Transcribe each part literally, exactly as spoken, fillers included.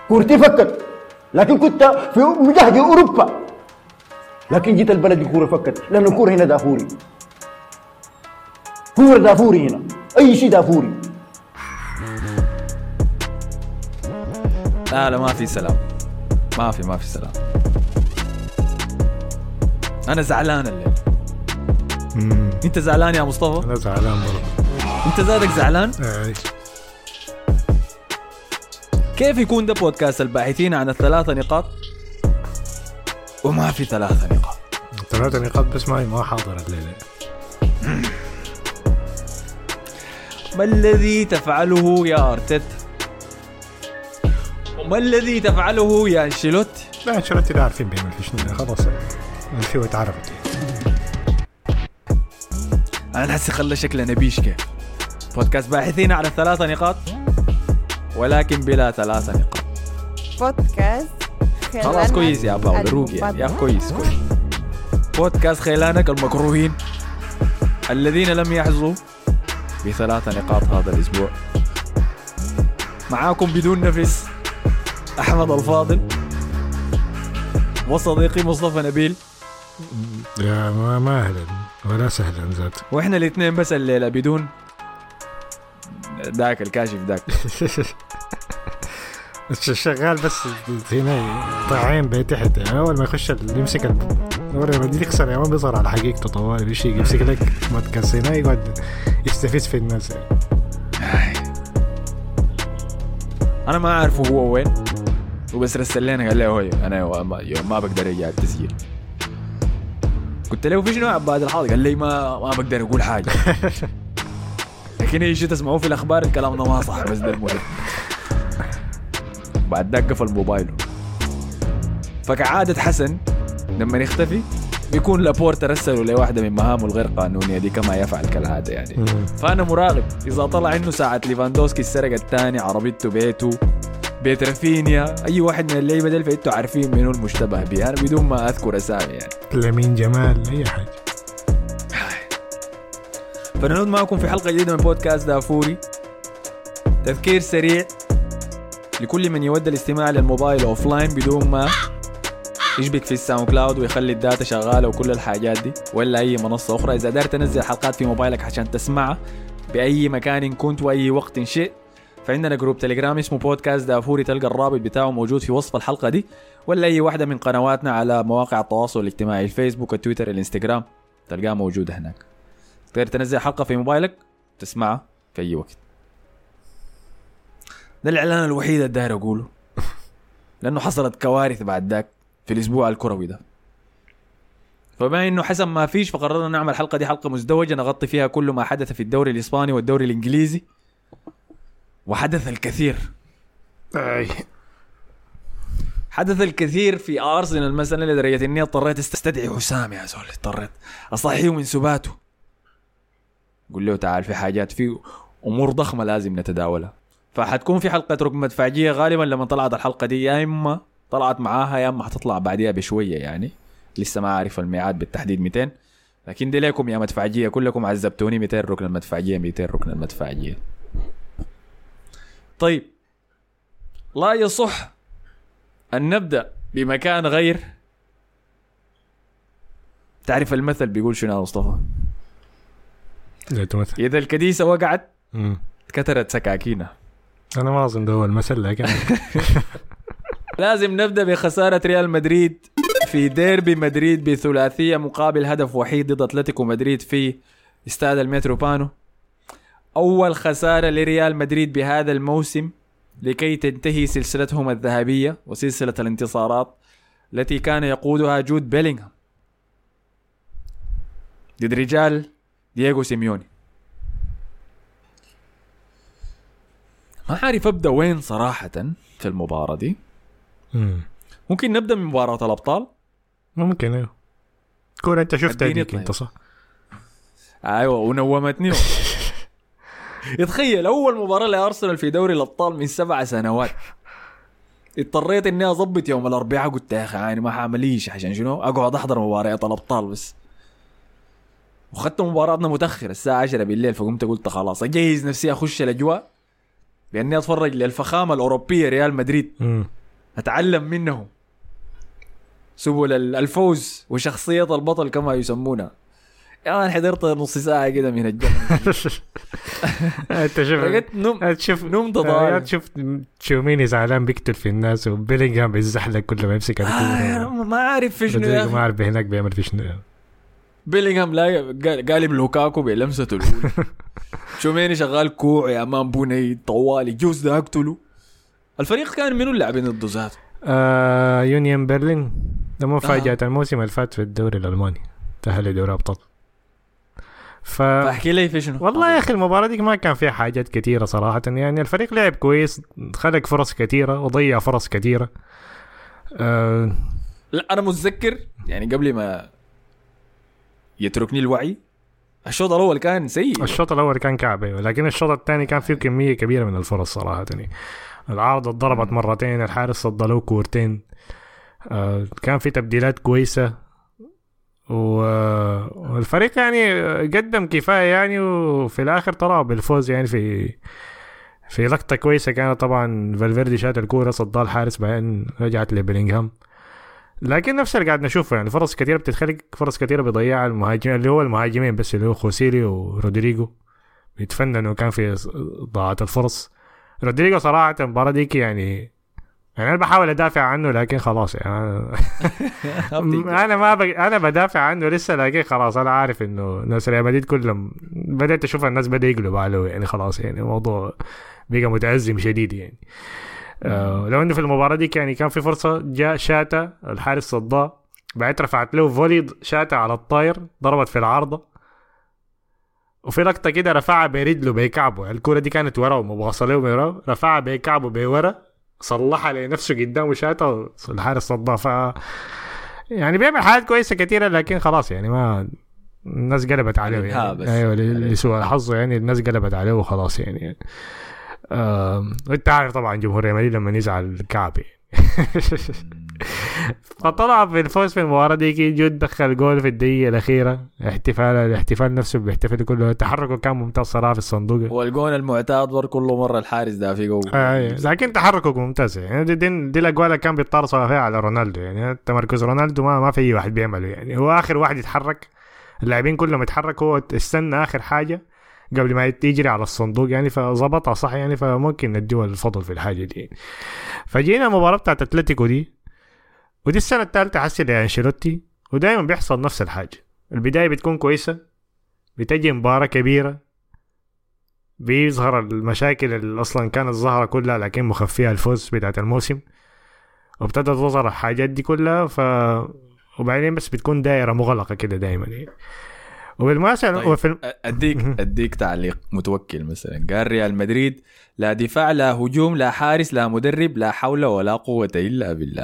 كورتي فكت، لكن كنت في مجهد أوروبا، لكن جيت البلد الكورة فكت، لأن الكورة هنا دافوري، كورة دافوري هنا، أي شيء دافوري. لا لا ما في سلام، ما في ما في سلام. أنا زعلان الليل. مم. أنت زعلان يا مصطفى؟ أنا زعلان برضه. أنت زادك زعلان؟ أي. كيف يكون ده بودكاست الباحثين عن الثلاثة نقاط وما في ثلاثة نقاط؟ ثلاثة نقاط بس ما ما حاضر الليلة. ما الذي تفعله يا أرتيتا؟ وما الذي تفعله يا أنشيلوتي؟ لا أنشيلوتي ده عارفين بيعمل في شنو خلاص، الفيو اتعرفت. أنا نحس خلى شكله نبيش كيف بودكاست باحثين عن الثلاثة نقاط ولكن بلا ثلاثة نقاط. بودكاست خلاص كويس يا باول روقي يا كويس كويس. بودكاست خيلانك المكروهين الذين لم يحظوا بثلاثة نقاط هذا الأسبوع. معاكم بدون نفس أحمد الفاضل وصديقي مصطفى نبيل. يا ما ما أهلا ولا سهلا ذات، وإحنا الاثنين بس الليلة بدون داك الكاشف داك. شغال بس هنا طاعين بيتحت، أول ما يخش يمسك الورقة ما دي يكسر، يا ما بيظهر على حقيقته طوالي بيشي يمسك لك بودكاست هنا يقعد يستفيد في الناس. أنا ما أعرف هو وين وبس رسل لنا قال له هو أنا ما, ما بقدر أجي على التسجيل. قلت له في شنو عباد الحاضر؟ قال لي ما ما بقدر أقول حاجة. لكن ايش تسمعوه في الأخبار الكلام ده ما صح، بس ده المهم. بعد ذاك قفل موبايله. فكعادة حسن لما يختفي بيكون لابورتا رسله لواحدة من مهامه الغير قانونية دي كما يفعل كالعادة يعني. فأنا مراقب إذا طلع إنه ساعة ليفاندوسكي السرقة الثاني، عربيته، بيته، بيت رافينيا، أي واحد من اللعيبة دي فإنتوا عارفين منو المشتبه به، أنا بدون ما أذكر أسامي يعني. لامين جمال أي حاجة. فنعود معكم في حلقة جديدة من بودكاست دافوري. تذكير سريع لكل من يود الاستماع للموبايل أوفلاين بدون ما يشبك في الساوند كلاود ويخلي الداتا شغالة وكل الحاجات دي ولا أي منصة أخرى. إذا قدرت تنزل حلقات في موبايلك عشان تسمعها بأي مكان كنت وأي وقت شئت، فعندنا جروب تليجرام اسمه بودكاست دافوري، تلقى الرابط بتاعه موجود في وصف الحلقة دي، ولا أي واحدة من قنواتنا على مواقع التواصل الاجتماعي، الفيسبوك، التويتر، الانستغرام، تلقاها موجودة هناك. تقدر تنزل حلقة في موبايلك تسمعها في أي وقت. ده الإعلان الوحيد اللي داير أقوله، لأنه حصلت كوارث بعد ذاك في الأسبوع الكروي ده. فبما إنه حسن ما فيش فقررنا نعمل حلقة دي حلقة مزدوجة نغطي فيها كل ما حدث في الدوري الإسباني والدوري الإنجليزي، وحدث الكثير. أي. حدث الكثير في أرسنال مثلا لدرجة إني اضطريت استدعي حسام يا زول، اضطريت أصحيه من سباته، قل له تعال في حاجات، في أمور ضخمة لازم نتداولها. فحتكون في حلقة ركن مدفعجية غالبا لما طلعت الحلقة دي، يا إما طلعت معاها يا إما حتطلع بعديها بشوية يعني، لسه ما عارف الميعاد بالتحديد مئتين، لكن دي لكم يا مدفعجية كلكم عذبتوني. مئتين ركن المدفعجية، مئتين ركن المدفعجية. طيب لا يصح أن نبدأ بمكان غير. تعرف المثل بيقول شنو يا مصطفى؟ إذا الكديسة وقعت كترت سكاكينها. أنا ما أظن ده هو المثل، لكن لازم نبدأ بخسارة ريال مدريد في ديربي مدريد بثلاثية مقابل هدف وحيد ضد أتلتيكو مدريد في استاد الميتروبانو. أول خسارة لريال مدريد بهذا الموسم لكي تنتهي سلسلتهم الذهبية وسلسلة الانتصارات التي كان يقودها جود بيلينغهام ضد رجال دييغو سيميوني. ما عارف أبدأ وين صراحة في المباراة دي. مم. ممكن نبدأ من مباراة الأبطال. ممكن ايوه كون انت شفتها ديك انت صح. ايوه ونومتني. يتخيل اول مباراة لأرسنال في دوري الأبطال من سبع سنوات، اضطريت اني اضبط يوم الاربعاء. قلت يا اخي يعني ما حامليش عشان شنو اقعد احضر مباريات الأبطال بس. وخدت مباراتنا متأخر الساعة عشرة بالليل، فقمت قلت خلاص اجهز نفسي اخش الاجواء باني اتفرج للفخامة الأوروبية ريال مدريد م. اتعلم منهم سبل الفوز وشخصية البطل كما يسمونها. يا انا حضرت نص ساعة كده من الجنة. انت شوف نوم تشوف نوم ضايع. تشوف تشوميني زعلان بيقتل في الناس وبيلينغهام بيزحلق كل ما يمسك الكورة. آه ما عارف في شنو يا اخي. ما عارف هناك بيعمل في شنو. بيلينغهام لا قالب لوكاكو بلمسته الاولى. تشوميني شغال كوع يا مان بوني طوالي جوز ده اقتله. الفريق كان منو اللاعبين ضد ذاته؟ آه يونيون برلين ده مفاجأة آه. الموسم اللي فات في الدوري الألماني تأهل لدوري أبطال. ف... فاحكي لي في شنو. والله يا أخي المباراة دي ما كان فيها حاجات كتيرة صراحة يعني. الفريق لعب كويس خلق فرص كتيرة وضيع فرص كتيرة. آه... لا أنا متذكر يعني قبل ما يتركني الوعي الشوط الأول كان سيء. الشوط الأول كان كعبة ولكن الشوط الثاني كان فيه كمية كبيرة من الفرص صراحة يعني. العارضة ضربت مرتين الحارس صدلوه كورتين. آه... كان في تبديلات كويسة والفريق يعني قدم كفاية يعني وفي الآخر طلعوا بالفوز يعني في في لقطة كويسة كانت طبعا فالفيردي شات الكورة صدال الحارس بعدين رجعت لبيلينغهام. لكن نفس اللي قاعد نشوفه يعني فرص كثيرة بتتخلق فرص كثيرة بيضيع المهاجمين اللي هو المهاجمين بس اللي هو خوسيلي ورودريجو بيتفننوا كان في ضاعة الفرص. رودريجو صراحة المباراة ديك يعني يعني أنا بحاول أدافع عنه لكن خلاص يعني أنا ما بق... أنا بدافع عنه لسه لكن خلاص أنا عارف إنه ناس ريال مدريد كلهم بدأت أشوف الناس بدأ يقلبوا عليه يعني خلاص يعني الموضوع بقى متأزم شديد يعني. آه لو إنه في المباراة دي يعني كان في فرصة جاء شاتا الحارس صداه بعد رفعت له فولي شاتا على الطاير ضربت في العارضة وفي لقطة كده رفعها برجله بيكعبه الكرة دي كانت ورا ومبغصة له ورا رفعها بيكعبه بورا صلحها لنفسه قدامه شاته الحارس صدها. ف يعني بيعمل حاجات كويسه كتيره لكن خلاص يعني ما الناس قلبت عليه يعني. ايوه لسوء الحظ يعني الناس قلبت عليه وخلاص يعني. آه... انت عارف طبعا جمهور ريال مدريد لما يزعل الكعب فطلع في الفوز في المباراة دي جود دخل جول في الدقيقة الأخيرة احتفال الاحتفال نفسه بيحتفل كله تحركه كان ممتاز صراحة في الصندوق والجون المعتاد بر كل مرة الحارس ده في جو آه لكن تحركه ممتاز يعني دي, دي, دي الأجوال كان بيتطارصوا فيها على رونالدو يعني تمركز رونالدو ما ما في أي واحد بيعمله يعني هو آخر واحد يتحرك اللاعبين كلهم يتحرك هو استنى آخر حاجة قبل ما يجري على الصندوق يعني فظبطها صح يعني فممكن نديه الفضل في الحاجة دي. فجينا مباراة بتاعت أتلتيكو دي ودي السنة الثالثة حسي لأنشيلوتي ودائما بيحصل نفس الحاجة البداية بتكون كويسة بتجي مباراة كبيرة بيظهر المشاكل اللي أصلا كانت ظاهرة كلها لكن مخفيها الفوز بتاعت الموسم وابتدت تظهر الحاجات دي كلها ف وبعدين بس بتكون دائرة مغلقة كده دائما يعني. وبالمناسبة طيب وفي أديك أديك تعليق متوكل مثلا قال ريال مدريد لا دفاع لا هجوم لا حارس لا مدرب لا حول ولا قوة إلا بالله.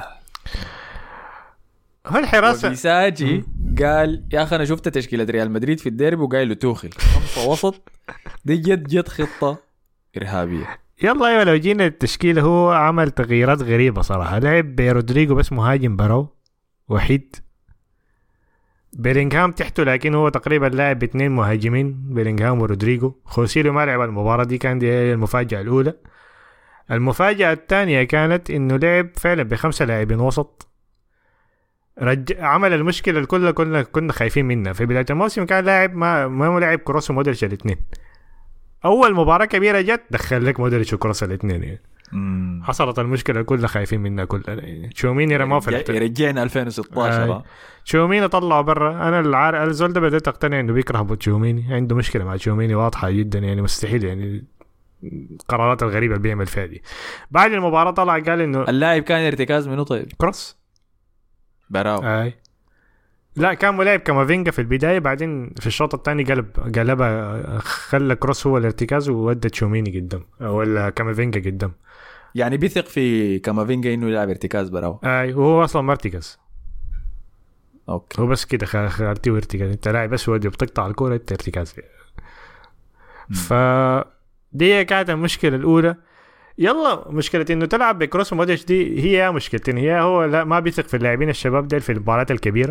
هو الحراسة وبيساجي قال يا أخي أنا شفت تشكيلة ريال مدريد في الديربي وقايل له توخل خمسة وسط دي جد جد خطة إرهابية. يلا أيوة لو جينا التشكيلة هو عمل تغييرات غريبة صراحة لعب برودريجو بس مهاجم براو وحيد بيلينغهام تحته لكن هو تقريبا لاعب باثنين مهاجمين بيلينغهام ورودريجو. خوسيلو ما لعب المباراة دي كان دي المفاجأة الأولى. المفاجأة الثانية كانت إنه لعب فعلا بخمسة لاعبين وسط رج... عمل المشكلة الكل كنا كنا خايفين منها في بداية الموسم كان لاعب ما ما لاعب كروس ومودريتش الاثنين أول مباراة كبيرة جت دخل لك مودريتش وكروس الاثنين يعني. مم. حصلت المشكلة كلها خايفين منها كلها يعني. تشوميني رماه في الاحتفال رجعنا ألفين وستة عشر آه. تشوميني طلعوا برا. أنا العار الزول ده بدأت أقتنع إنه بيكره بتشوميني عنده مشكلة مع تشوميني واضحة جدا يعني مستحيل يعني القرارات الغريبة اللي بيعمل فيها دي. بعد المباراة طلع قال إنه اللاعب كان ارتكاز منه طيب كروس براو آه. لا كان ملاعب كامافينجا في البداية بعدين في الشوط الثاني قلب قلبها خلى كروس هو الارتكاز وودى تشوميني قدام ولا كامافينجا قدام يعني بيثق في كامافينجا انه يلعب ارتكاز براو اي وهو اصلا ما ارتكاز اوكي هو بس كده خارتي وارتكاز انت لاعب بس ودي بتقطع الكرة انت ارتكاز ف دي كانت المشكلة الأولى. يلا مشكلة إنه تلعب بكروس ومودريتش دي هي مشكلتين هي هو لا ما بيثق في اللاعبين الشباب ديل في المباريات الكبيرة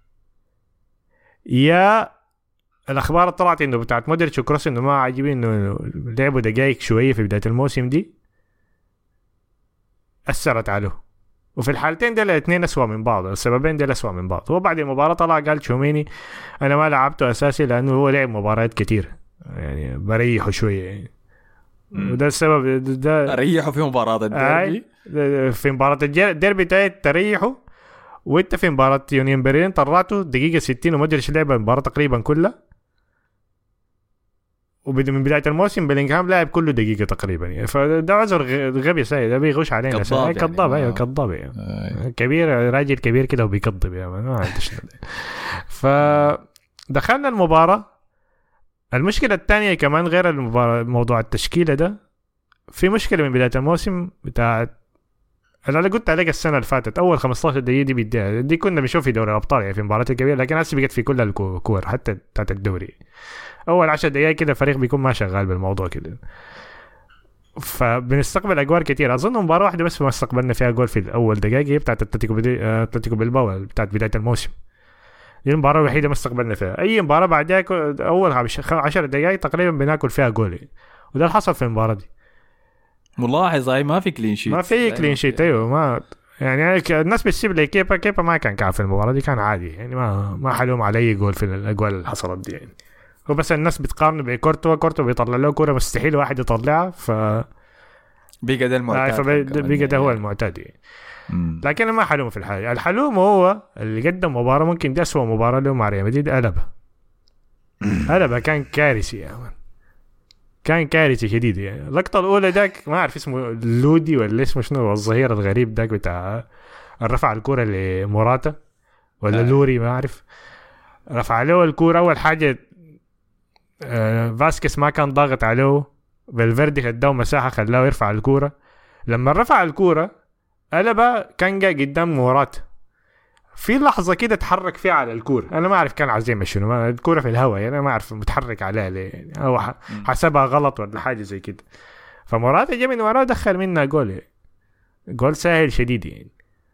يا الأخبار طلعت إنه بتاعت مودريتش وكروس إنه ما عاجبين إنه لعبوا دقائق شوية في بداية الموسم دي أثرت عليه وفي الحالتين دي الاثنين أسوأ من بعض، السببين دي أسوأ من بعض. هو بعد المباراة طلع قال تشوميني أنا ما لعبته أساسي لأنه هو لعب مباريات كتير يعني بريحه شوية يعني. وده السبب ده ريحوا في مباراة الديربي، في مباراة الديربي تاعت تريحه، وانت في مباراة يونيون برلين طلعته دقيقة ستين وما ادري ايش لعب المباراة تقريبا كلها، ومن بداية الموسم بلينغهام لاعب كله دقيقة تقريبا يعني. فده عذر غبي سيد، ده بيغش علينا كذاب يعني. كذاب ايوه كذاب يعني. آه. كبير راجل كبير كده وبيكذب يا يعني. ما عندش فدخلنا المباراة. المشكلة الثانية كمان غير المباراة موضوع التشكيلة ده، في مشكلة من بداية الموسم بتاعت اللي قلت عليك السنة اللي فاتت أول خمستاشر دقيقة دي بيديها دي كنا بنشوف في دوري الأبطال يعني في مباراة الكبيرة، لكن هسه بقت في كل الكور حتى بتاعت الدوري أول عشر دقائق كده فريق بيكون ما شغال بالموضوع كده، فبنستقبل أجوال كتير. أظن مباراة واحدة بس ما استقبلنا فيها جول في الأول دقائق هي بتاعت أتلتيكو أتلتيكو بالباو بتاعت بداية الموسم، دي المباراة الوحيدة ما استقبلنا فيها. أي مباراة بعدها أول عشر دقائق تقريبا بناكل فيها جول، وده اللي حصل في المباراة دي. ملاحظ هاي ما في كلين شيت، ما في كلين شيت ايوه ما يعني الناس بتسيب لي كيبا كيبا ما كان كعب في المباراة دي، كان عادي يعني ما ما حلوم علي جول في الأجوال اللي حصلت دي يعني. هو بس الناس بتقارن بكورتوا كورتوا بيطلع له كورة مستحيل واحد يطلعها، ف بيجا ده المعتاد آه بيجا ده هو المعتاد يعني. لكن ما حلوم في الحاجة. الحلوم هو اللي قدم مباراة ممكن دي أسوأ مباراة له مع ريال مدريد، قلبها قلبها كان كارثي يا من. كان كارثي شديد يعني. اللقطة الأولى داك ما أعرف اسمه لودي ولا اسمه شنو الظهير الغريب داك بتاع الرفع الكرة لموراتا ولا آه. لوري ما أعرف، رفع له الكرة أول حاجة آه فاسكس ما كان ضاغط عليه، فالفيردي خداه مساحة خلاه يرفع الكرة. لما رفع الكرة قلبها كان جاي قدام موراتا في لحظة كده تحرك فيها على الكورة، أنا ما أعرف كان عزيمة شنو ما الكورة في الهواء يعني أنا ما أعرف متحرك عليها ليه يعني أو حسبها غلط ولا حاجة زي كده. فمراته جاء من وراه دخل منها جول، جول سهل شديد يعني.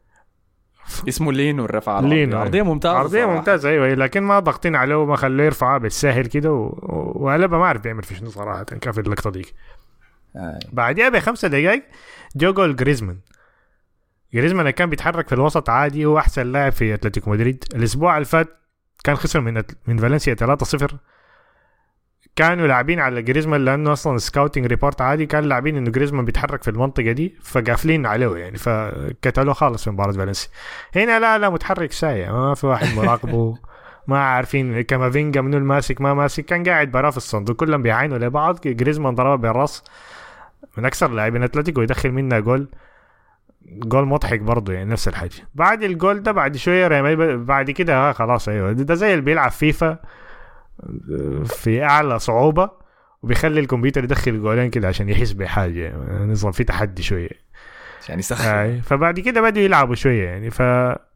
اسمه لين والرفع لين عرضية ممتازة عرضية ممتازة أيوة، لكن ما ضغطين عليه وما خليه يرفعها بالسهل كده و... وقلبها ما أعرف بيعمل في شنو صراحة كان في اللقطة دي. آه. بعدها بخمسة دقايق جو جول جريزمان. جريزمان كان بيتحرك في الوسط عادي، هو أحسن لاعب في أتلتيكو مدريد. الأسبوع اللي فات كان خسر من من فالنسيا ثلاثة صفر، كانوا لاعبين على جريزمان لأنه أصلا سكاوتينج ريبورت عادي كان لاعبين إنه جريزمان بيتحرك في المنطقة دي فقافلين عليه يعني فكتلوه خالص في مباراة فالنسيا. هنا لا لا متحرك سايع ما في واحد مراقبه ما عارفين كامافينجا منو الماسك ما ماسك، كان قاعد برا في الصندوق كلهم بيعاينوا لبعض. جريزمان ضربه بالراس من أكثر لاعبين أتلتيكو يدخل منها جول، جول مضحك برضو يعني نفس الحاجة. بعد الجول ده بعد شوية ريال بعد كده ها خلاص ايوه ده زي اللي بيلعب فيفا في اعلى صعوبة وبيخلي الكمبيوتر يدخل جولين كده عشان يحس بحاجة يعني. نظام فيه تحدي شوية يعني يسخن. فبعد كده بدوا يلعبوا شوية يعني. ف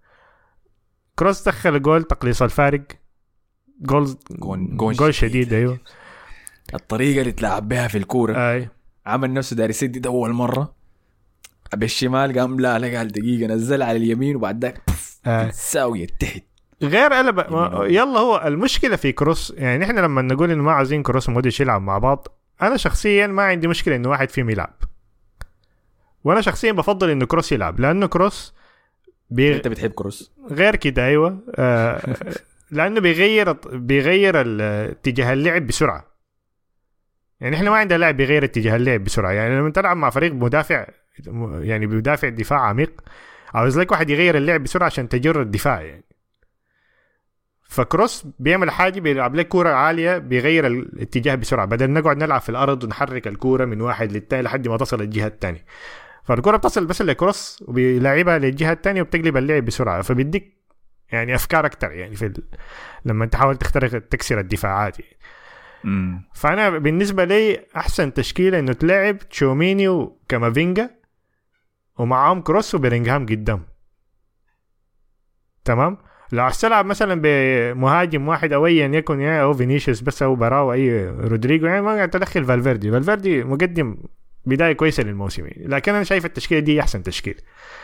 كروس دخل جول تقليص الفارق، جول جول, جول شديد ايوه. الطريقة اللي تلعب بها في الكورة اي عمل نفسه داري يسدد اول مرة بالشمال قام لا لا قال دقيقة نزل على اليمين وبعد ذاك آه. ساوية تحت غير قلب يلا. هو المشكلة في كروس يعني احنا لما نقول انه ما عاوزين كروس ومودريتش يلعب مع بعض، انا شخصيا ما عندي مشكلة انه واحد فيهم يلعب، وانا شخصيا بفضل انه كروس يلعب لانه كروس بيغ... انت بتحب كروس غير كده ايوه آه لانه بيغير بيغير اتجاه اللعب بسرعة يعني. احنا ما عندنا لاعب بيغير اتجاه اللعب بسرعة يعني. لما تلعب مع فريق مدافع يعني بيدافع دفاع عميق عاوز لك واحد يغير اللعب بسرعة عشان تجر الدفاع يعني. فكروس بيعمل حاجة بيلعب لك كورة عالية بيغير الاتجاه بسرعة بدل نقعد نلعب في الأرض ونحرك الكورة من واحد للتاني لحد ما تصل للجهة التانية. فالكورة بتصل بس لكروس وبيلعبها للجهة التانية وبتقلب اللعب بسرعة فبيديك يعني أفكار أكتر يعني في ال... لما تحاول تخترق تكسر الدفاعات يعني. مم. فأنا بالنسبة لي أحسن تشكيلة إنه تلعب تشوميني وكامافينجا ومعهم كروس وبيلينغهام قدام تمام. لو تلعب مثلا بمهاجم واحد او ايا يكن يعني او فينيسيوس بس او براو اي رودريجو يعني ما قاعد تدخل فالفيردي. فالفيردي مقدم بدايه كويسه للموسم لكن انا شايف التشكيله دي احسن تشكيل.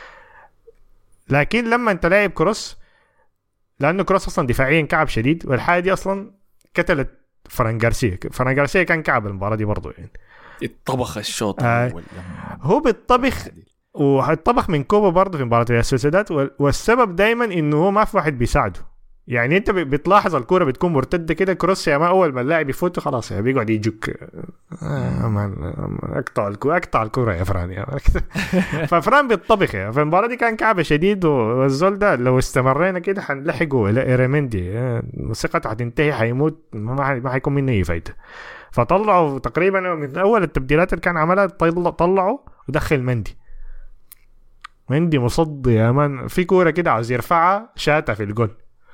لكن لما انت لاعب كروس لانه كروس اصلا دفاعيا كعب شديد والحاجه دي اصلا كتلت فران غارسيا. فران غارسيا كان كعب المباراه دي برضه يعني الطبخ الشوط آه. هو بالطبخ وهيطبخ من كوبا برضه في مباراة ريال سوسيداد، والسبب دايما انه هو ما في واحد بيساعده. يعني انت بتلاحظ الكرة بتكون مرتدة كده كروس، يا ما اول ما اللاعب يفوت خلاص يعني بيقعد يجك آه مان اقطع الكرة اقطع الكرة يا فران يا ففران بيطبخ يعني. فالمباراة دي كان كعبة شديد، والزول ده لو استمرينا كده حنلحقه الى ايرمندي ثقته هتنتهي حيموت، ما حيكون منه اي فايدة. فطلعوا تقريبا من اول التبديلات اللي كان عملها طلعوا ودخل مندي. مندي مصدي يا مان، في كورة كده عاوز يرفعها شاتها في الجول.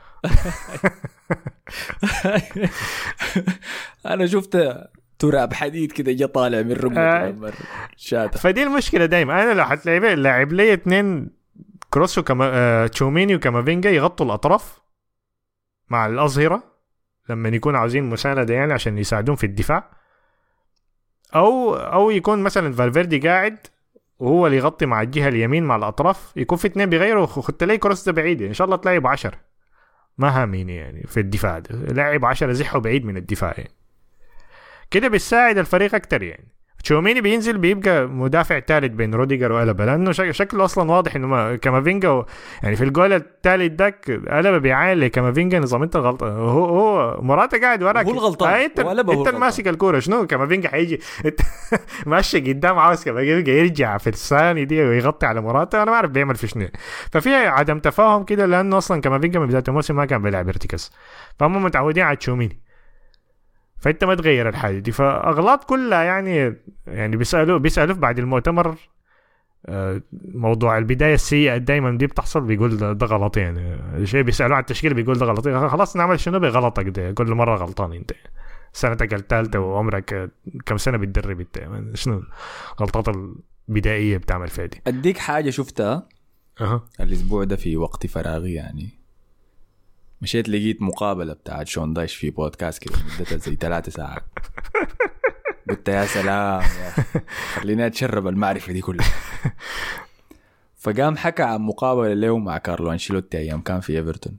انا شفت تراب حديد كده جا طالع من ركبته شاتها. فدي المشكلة دايما، انا لو حتلاعب لاعب لي اثنين كروسو كما آه تشوميني وكامافينجا يغطوا الاطراف مع الاظهرة لما يكون عاوزين مساندة يعني عشان يساعدون في الدفاع، او او يكون مثلا فالفيردي قاعد وهو اللي يغطي مع الجهة اليمين مع الاطراف، يكون في اثنين بيغيروا خدت لي كروس ده بعيد ان شاء الله تلاقي بعشر ما هاميني يعني في الدفاع ده. لاعب عشرة زحه بعيد من الدفاع يعني. كده بيساعد الفريق اكتر يعني. تشوميني بينزل بيبقى مدافع ثالث بين روديجر وألابا، لانه شكله اصلا واضح انه كامافينجا و... يعني في الجول الثالث داك ألابا بيعاين لكامافينجا نظام انت غلط، هو هو مراته قاعد وراك هو الغلطان آه انت, انت ماسك الكوره شنو كامافينجا حيجي ماشي قدام عاوز كامافينجا يرجع في الثاني دي ويغطي على مراته، انا ما اعرف بيعمل في شنو. ففي عدم تفاهم كده لانه اصلا كامافينجا من بدايه الموسم ما كان بيلعب ارتكاز، فهم متعودين على تشوميني، فانت ما تغير الحاجه دي. فاغلاط كلها يعني يعني بيسالوا بيسالوا بعد المؤتمر موضوع البدايه السيئه دايما دي بتحصل، بيقول ده, ده غلط يعني شيء، بيسالوا عن التشكيل بيقول ده غلط، خلاص نعمل شنو بغلطك ده كل مره غلطان انت سنتك الثالثه وعمرك كم سنه بتدرب انت شنو غلطات البدائيه بتعمل فيها دي. اديك حاجه شفتها أه. الاسبوع ده في وقت فراغي يعني، مشيت لقيت مقابلة بتاعت شون دايش في بودكاست كده مدتها زي ثلاثة ساعات. قلت يا سلام يا خليني أتشرب المعرفة دي كلها. فقام حكى عن مقابلة له مع كارلو أنشيلوتي أيام كان في إيفرتون.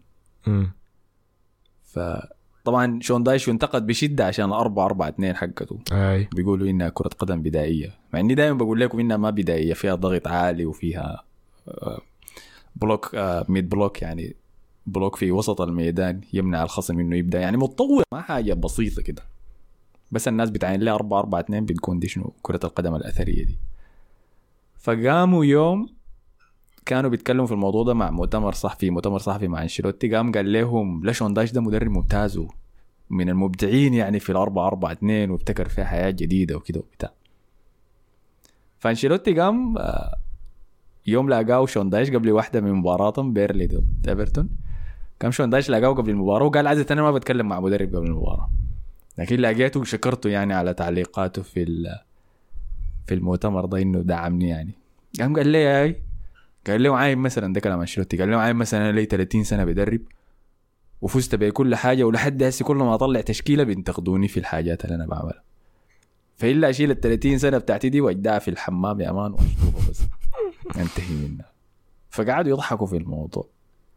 فطبعا شون دايش ينتقد بشدة عشان أربعة أربعة اثنين حقته، أي. بيقولوا إنها كرة قدم بدائية، مع إني دائما بقول لكم إنها ما بدائية، فيها ضغط عالي وفيها بلوك ميد بلوك يعني بلوك في وسط الميدان يمنع الخصم انه يبدا، يعني متطور ما حاجه بسيطه كده، بس الناس بتعين لها أربعة أربعة اثنين بتكون دي شنو كره القدم الاثريه دي. فقاموا يوم كانوا بيتكلموا في الموضوع ده مع مؤتمر صحفي مؤتمر صحفي مع انشيلوتي، قام قال لهم لا شون دايش ده مدرب ممتاز من المبدعين يعني في الأربعة أربعة اثنين وابتكر فيها حياه جديده وكده وبتاع. فانشيلوتي قام يوم لاقاه شون دايش قبل واحده من مباراتهم بيرلي ضد ايفرتون، كم شون دايش لاقاه قبل المباراة وقال عادة أنا ما بتكلم مع مدرب قبل المباراة، لكن لقيته وشكرته يعني على تعليقاته في في المؤتمر ده إنه دعمني يعني. قام قال لي هاي قال له عايم مثلا ده كلام أنشيلوتي، قال له عايم مثلا أنا لي ثلاثين سنة بدرب وفزت بكل حاجة ولحد هسه كل ما أطلع تشكيلة بينتقدوني في الحاجات اللي أنا بعملها، فإلا أشيل الثلاثين سنة بتاعتي دي وأجدها في الحمام يا أمان وأشطبها بس انتهي منها. فقعدوا يضحكوا في الموضوع.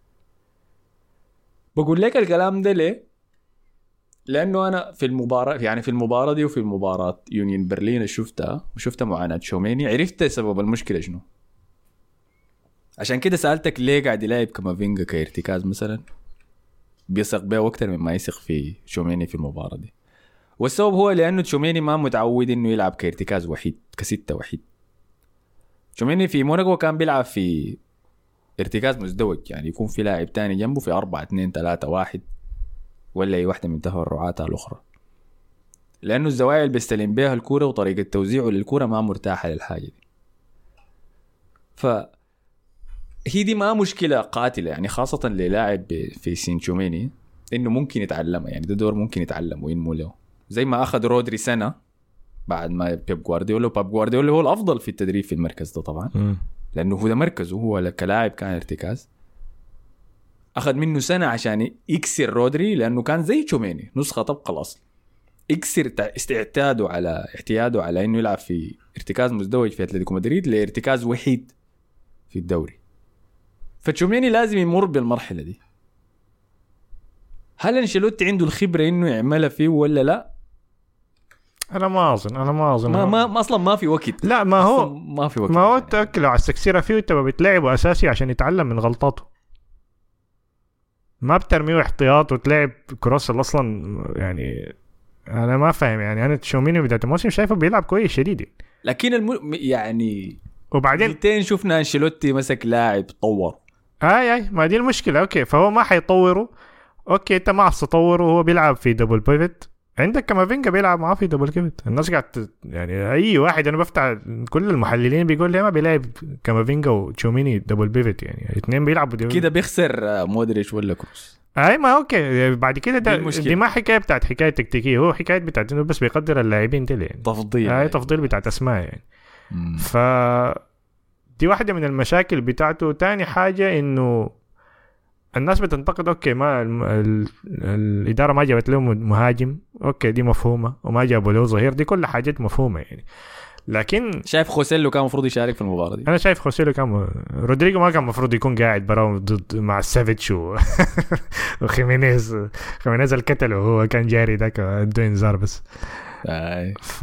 بقول لك الكلام ده ليه؟ لأنه أنا في المباراة يعني في المباراة دي وفي المباراة يونيون برلين شفتها وشفتها معاناة شوميني، عرفت سبب المشكلة شنو. عشان كده سألتك ليه قاعد يلاعب كامافينجا كارتكاز مثلا بيثق بيه أكتر مما يثق في شوميني في المباراة دي، والسبب هو لأنه شوميني ما متعود إنه يلعب كارتكاز وحيد كستة وحيد. شوميني في موناكو كان بيلعب في ارتكاز مزدوج، يعني يكون في لاعب تاني جنبه في أربعة اثنين ثلاثة واحد ولا أي واحدة من تفرعاتها الأخرى، لأنه الزوايا اللي بيستلم بيها الكورة وطريقة توزيعه للكورة ما مرتاحة للحاجة دي. فهي دي ما مشكلة قاتلة يعني، خاصة للاعب في سين شوميني إنه ممكن يتعلمها، يعني ده دور ممكن يتعلم وينمو له، زي ما أخذ رودري سنة بعد ما بيب جوارديولا وبيب جوارديولا هو الأفضل في التدريب في المركز ده طبعا م. لأنه هو ده مركزه، هو كلاعب كان ارتكاز، أخذ منه سنة عشان يكسر رودري لأنه كان زي شوميني نسخة طبق الأصل، يكسر استعتاده على اعتياده على إنه يلعب في ارتكاز مزدوج في أتلتيكو مدريد لارتكاز وحيد في الدوري. فتشوميني لازم يمر بالمرحلة دي. هل أنشيلوتي عنده الخبرة إنه يعملها فيه ولا لا؟ انا ما اظن انا ما اظن ما ما ما اصلا ما في وقت. لا ما هو ما في وقت. ما هو تاكل على السكسيره فيه وانت بتلعبه اساسي عشان يتعلم من غلطاته. ما بترميه احتياط وتلعب كروس اصلا يعني. انا ما فاهم يعني. انا تشوميني بدايه الموسم شايفه بيلعب كويس شديد، لكن الم... يعني وبعدين دقيقتين شفنا انشيلوتي مسك لاعب طور. اي اي ما دي المشكله. اوكي فهو ما حيطوره. اوكي انت ما حتطوره وهو بيلعب في دبل بيفت. عندك كامافينجا بيلعب معاه في دبل بيفت. الناس قاعد يعني اي واحد انا بفتح كل المحللين بيقول لي ما بيلعب كامافينجا وتشوميني دبل بيفت يعني الاثنين بيلعبوا كده بيخسر مودريتش ولا كروس. اي ما اوكي بعد كده ده دي ما حكايه بتاعت حكايه تكتيكيه. هو حكايه بتاعت انه بس بيقدر اللاعبين دي يعني تفضيل. اي تفضيل بتاعت اسماء يعني. مم. ف دي واحدة من المشاكل بتاعته. تاني حاجة انه الناس بتنتقد اوكي ما ال ال الاداره ما جابت له مهاجم. اوكي دي مفهومه. وما جابوا له ظهير. دي كل حاجات مفهومه يعني. لكن شايف خوسيلو كان المفروض يشارك في المباراه دي. انا شايف خوسيلو كان رودريجو ما كان المفروض يكون قاعد برا ضد مع سافيتش و... وخيمينيز. خيمينيز الكتل وهو كان جاري ذاك ادو انذار بس. اي ف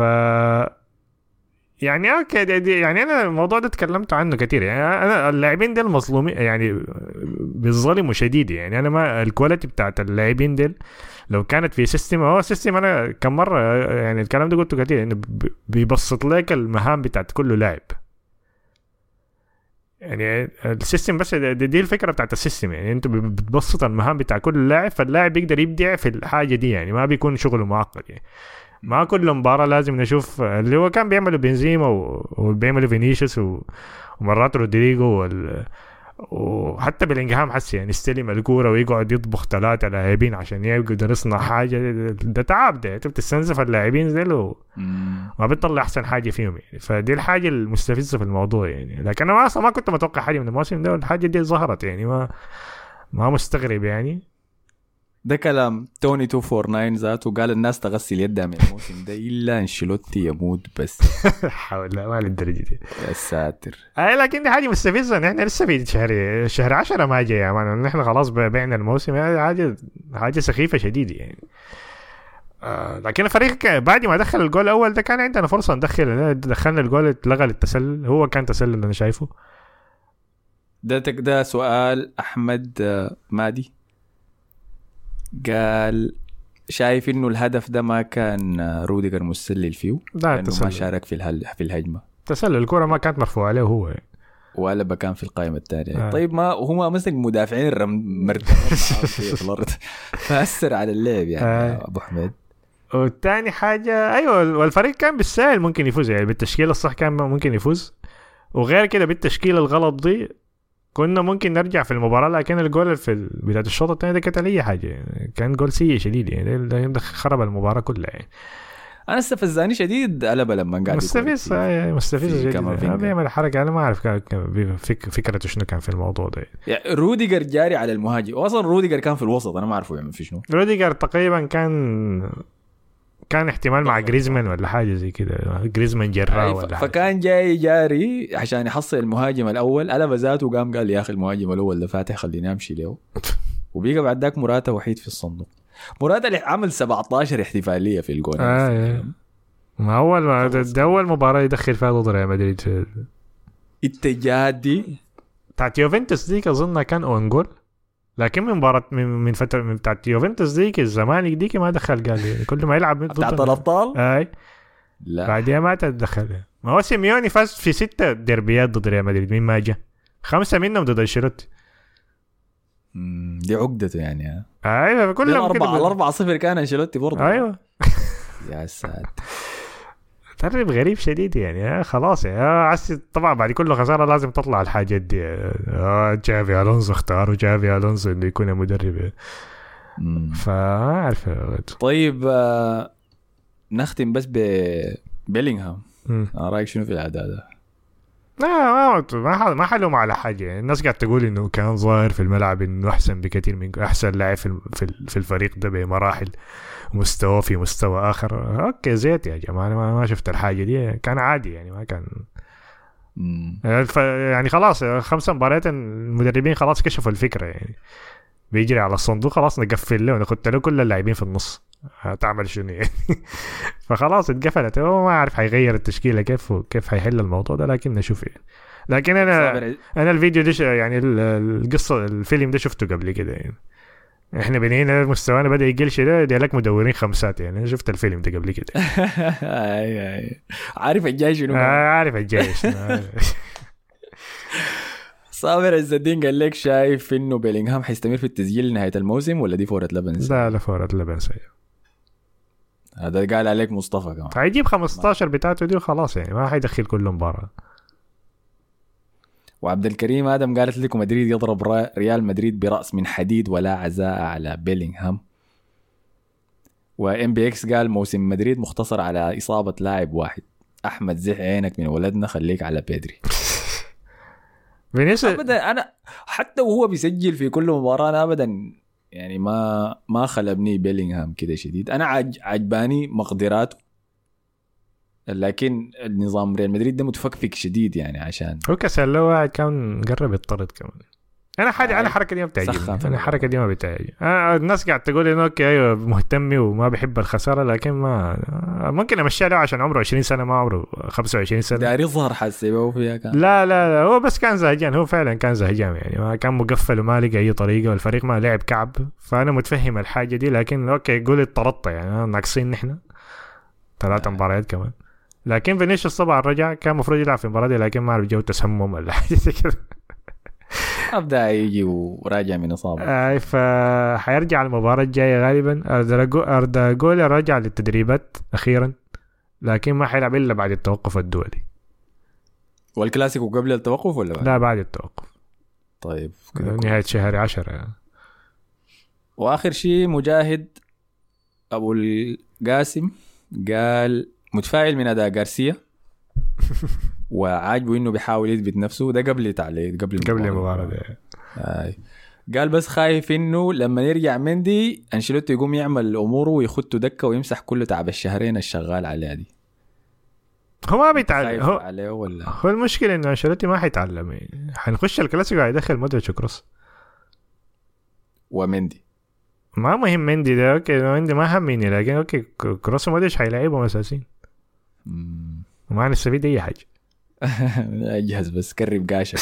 يعني اوكي دي دي يعني انا الموضوع ده تكلمت عنه كتير يعني. انا اللاعبين دول مظلومين يعني بالظلم شديد يعني. انا ما الكواليتي بتاعت اللاعبين دول لو كانت في سيستم. هو سيستم انا كم مره يعني الكلام ده قلته كتير انه بيبسط لك المهام بتاعت كل لاعب يعني. السيستم بس دي, دي الفكره بتاعت السيستم يعني. انت بتبسط المهام بتاع كل لاعب فاللاعب يقدر يبدع في الحاجه دي يعني. ما بيكون شغله معقد يعني. ما كل مباراة لازم نشوف اللي هو كان بيعملوا بنزيما وبيعملوا فينيسيوس ومرات رودريجو وال... وحتى بلينغهام حسي يعني يستلم الكورة ويقعد يطبخ ثلاثة لاعبين عشان يقدر يصنع حاجة. ده تعب. ده انت بتستنزف اللاعبين زي له ما بتطلع احسن حاجة فيهم يعني. فدي الحاجة المستفزة في الموضوع يعني. لكن انا اصلا ما كنت متوقع حاجة من الموسم ده والحاجة دي ظهرت يعني. ما ما مستغرب يعني. ده كلام توني مئتين وأربعة وأربعين ذاته قال الناس تغسل يدها من الموسم ده إلا أنشيلوتي يموت بس. حاول لا ما للدرجة دي يا ساتر. أي لكن دي حاجة مستفزة. نحن لسه في شهر شهر عشرة ما جاي يا مان. نحن خلاص بعنا الموسم. هذه حاجة حاجة سخيفة شديدة يعني. آه لكن الفريق بعد ما دخل الجول الأول ده كان عندنا فرصة ندخل. دخلنا الجول اتلغى للتسلل. هو كان تسلل أنا شايفه. ده ده سؤال أحمد مادي قال شايف انه الهدف ده ما كان روديجر مستسلل فيه لانه ما شارك في الهل... في الهجمه. تسلل الكره ما كانت مرفوعه عليه هو ولا بكان في القائمه الثانيه. آه. طيب ما هو مثلا مدافعين مرتبط في الارض فاثر على اللعب يعني. آه. ابو حميد. والثاني حاجه ايوه والفريق كان بالسهل ممكن يفوز يعني. بالتشكيله الصح كان ممكن يفوز. وغير كده بالتشكيله الغلط دي كنا ممكن نرجع في المباراة. لكن الجول في بداية الشوط الثاني ده كانت أي حاجة. كان جول سيء شديد يعني. ده خرب المباراة كلها يعني. أنا استفزاني شديد قلبه لما قاعد مستفز مستفز جدا. بيعمل حركة أنا ما أعرف فك فكرته شنو كان في الموضوع ده يعني. روديجر جاري على المهاجم. أصلا روديجر كان في الوسط. أنا ما أعرفه يعمل في شنو. روديجر تقريبا كان كان احتمال مع جريزمان ولا حاجة زي كده. جريزمان جراه ولا حاجة. فكان جاي جاري عشان يحصل المهاجم الأول. قلب ذاته وقام قال يا أخي المهاجم الأول ده فاتح خليني أمشي له. وبيقى بعد ذاك مراته وحيد في الصندوق. مراته اللي عمل سبعة عشر احتفالية في الجون. آه ما أول ما ده أول مباراة يدخل فيها ضد ريال مدريد. التجاد دي بتاعت يوفنتوس ديك أظن كان أون جول. لكن من مباراة من, من فترة من بتاعت يوفنتوس ديك الزمالك ديك ما دخل. قال لي كل ما يلعب بتاعت الأبطال. أي لا بعدها ما تدخل. ما هو سيميوني فاز في ستة ديربيات ضد ريال مدريد. مين ما جاء خمسة منهم ضد أنشيلوتي. دي عقدته يعني. أيوة كلهم أربعة الأربعة صفر كان أنشيلوتي برضه. أيوة يا ساتر. تدريب غريب شديد يعني. خلاص يعني عسي طبعا بعد كل خسارة لازم تطلع الحاجات دي. آه جافي ألونسو اختاروا جافي ألونسو إنه يكون مدرب. فأعرف. طيب آه نختم بس ببيلينغهام. رأيك شنو في الأداء ده؟ لا ما ما حلوم على حاجة. الناس قاعد تقول إنه كان ظاهر في الملعب إنه أحسن بكثير من أحسن لاعب في في الفريق ده بمراحل. مستوى في مستوى آخر. أوكي زيت يا جماعة. أنا ما شفت الحاجة دي. كان عادي يعني. ما كان يعني خلاص خمسة مباريات المدربين خلاص كشفوا الفكرة يعني. بيجري على الصندوق خلاص نقفل له ونخد له كل اللاعبين في النص. هتعمل شنو يعني. فخلاص اتقفلت، هو ما عارف حيغير التشكيله كيف وكيف حيحل الموضوع ده، لكن نشوف يعني. لكن انا انا الفيديو ده يعني القصه الفيلم ده شفته قبل كده يعني. احنا بنينا مستوانا بدا يقل شيء، ده لك مدورين خمسات يعني. انا شفت الفيلم ده قبل كده. اي اي عارف الجاي شنو. آه عارف الجاي شنو. صابر عز الدين قال لك شايف انه بيلينغهام حيستمر في التسجيل لنهايه الموسم ولا دي فورة لبن؟ لا لا فورة لبن سيء. هذا قال عليك مصطفى كمان حيجيب خمستاشر بتاعته دي وخلاص يعني، ما حيدخل كل مباراة. وعبد الكريم آدم قالت لكم مدريد يضرب ريال مدريد برأس من حديد ولا عزاء على بيلينغهام. وام بي اكس قال موسم مدريد مختصر على إصابة لاعب واحد. أحمد زح عينك من ولدنا، خليك على بيدري. أبدا أنا حتى وهو بيسجل في كل مباراة أنا أبدا يعني ما ما خلبني بيلينغهام كده شديد. أنا عج عجباني مقدراته، لكن النظام ريال مدريد ده متفكفك شديد يعني. عشان هو كسر له واحد كان قرب يطرد كمان. انا حاجه انا الحركه دي ما بتعجبني، انا الحركه دي ما بتعجبني. الناس قاعد تقول انه اوكي ايوه مهتم وما بيحب الخساره، لكن ما ممكن امشي له عشان عمره عشرين سنه ما عمره خمسة وعشرين سنه. داري يظهر حسيبه فيها كان. لا لا لا هو بس كان زهجان، هو فعلا كان زهجان يعني، ما كان مقفل وما لقى اي طريقه والفريق ما لعب كعب. فانا متفهم الحاجه دي، لكن اوكي قول اتطردت يعني ناقصين نحن ثلاث مباريات كمان. لكن فينيسيوس طبعا رجع، كان مفروض يلعب في المباراه دي لكن ما عرف جو تسمم ولا حاجه زي كده. ابدا يجي وراجع من اصابه. اي فحيرجع المباراه الجايه غالبا. اردا جولر رجع للتدريبات اخيرا، لكن ما حيلعب الا بعد التوقف الدولي. والكلاسيكو قبل التوقف ولا بعد؟ لا بعد التوقف. طيب نهايه شهر عشرة. واخر شيء مجاهد ابو القاسم قال متفائل من اداء غارسيا وعاجبه انه بيحاول يثبت نفسه. ده قبل تعليق قبل قبل المباراه ده. آه. قال بس خايف انه لما يرجع مندي انشيلوتي يقوم يعمل اموره ويخطه دكه ويمسح كل تعب الشهرين الشغال عليها دي. هو ما بيتعلم هو عليه ولا هو المشكله انه انشيلوتي ما حيتعلم يعني. حنخش الكلاسيكو هيدخل مودريتش وكروس ومندي. ما مهم مندي ده اوكي، مندي ما همني، لكن اوكي كروس ومودريتش حيلعبهم اساسيين وما نستفيد اي حاجه. اجهز بس كرب قاشك.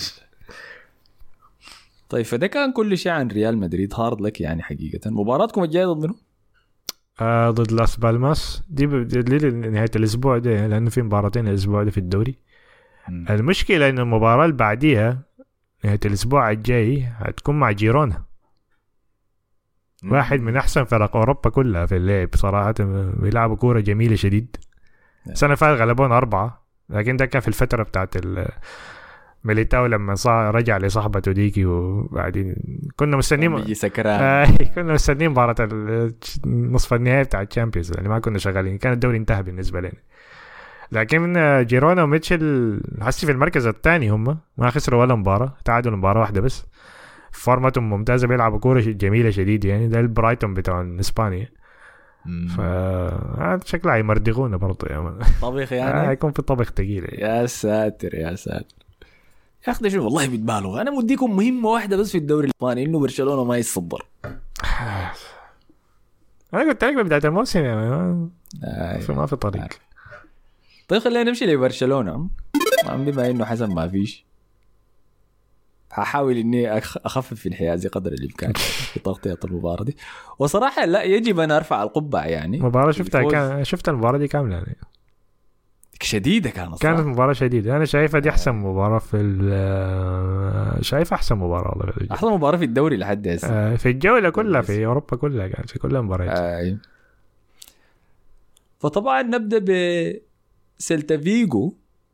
طيب فده كان كل شيء عن ريال مدريد. هارد لك يعني حقيقه. مباراتكم الجايه ضد منو؟ آه ضد لاس بالماس دي نهايه الاسبوع ده، لانه في مباراتين الاسبوع ده في الدوري. م. المشكله انه المباراه اللي بعديها نهايه الاسبوع الجاي هتكون مع جيرونا، م. واحد من احسن فرق اوروبا كلها في اللعب صراحه، بيلعبوا كوره جميله شديد. سنة فات غلبون أربعة، لكن ده كان في الفترة بتاعت ميليتاو لما رجع لصاحبته ديكي، وبعدين كنا مستنين بيجي سكران. آه كنا مستنين مباراة نصف النهائي بتاع الشامبيونز يعني، ما كنا شغالين، كان الدوري انتهى بالنسبة لنا. لكن جيرونا وميتشل حسي في المركز الثاني، هم ما خسروا ولا مباراة، تعادلوا مباراة واحدة بس. فورمتهم ممتازة، بيلعبوا كورة جميلة شديد يعني. ده البرايتون بتاع إسبانيا، ف شكلها يمردغونا برضه يا طبيخ يعني. هيكون في طبخ ثقيل. يا ساتر يا ساتر يا اخي، شوف والله بتبالغ. انا مديكم مهمه واحده بس في الدوري الاسباني، انه برشلونه ما يتصدر. انا قلت لك بدايه الموسم يعني ما في طريق. طيب خلينا نمشي لبرشلونه. بما انه حسن ما فيش، هحاول اني اخفف في انحيازي قدر الامكان في تغطيه المباراه دي. وصراحه لا يجب ان ارفع القبعه يعني. مباراه شفتها كان شفت المباراه دي كامله يعني، شديده كانت صراحة. كانت مباراه شديده. انا شايفها دي احسن مباراه في شايف احسن مباراه والله، احسن مباراه في الدوري لحد هسه، في الجوله كلها في اوروبا كلها، كانت في كل المباريات. آه. فطبعا نبدا بسيلتا فيجو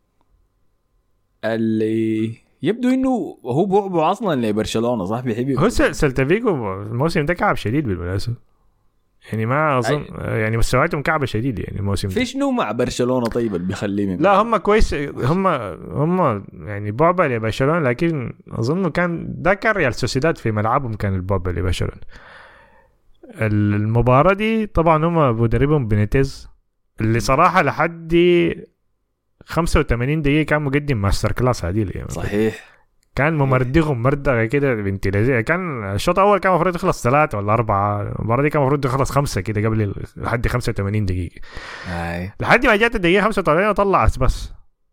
اللي يبدو انه هو بعبع اصلا لبرشلونه، صح؟ بيحب هو سيلتا فيجو الموسم ده كعب شديد بالمناسبه يعني، ما اظن أي... يعني مستوياتهم كعبه شديد يعني الموسم ده. في شنو مع برشلونه طيب اللي بيخليه من لا هم كويس، هم هم يعني بعبع لبرشلونه، لكن اظن كان ده كان ريال سوسيداد في ملعبهم كان البعبع لبرشلونه. المباراه دي طبعا هم مدربهم بينيتيز اللي صراحه لحد خمسة وثمانين دقيقه كان مقدم ماستر كلاس عديل يعني. صحيح كان ممردغهم مردغه كده بنت لذيذه. كان الشوط الاول كان المفروض يخلص ثلاثه ولا اربعه، المره دي كان المفروض يخلص خمسه كده قبل لحد خمسة وثمانين دقيقه. اي لحد ما جات الدقيقه خمسة وثلاثين طلعت بس.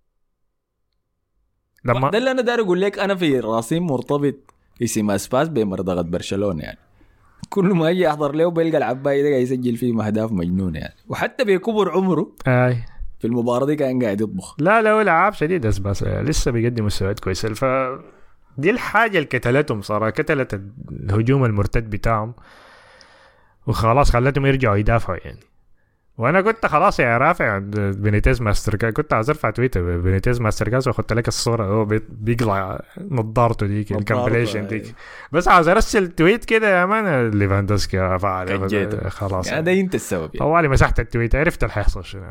لما ده اللي انا داير اقول لك، انا في راسي مرتبط اسم اسباس بمردغه برشلونه يعني. كل ما يجي احضر له بيلقى العباية ده قاعد يسجل فيه اهداف مجنونه يعني، وحتى بكبر عمره اي في المباراه دي كان قاعد يطبخ. لا لا لعاب شديد اسباس، لسه بيقدم مستويات كويسه. ف دي الحاجه اللي كتلتهم صراحه، كتلت الهجوم المرتد بتاعهم وخلاص خلتهم يرجعوا يدافعوا يعني. وانا كنت خلاص يا رافع بينيتيز ماستر كاس، كنت عايز ارفع تويتر بينيتيز ماستر كاس واخدت لك الصوره هو بيقلع نظارته دي الكامبليشن دي، بس عايز ارسل تويت كده يا مان ليفاندوسكي رفع خلاص يعني ده انت السبب يعني. طوالي مسحت التويت عرفت اللي هيحصل شنو.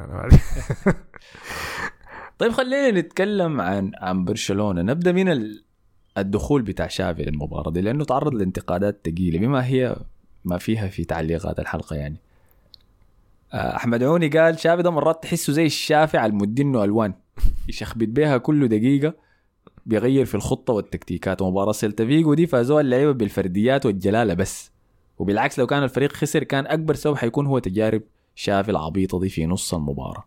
طيب خلينا نتكلم عن عن برشلونه. نبدا من الدخول بتاع شافي للمباراه دي، لانه تعرض لانتقادات ثقيله بما هي ما فيها في تعليقات الحلقه يعني. احمد عوني قال شافي ده مرات تحسه زي الشافع المدينه الوان يشخبط بيها كل دقيقه، بيغير في الخطه والتكتيكات. ومباراه سيلتا فيغو دي فازوا اللعيبه بالفرديات والجلاله بس، وبالعكس لو كان الفريق خسر كان اكبر سبب حيكون هو تجارب شافي العبيطه دي في نص المباراه.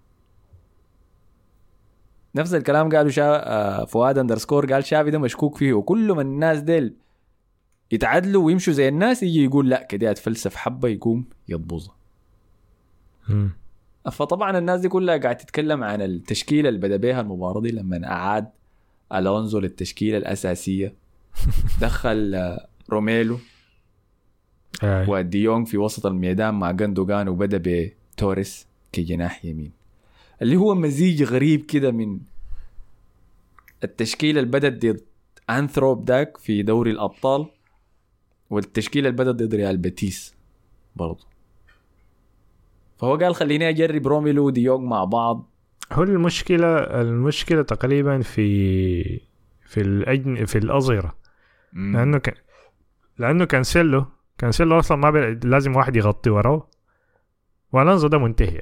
نفس الكلام قالوا شا... فؤاد اندرسكور قال شافي ده مشكوك فيه، وكل ما الناس ديل يتعادلوا ويمشوا زي الناس يجي يقول لا كده اتفلسف حبه يقوم يطبزها. فطبعا الناس دي كلها قاعد تتكلم عن التشكيله اللي بدا بيها المباراه دي لما اعاد الونزو للتشكيله الاساسيه، دخل روميلو وديونغ في وسط الميدان مع غاندوغان، وبدا بتوريس كجناح يمين، اللي هو مزيج غريب كده من التشكيله اللي بدت ضد انثروب داك في دوري الابطال والتشكيله اللي بدت ضد ريال بيتيس برضه. فهو قال خليني اجرب روميلو وديونغ مع بعض. هو المشكله المشكله تقريبا في في الأجن في الاظهره، لانه ك... لانه كانسيلو كانسيلو اصلا ما بي... لازم واحد يغطي وراه، والونزو ده منتهي.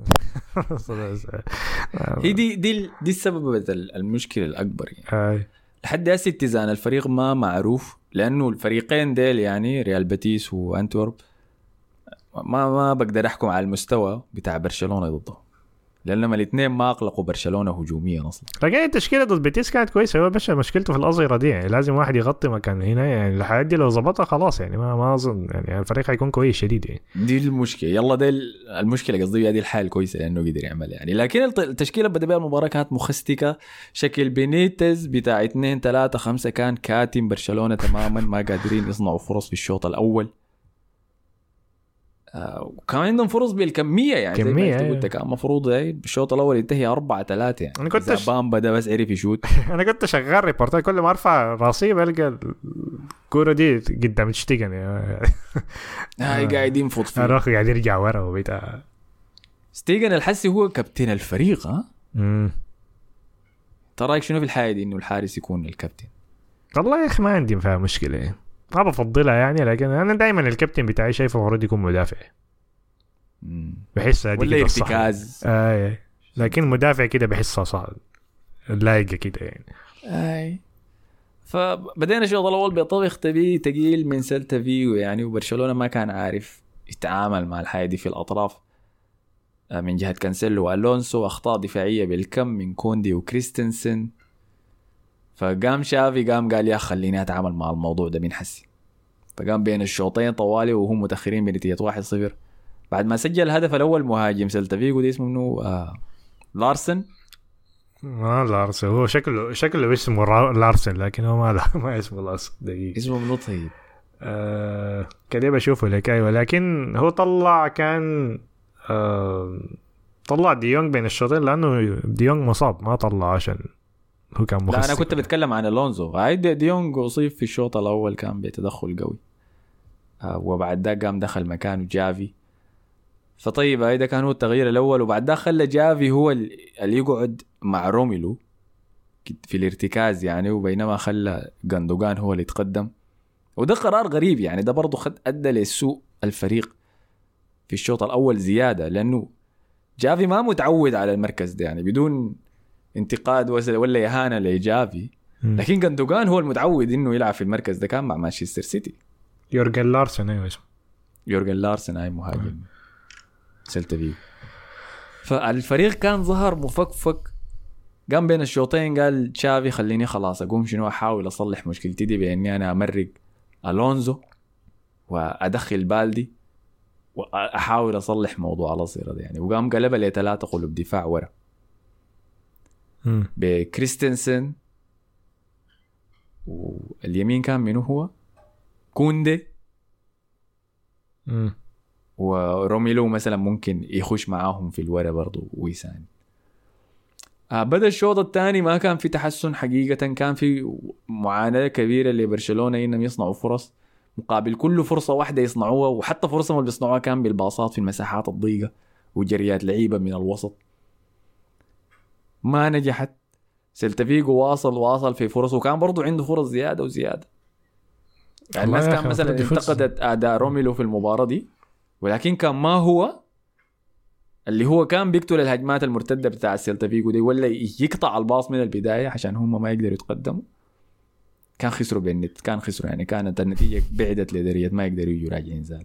هي دي دي دي السبب المشكله الاكبر يعني. آه. لحد هسه اتزان الفريق ما معروف، لانه الفريقين ديل يعني ريال بيتيس وانتورب ما ما بقدر احكم على المستوى بتاع برشلونه ضده، لانما الاثنين ما اقلقوا برشلونه هجوميا اصلا. لكن التشكيله ضد بيتيس كانت كويسه، هو بس مشكلته في الاظهره دي يعني، لازم واحد يغطي مكان هنا يعني. الحياه دي لو ظبطها خلاص يعني ما ما اظن يعني الفريق هيكون كويس شديد يعني. دي المشكله. يلا دي المشكله قصدي دي الحاله الكويسه لانه قدر يعمل يعني. لكن التشكيله بدا بها المباراه كانت مخستكه، شكل بينيتز بتاع اثنين ثلاثة خمسة كان كاتم برشلونه تماما، ما قادرين يصنعوا فرص في الشوط الاول. وكان عندهم فرص بالكميه يعني كمية زي ما قلت، كان مفروض الشوط الاول ينتهي أربعة ثلاثة يعني. انا كنت ش... بامبا ده بس عرف يشوت. انا كنت شغال ريبورتاج، كل ما ارفع راسي بلقى الكوره دي قدام تشتغل يعني. هاي قاعد ينفض فيه، اروح قاعد يرجع ورا وبتاع. ستيغن الحسي هو كابتن الفريق. ها امم ترى رايك شنو في الحاجه دي انه الحارس يكون الكابتن؟ والله يا اخي ما عندي فيها مشكله يعني، ما بفضلها يعني، لكن انا دائما الكابتن بتاعي شايفه المفروض يكون مدافع. بحس هذه ولا ارتكاز. آه لكن مدافع كده بحسها صح لايقه كده يعني. اي فبدينا الشوط الاول بطبخ تبي تقيل من سيلتا فيغو يعني، وبرشلونه ما كان عارف يتعامل مع الحاجه دي في الاطراف من جهه كانسيلو والونسو، اخطاء دفاعيه بالكم من كوندي وكريستنسن. فقام شافي قام قال يا خليني اتعامل مع الموضوع ده من حسي، فقام بين الشوطين طوالي وهم متاخرين بنتيجه واحد صفر بعد ما سجل الهدف الاول مهاجم سيلتا فيغو دي اسمه منو آه لارسن. ما لارسن هو شكله شكله اسمه لارسن لكن هو ما ما اسمه لارسن دقيقه. اسمه منو طيب؟ آه كده بشوفه لك ايوه، لكن هو طلع كان آه طلع ديونغ بين الشوطين لانه ديونغ مصاب، ما طلع عشان هو كان مخصص. لا انا كنت بتكلم عن الونزو. هاي ديونغ اصيب في الشوط الاول كان بتدخل قوي، آه وبعد ده قام دخل مكانه جافي. فطيب هيدا كان هو التغيير الاول، وبعد ده خلى جافي هو اللي يقعد مع روميلو في الارتكاز يعني، وبينما خلى غاندوغان هو اللي يتقدم. وده قرار غريب يعني، ده برضو خد ادى لسوء الفريق في الشوط الاول زياده، لانه جافي ما متعود على المركز ده يعني. بدون انتقاد ولا اهانه لجافي، لكن جندوجان هو المتعود انه يلعب في المركز ده، كان مع مانشستر سيتي. يورجن لارسن ايوه اسمه يورجن لارسن اي مهاجم سيلتا فيجو. فالفريق كان ظهر مفكفك. قام بين الشوطين قال تشافي خليني خلاص اقوم شنو احاول اصلح مشكلتي دي باني انا امرق الونزو وادخل بالدي واحاول اصلح موضوع الاصيره ده يعني. وقام قلبها لثلاثه قلوب دفاع ورا بكريستنسن، واليمين كان منو هو كوندي امم وروميلو مثلا ممكن يخش معاهم في الورا برضو ويسان. آه بدأ الشوط الثاني ما كان في تحسن حقيقة، كان في معاناة كبيرة لبرشلونة إنهم يصنعوا فرص مقابل كل فرصة واحدة يصنعوها، وحتى فرصة ما بيصنعوها كان بالباصات في المساحات الضيقة وجريات لعيبة من الوسط ما نجحت. سيلتا فيجو واصل واصل في فرص، وكان برضو عنده فرص زيادة وزيادة يعني. الناس كان مثلا انتقدت أداء روميلو في المباراة دي، ولكن كان ما هو اللي هو كان بيقتل الهجمات المرتدة بتاع السيلتا فيجو دي، ولا يقطع الباص من البداية عشان هم ما يقدروا يتقدموا. كان خسروا بالنت، كان خسروا يعني، كانت النتيجة بعدت لدرية ما يقدروا يجوا راجعين زال.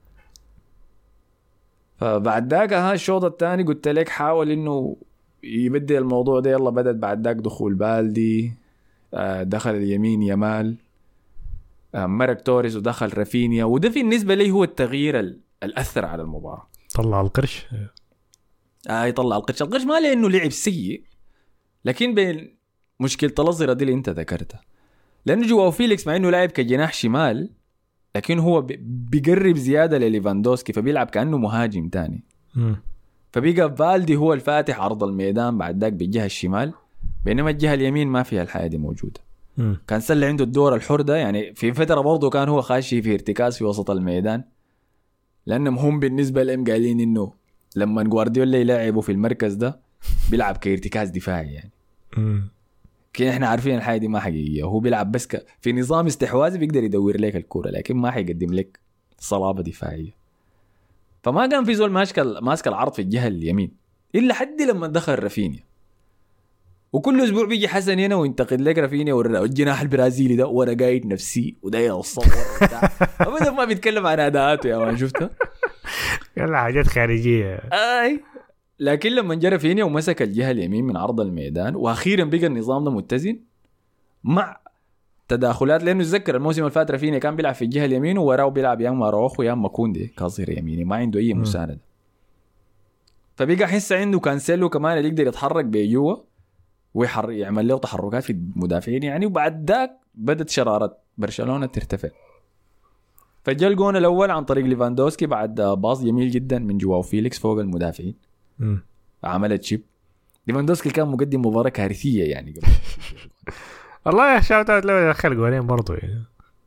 فبعد ذاك ها الشوط الثاني قلت لك حاول انه يبدل الموضوع ده. يلا بدت بعد ذاك دخول بالدي، دخل اليمين يمال، مرق توريس ودخل رافينيا، وده في النسبة لي هو التغيير الأثر على المباراة. طلع القرش آه يطلع القرش. القرش ما لأنه لعب سيء، لكن بين مشكلة الأظهرة دي اللي انت ذكرتها، لأنه جواو فيليكس مع أنه لاعب كجناح شمال لكن هو بيقرب زيادة لليفاندوسكي، فبيلعب كأنه مهاجم تاني. م. فبيقى فالدي هو الفاتح عرض الميدان بعد ذاك بالجهة الشمال، بينما الجهة اليمين ما فيها الحياة دي موجودة. م. كان سلة عنده الدور الحر ده يعني. في فترة برضو كان هو خاشي في ارتكاز في وسط الميدان، لأنهم هم بالنسبة لهم قالين إنه لما جوارديولا يلعبوا في المركز ده بيلعب كارتكاز دفاعي يعني. م. كنا احنا عارفين الحاجة دي ما حقيقية، هو بيلعب بس ك... في نظام استحواذي بيقدر يدور لك الكرة، لكن ما حيقدم لك صلابة دفاعية. فما كان في زول ماسك ماسك العرض في الجهة اليمين إلا حد لما دخل رافينيا. وكل أسبوع بيجي حسن هنا وينتقد لك رافينيا والجناح البرازيلي ده وانا قايد نفسي وده يتصور وبتاع. أبدا ما بيتكلم عن أداءاته يا ما شفتها يلا حاجات خارجية. أي لكن لما جرى فينيا ومسك الجهة اليمين من عرض الميدان، وأخيرا بقى النظام ده متزن مع تداخلات. لأنه تذكر الموسم اللي فات رافينيا كان بيلعب في الجهة اليمين ووراه بيلعب يا اما اراوخو يا اما كوندي كظهير يميني، ما عنده أي مساندة. فبقى حس عنده كانسيلو كمان اللي يقدر يتحرك بجوا ويحر يعمل له تحركات في المدافعين يعني. وبعد ذاك بدت شرارة برشلونة ترتفع. فجاء الجون الأول عن طريق ليفاندوسكي بعد باص جميل جدا من جواو فيليكس فوق المدافعين. م. عملت شيب. ليفاندوسكي كان مقدم مباراة كارثية يعني قبل. والله يا شاوتات لو دخل جولين برضو يعني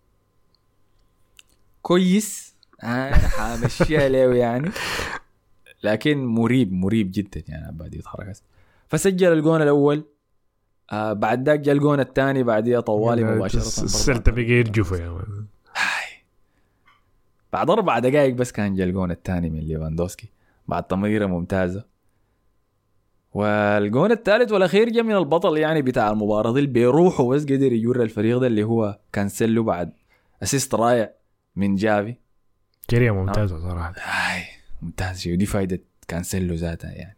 كويس أنا حامشيها له يعني، لكن مريب مريب جدا يعني بعد يتحرك. فسجل الجون الأول. آه بعد ذاك جاء الجون الثاني بعديه طوالي مباشرة. السلطة بقى يرجفوا يا بعد أربع دقائق بس كان جاء الجون الثاني من ليفاندوسكي بعد تمريرة ممتازة. والجون الثالث والأخير جاء من البطل يعني بتاع المباراة اللي بيروحوا بس قدر يجر الفريق ده اللي هو كانسيلو بعد أسيست رائع من جافي. جريمة ممتازة صراحة. هاي ممتاز شيء، ودي فايدة كانسيلو ذاتها يعني.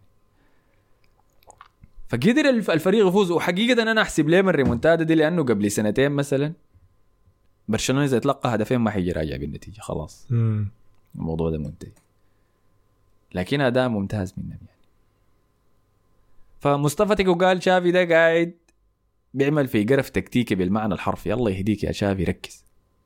فقدر الفريق يفوز. وحقيقة أنا أحسب ليه من الريمونتادا دي، لأنه قبل سنتين مثلا برشلونة إذا تلقى هدفين ما حيجي راجع بالنتيجة خلاص. م. الموضوع ده منتهي، لكن أداء ممتاز منهم يعني. فمصطفى تيكو قال شافي ده قاعد بيعمل في قرف تكتيكي بالمعنى الحرفي. الله يهديك يا شافي ركز.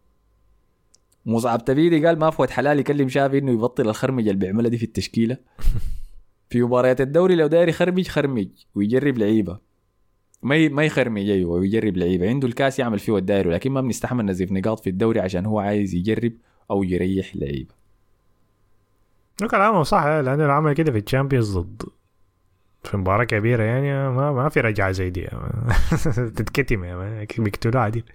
مصعب تبيدي قال ما فوت حلال يكلم شافي انه يبطل الخرمجة اللي بيعملها دي في التشكيلة في مباريات الدوري. لو داير يخرمج خرمج ويجرب لعيبة، ما ما يخرمج ايوه ويجرب لعيبة. عنده الكاس يعمل فيه الداير، ولكن ما بنستحمل نزيف نقاط في الدوري عشان هو عايز يجرب او يريح لعيبة. لو كلامه صح لانه العمل كده في الشامبيونز ضد في مباراة كبيرة يعني ما ما في رجعة زي دي تتكتم يعني بيقتلوا عديد.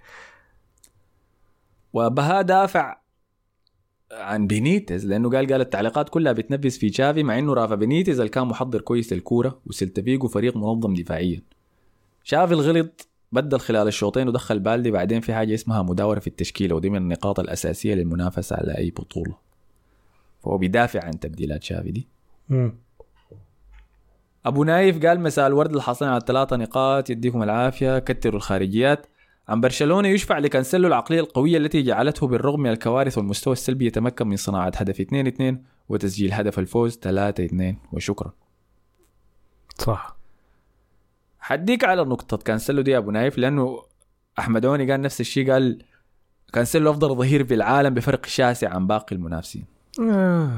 وبها دافع عن بينيتز لأنه قال قال التعليقات كلها بتنفذ في تشافي، مع إنه رافا بينيتز اللي كان محضر كويس للكورة وسيلتا فيجو فريق منظم دفاعيا. شافي الغلط بدل خلال الشوطين ودخل بالدي. بعدين في حاجة اسمها مداورة في التشكيلة، ودي من النقاط الأساسية للمنافسة على أي بطولة. فهو بيدافع عن تبديلات شافي دي. مم. أبو نايف قال مساء الورد الحاصلين على ثلاثة نقاط، يديكم العافية، كتروا الخارجيات. عن برشلونة يشفع لكانسيلو العقلية القوية التي جعلته بالرغم من الكوارث والمستوى السلبي يتمكن من صناعة هدف اثنين اثنين وتسجيل هدف الفوز ثلاثة اثنين وشكرا. صح. حديك على نقطة كانسيلو دي يا أبو نايف، لأنه أحمد عوني قال نفس الشيء، قال كانسيلو أفضل ظهير في العالم بفرق شاسع عن باقي المنافسين. آه.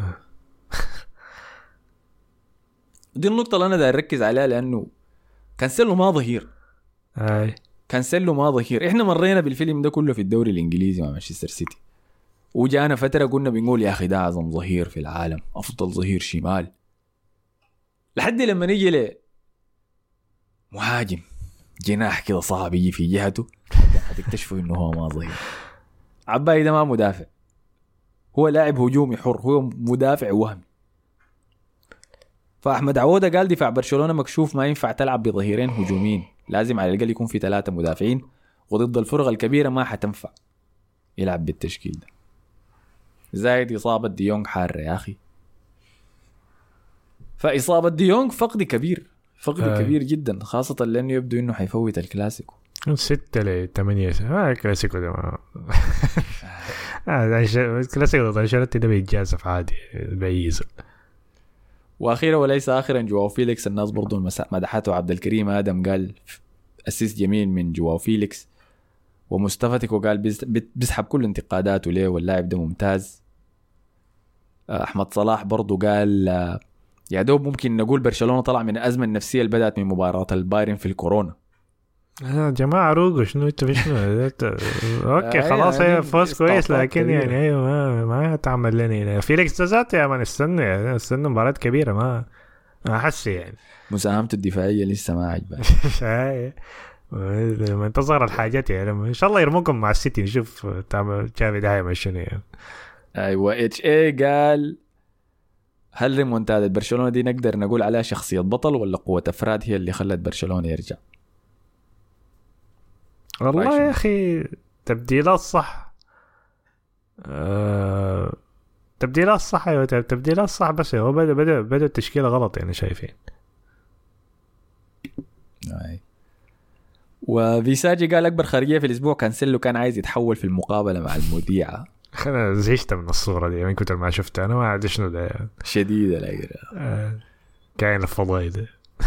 دي النقطة اللي أنا دا أركز عليها، لأنه كانسيلو ما ظهير. أي. كانسيلو ما ظهير. إحنا مرينا بالفيلم ده كله في الدوري الإنجليزي مع مانشستر سيتي، وجانا فترة قلنا بنقول يا أخي ده أعظم ظهير في العالم، أفضل ظهير شمال، لحد لما نيجي له مهاجم جناح كده صعب يجي في جهته هتكتشفوا إنه هو ما ظهير. عباي ده ما مدافع، هو لاعب هجومي حر، هو مدافع وهمي. فأحمد عودة قال دفاع برشلونة مكشوف، ما ينفع تلعب بظهيرين هجوميين، لازم على الأقل يكون في ثلاثة مدافعين، وضد الفرق الكبيرة ما حتنفع يلعب بالتشكيل ده. زايد إصابة ديونغ حارة يا أخي، فإصابة ديونغ فقد كبير، فقد آه. كبير جدا، خاصة لأنه يبدو إنه حيفوت الكلاسيكو. ستة لثمانية ما الكلاسيكو ده ما آه الكلاسيكو ده انشلت ده بيتجازف عادي بييزل. واخيرا وليس اخرا جواو فيليكس، الناس برضو مدحته. عبد الكريم ادم قال اسيس جميل من جواو فيليكس، ومستفتك وقال بيسحب كل انتقاداته ليه واللاعب ده ممتاز. احمد صلاح برضو قال يا دوب ممكن نقول برشلونة طلع من الازمه النفسيه اللي بدات من مباراه البايرن في الكورونا. يا جماعة روقوا شنو انت في شنو اوكي خلاص هي فوز كويس، لكن يعني ايوه ما ما تعمل لنا فيليكس ذاته يا مان. استنى يعني استنى مباراة كبيرة ما احس يعني مساهمته الدفاعية لسه ما عجباني. لما تظهر الحاجات يعني ان شاء الله يرموكم مع السيتي نشوف تعمل شافي دايما شنو يعني. ايوه اتش اي قال هل ريمونتادا برشلونة دي نقدر نقول عليها شخصية بطل ولا قوة افراد هي اللي خلت برشلونة يرجع؟ والله يا أخي تبديلات صح. أه... تبديلات صح أيوة تبديلات صح، بس هو بدأ بدأ بدأ التشكيلة غلط يعني شايفين. أي. وفيساجي قال أكبر خارجية في الأسبوع كانسيلو كان عايز يتحول في المقابلة مع المذيعة. أنا زهقت من الصورة دي من كتر ما شفتها، أنا ما أعرف شنو ده يعني. شديدة لا أه... كائن الفضائي ده.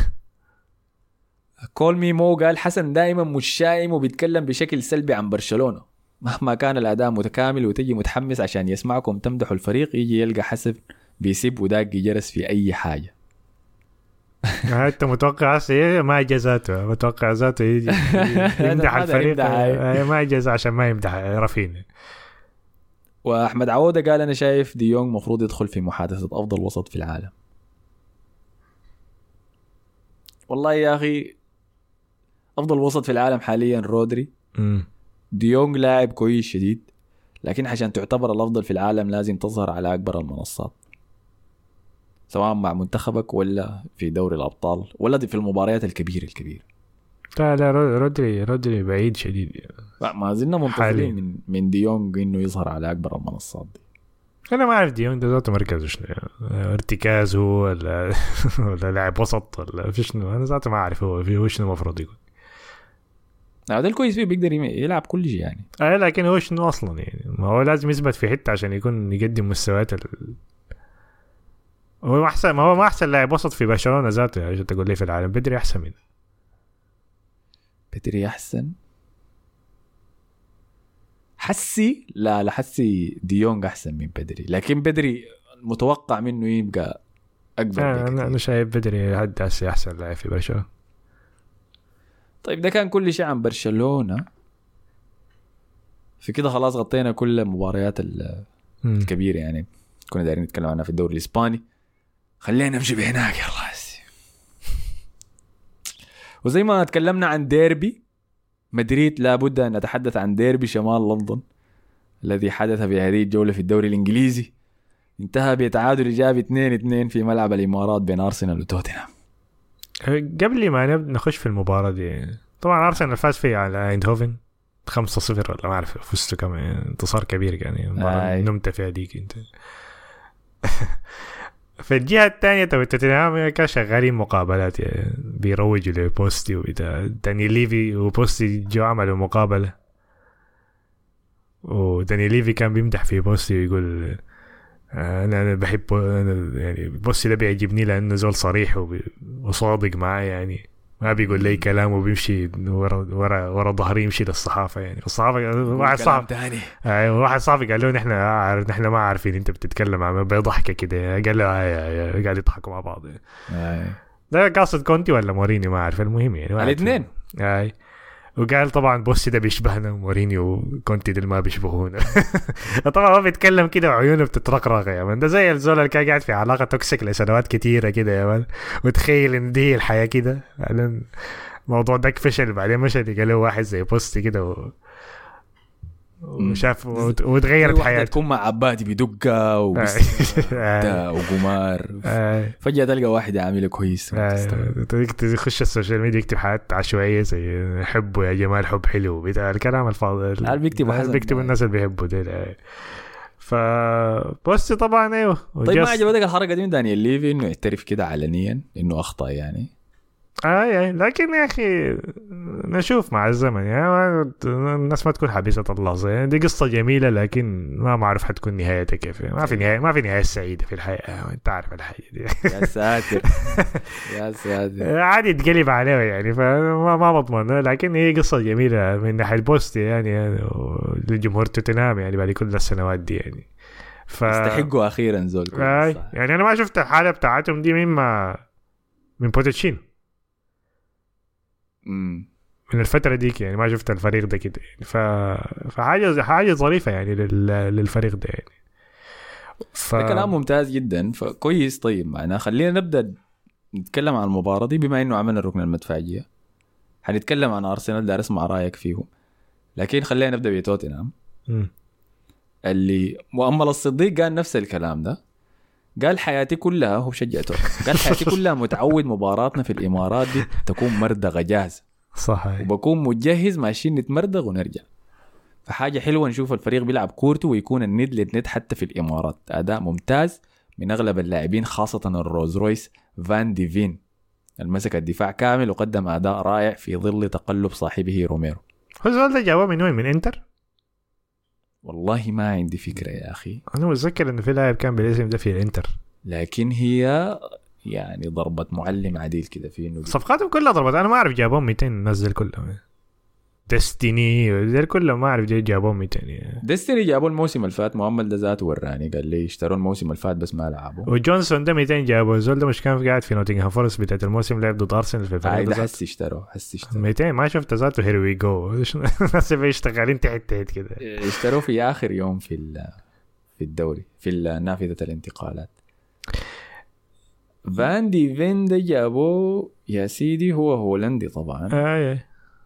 كول مي مو قال حسن دائما مش شائم وبيتكلم بشكل سلبي عن برشلونة، مهما كان الأداء متكامل وتجي متحمس عشان يسمعكم تمدحوا الفريق، يجي يلقى حسن بيسيب وداقي جرس في أي حاجة. أنت متوقع هسه ما جزاته، متوقع ذاته يجي يمدح الفريق ما جزا عشان ما يمدح رافينيا. وأحمد عودة قال أنا شايف ديونغ مفروض يدخل في محادثة أفضل وسط في العالم. والله يا أخي أفضل وسط في العالم حاليا رودري. مم. ديونغ لاعب كويس شديد، لكن عشان تعتبر الأفضل في العالم لازم تظهر على أكبر المنصات، سواء مع منتخبك ولا في دوري الأبطال ولا في المباريات الكبيرة الكبيرة. لا لا رودري رودري بعيد شديد يعني. ما زلنا منتظرين من من ديونغ إنه يظهر على أكبر المنصات دي. أنا ما أعرف ديونغ ده ذاته مركزه شنو يعني. ارتكاز هو ولا ولا لاعب وسط ولا في شنو، أنا ذاته ما أعرف هو في هو شنو المفروض يكون. هذا الكويس فيه بيقدر يلعب كل شيء يعني. آه لكن هو شنو أصلا يعني، ما هو لازم يثبت في حتة عشان يكون يقدم مستويات ال... هو أحسن، ما هو ما أحسن لاعب وسط في برشلونة ذاته يعني عشان تقول لي في العالم. بدري أحسن منه. بدري أحسن حسي لا لا حسي ديونغ أحسن من بدري، لكن بدري متوقع منه يبقى أكبر. آه أنا أنا شايف بدري هد هسه أحسن لاعب في برشلونة. طيب ده كان كل شيء عن برشلونة. في كده خلاص غطينا كل المباريات الكبيرة يعني كنا دايرين نتكلم عنها في الدوري الإسباني. خلينا نمشي بهناك يلا. وزي ما تكلمنا عن ديربي مدريد لابد أن نتحدث عن ديربي شمال لندن الذي حدث في هذه الجولة في الدوري الإنجليزي. انتهى بتعادل إيجابي اثنين اثنين في ملعب الإمارات بين أرسنال وتوتنهام. قبل ما نخش في المباراة دي طبعا ارسنال فاز فيه على ايندهوفن خمسة صفر ولا ما اعرف فزتوا كم انتصار كبير يعني آه. نمت في هذيك انت. في الجهة الثانية توتنهام كان شغالين مقابلات يعني بيروجوا لبوستي وبتاع داني ليفي وبوستي جو عملوا مقابلة وداني ليفي كان بيمدح في بوستي ويقول انا انا بحب أنا يعني بوستي ده بيعجبني لانه زول صريح وصادق معاه يعني ما بيقول لي كلام وبيمشي ورا ورا ورا ظهري يمشي للصحافه يعني الصحافه واحد صاحب ايوه واحد صاحبي قال له نحن عارف نحن ما عارفين انت بتتكلم عن بيضحك كده قال له قاعد يضحكوا مع بعض يعني. ده قاصد كونتي ولا مورينيو ما اعرف المهم يعني الاثنين اي وقال طبعا بوسي ده بيشبهنا ومورينيو وكونتي دل ما بيشبهونا. طبعا ما بيتكلم كده وعيونه بتترقرق يا من ده زي الزول اللي كان قاعد في علاقه توكسيك لسنوات كتيره كده يا من وتخيل ان دي الحياه كده بعدين الموضوع ده فشل بعدين مشى قال له واحد زي بوستي كده و... وشاف وتغيرت حياته تكون مع عبادي بدقه وقمار فجاه تلقى واحد عامله كويس تخش السوشيال ميديا يكتب حاجات عشوائيه زي حبوا يا جمال حب حلو بتاع الكلام الفاضي اللي بيكتبوا بيكتبوا الناس اللي بيحبوا ده. فبوستي طبعا ايوه. طيب ما عجبتك الحركه دي من دانيال ليفي انه يعترف كده علنيا انه اخطا يعني؟ آه يعني لكن يا أخي نشوف مع الزمن يعني الناس ما تكون حبيسة الله يعني دي قصة جميلة لكن ما معرف حتكون نهايتها كيف ما في نهاية ما في نهاية سعيدة في الحياة أنت عارف الحاجة دي. يا ساتر يا ساتر عادي تقلب عليه يعني فما ما بضمن لكن هي قصة جميلة من ناحية البوست يعني, يعني للجمهور توتنهام يعني بعد كل السنوات دي يعني ف... استحقوا أخيرا زول آه يعني أنا ما شفت الحالة بتاعتهم دي مما من بوتشينو من الفترة ديك يعني ما شفت الفريق ده كده يعني ف... فحاجة حاجة ظريفة يعني لل... للفريق ده يعني ف... ده كلام ممتاز جدا فكويس. طيب معنا خلينا نبدأ نتكلم عن المباراة دي بما انه عملنا الركن المدفعية حنتكلم عن أرسنال دار اسمع رأيك فيهم لكن خلينا نبدأ بتوتنهام اللي مؤمل الصديق قال نفس الكلام ده قال حياتي كلها هو بشجع توتنهام قال حياتي كلها متعود مباراتنا في الإمارات دي تكون مردغة جاهزة صحيح وبكون متجهز ماشيين نتمردغ ونرجع فحاجة حلوة نشوف الفريق بيلعب كورته ويكون الند للند حتى في الإمارات أداء ممتاز من أغلب اللاعبين خاصة الروز رويس فان ديفين المسك الدفاع كامل وقدم أداء رائع في ظل تقلب صاحبه روميرو. هو السؤال ده جواب من وين من انتر؟ والله ما عندي فكرة يا أخي أنا متذكر إنه في لاعب كان بالاسم ده في الانتر لكن هي يعني ضربة معلم عديل كده في إنه صفقاتهم كلها ضربت أنا ما أعرف جابهم مئتين نزل كلهم ديستيني ذي كلهم ما أعرف جابهم مئتين ديستيني جابوا الموسم الفات معمل ده ذاته وراني قال لي اشتروا الموسم الفات بس ما لعبوا وجونسون ده مئتين جابوا زول ده مش كان قاعد في نوتنغهام فورست بتاعت الموسم لعب ضد أرسنال في الفريق ده حس اشتروا حس اشتروا مئتين ما شفت ذاته هير وي جو الناس بيشتغلين تحت تحت كده اشتروا في آخر يوم في في الدوري في نافذة الانتقالات. فان دي فين ده جابوه يا سيدي هو هولندي طبعا آه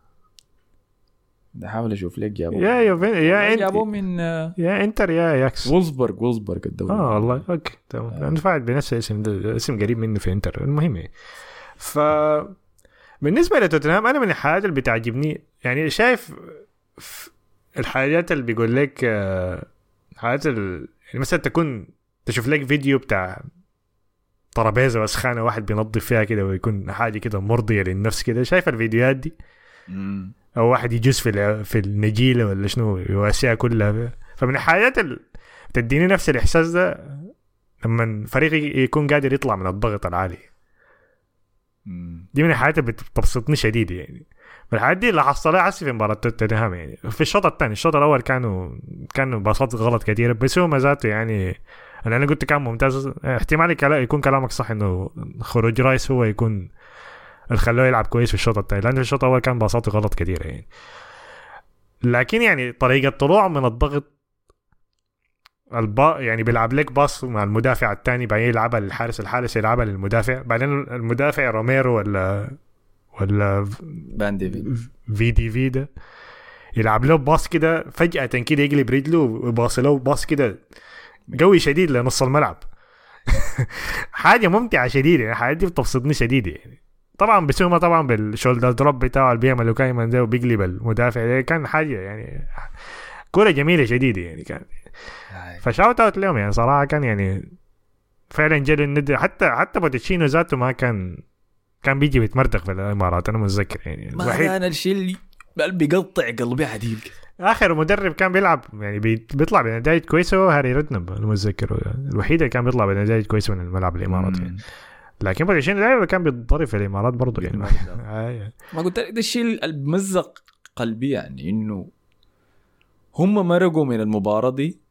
ده حاول اشوف لك جابوه يا يا فين يا انت جابوه من يا انتر يا ياكس وولزبرغ وولزبرغ الدوري اه والله اوكي تمام آه. انا فاعل بنفس الاسم ده اسم قريب منه في انتر المهم ف بالنسبه لتوتنهام انا من الحاجات اللي بتعجبني يعني شايف الحاجات اللي بيقول لك حاجات ال... يعني مثلا تكون تشوف لك فيديو بتاع طرابيزه وسخانه واحد بينظف فيها كده ويكون حاجه كده مرضيه للنفس كده شايف الفيديوهات دي مم. او واحد يجوز في في النجيله ولا شنو يواسيها كلها فمن الحاجات اللي بتديني نفس الاحساس ده لما فريقي يكون قادر يطلع من الضغط العالي مم. دي من الحاجات اللي بتبسطني شديد يعني الحاجات دي اللي حصلها حسي في مباراة توتنهام يعني في الشوط الثاني الشوط الاول كانوا كانوا باصات غلط كثيره بس هو ما ذاته يعني انا انا قلت كان ممتاز احتمال يكون كلامك صح انه خروج رايس هو يكون الخلوه يلعب كويس في الشوط الثاني لأن في الشوط الأول كان باصاته غلط كثيرة يعني لكن يعني طريقة طلوع من الضغط البا يعني بيلعب لك باص مع المدافع الثاني بعدين يلعبها للحارس الحارس يلعبها للمدافع بعدين المدافع روميرو ولا ولا باندي في دي في ده يلعب له باص كده فجأة كده يقلب رجله ويباص له باص كده قوي شديد لنص الملعب حاجة ممتعة شديدة يعني حاجة دي بتبسطني شديدة يعني طبعا بسوما طبعا بالشولدر دروب بتاعه اللي بيعمله كايما ده وبيقلب المدافع ده كان حاجه يعني كوره جميله شديده يعني كان فشاوت اوت لهم يعني صراحه كان يعني فعلا جل الند حتى حتى بوتشينو ذاته ما كان كان بيجي بيتمردق في الامارات انا متذكر يعني ما كان الشيء اللي بيقطع قلبي عديل اخر مدرب كان بيلعب يعني بيطلع بنتائج كويسه هاري ريدنب المتذكر الوحيد اللي كان بيطلع بنتائج كويسه من الملعب الاماراتي يعني. لكن بوتشينو لعبه كان بيتضرب في الامارات برضه يعني ما, ما قلت ده الشيء اللي بمزق قلبي يعني انه هم مرقوا من المباراه دي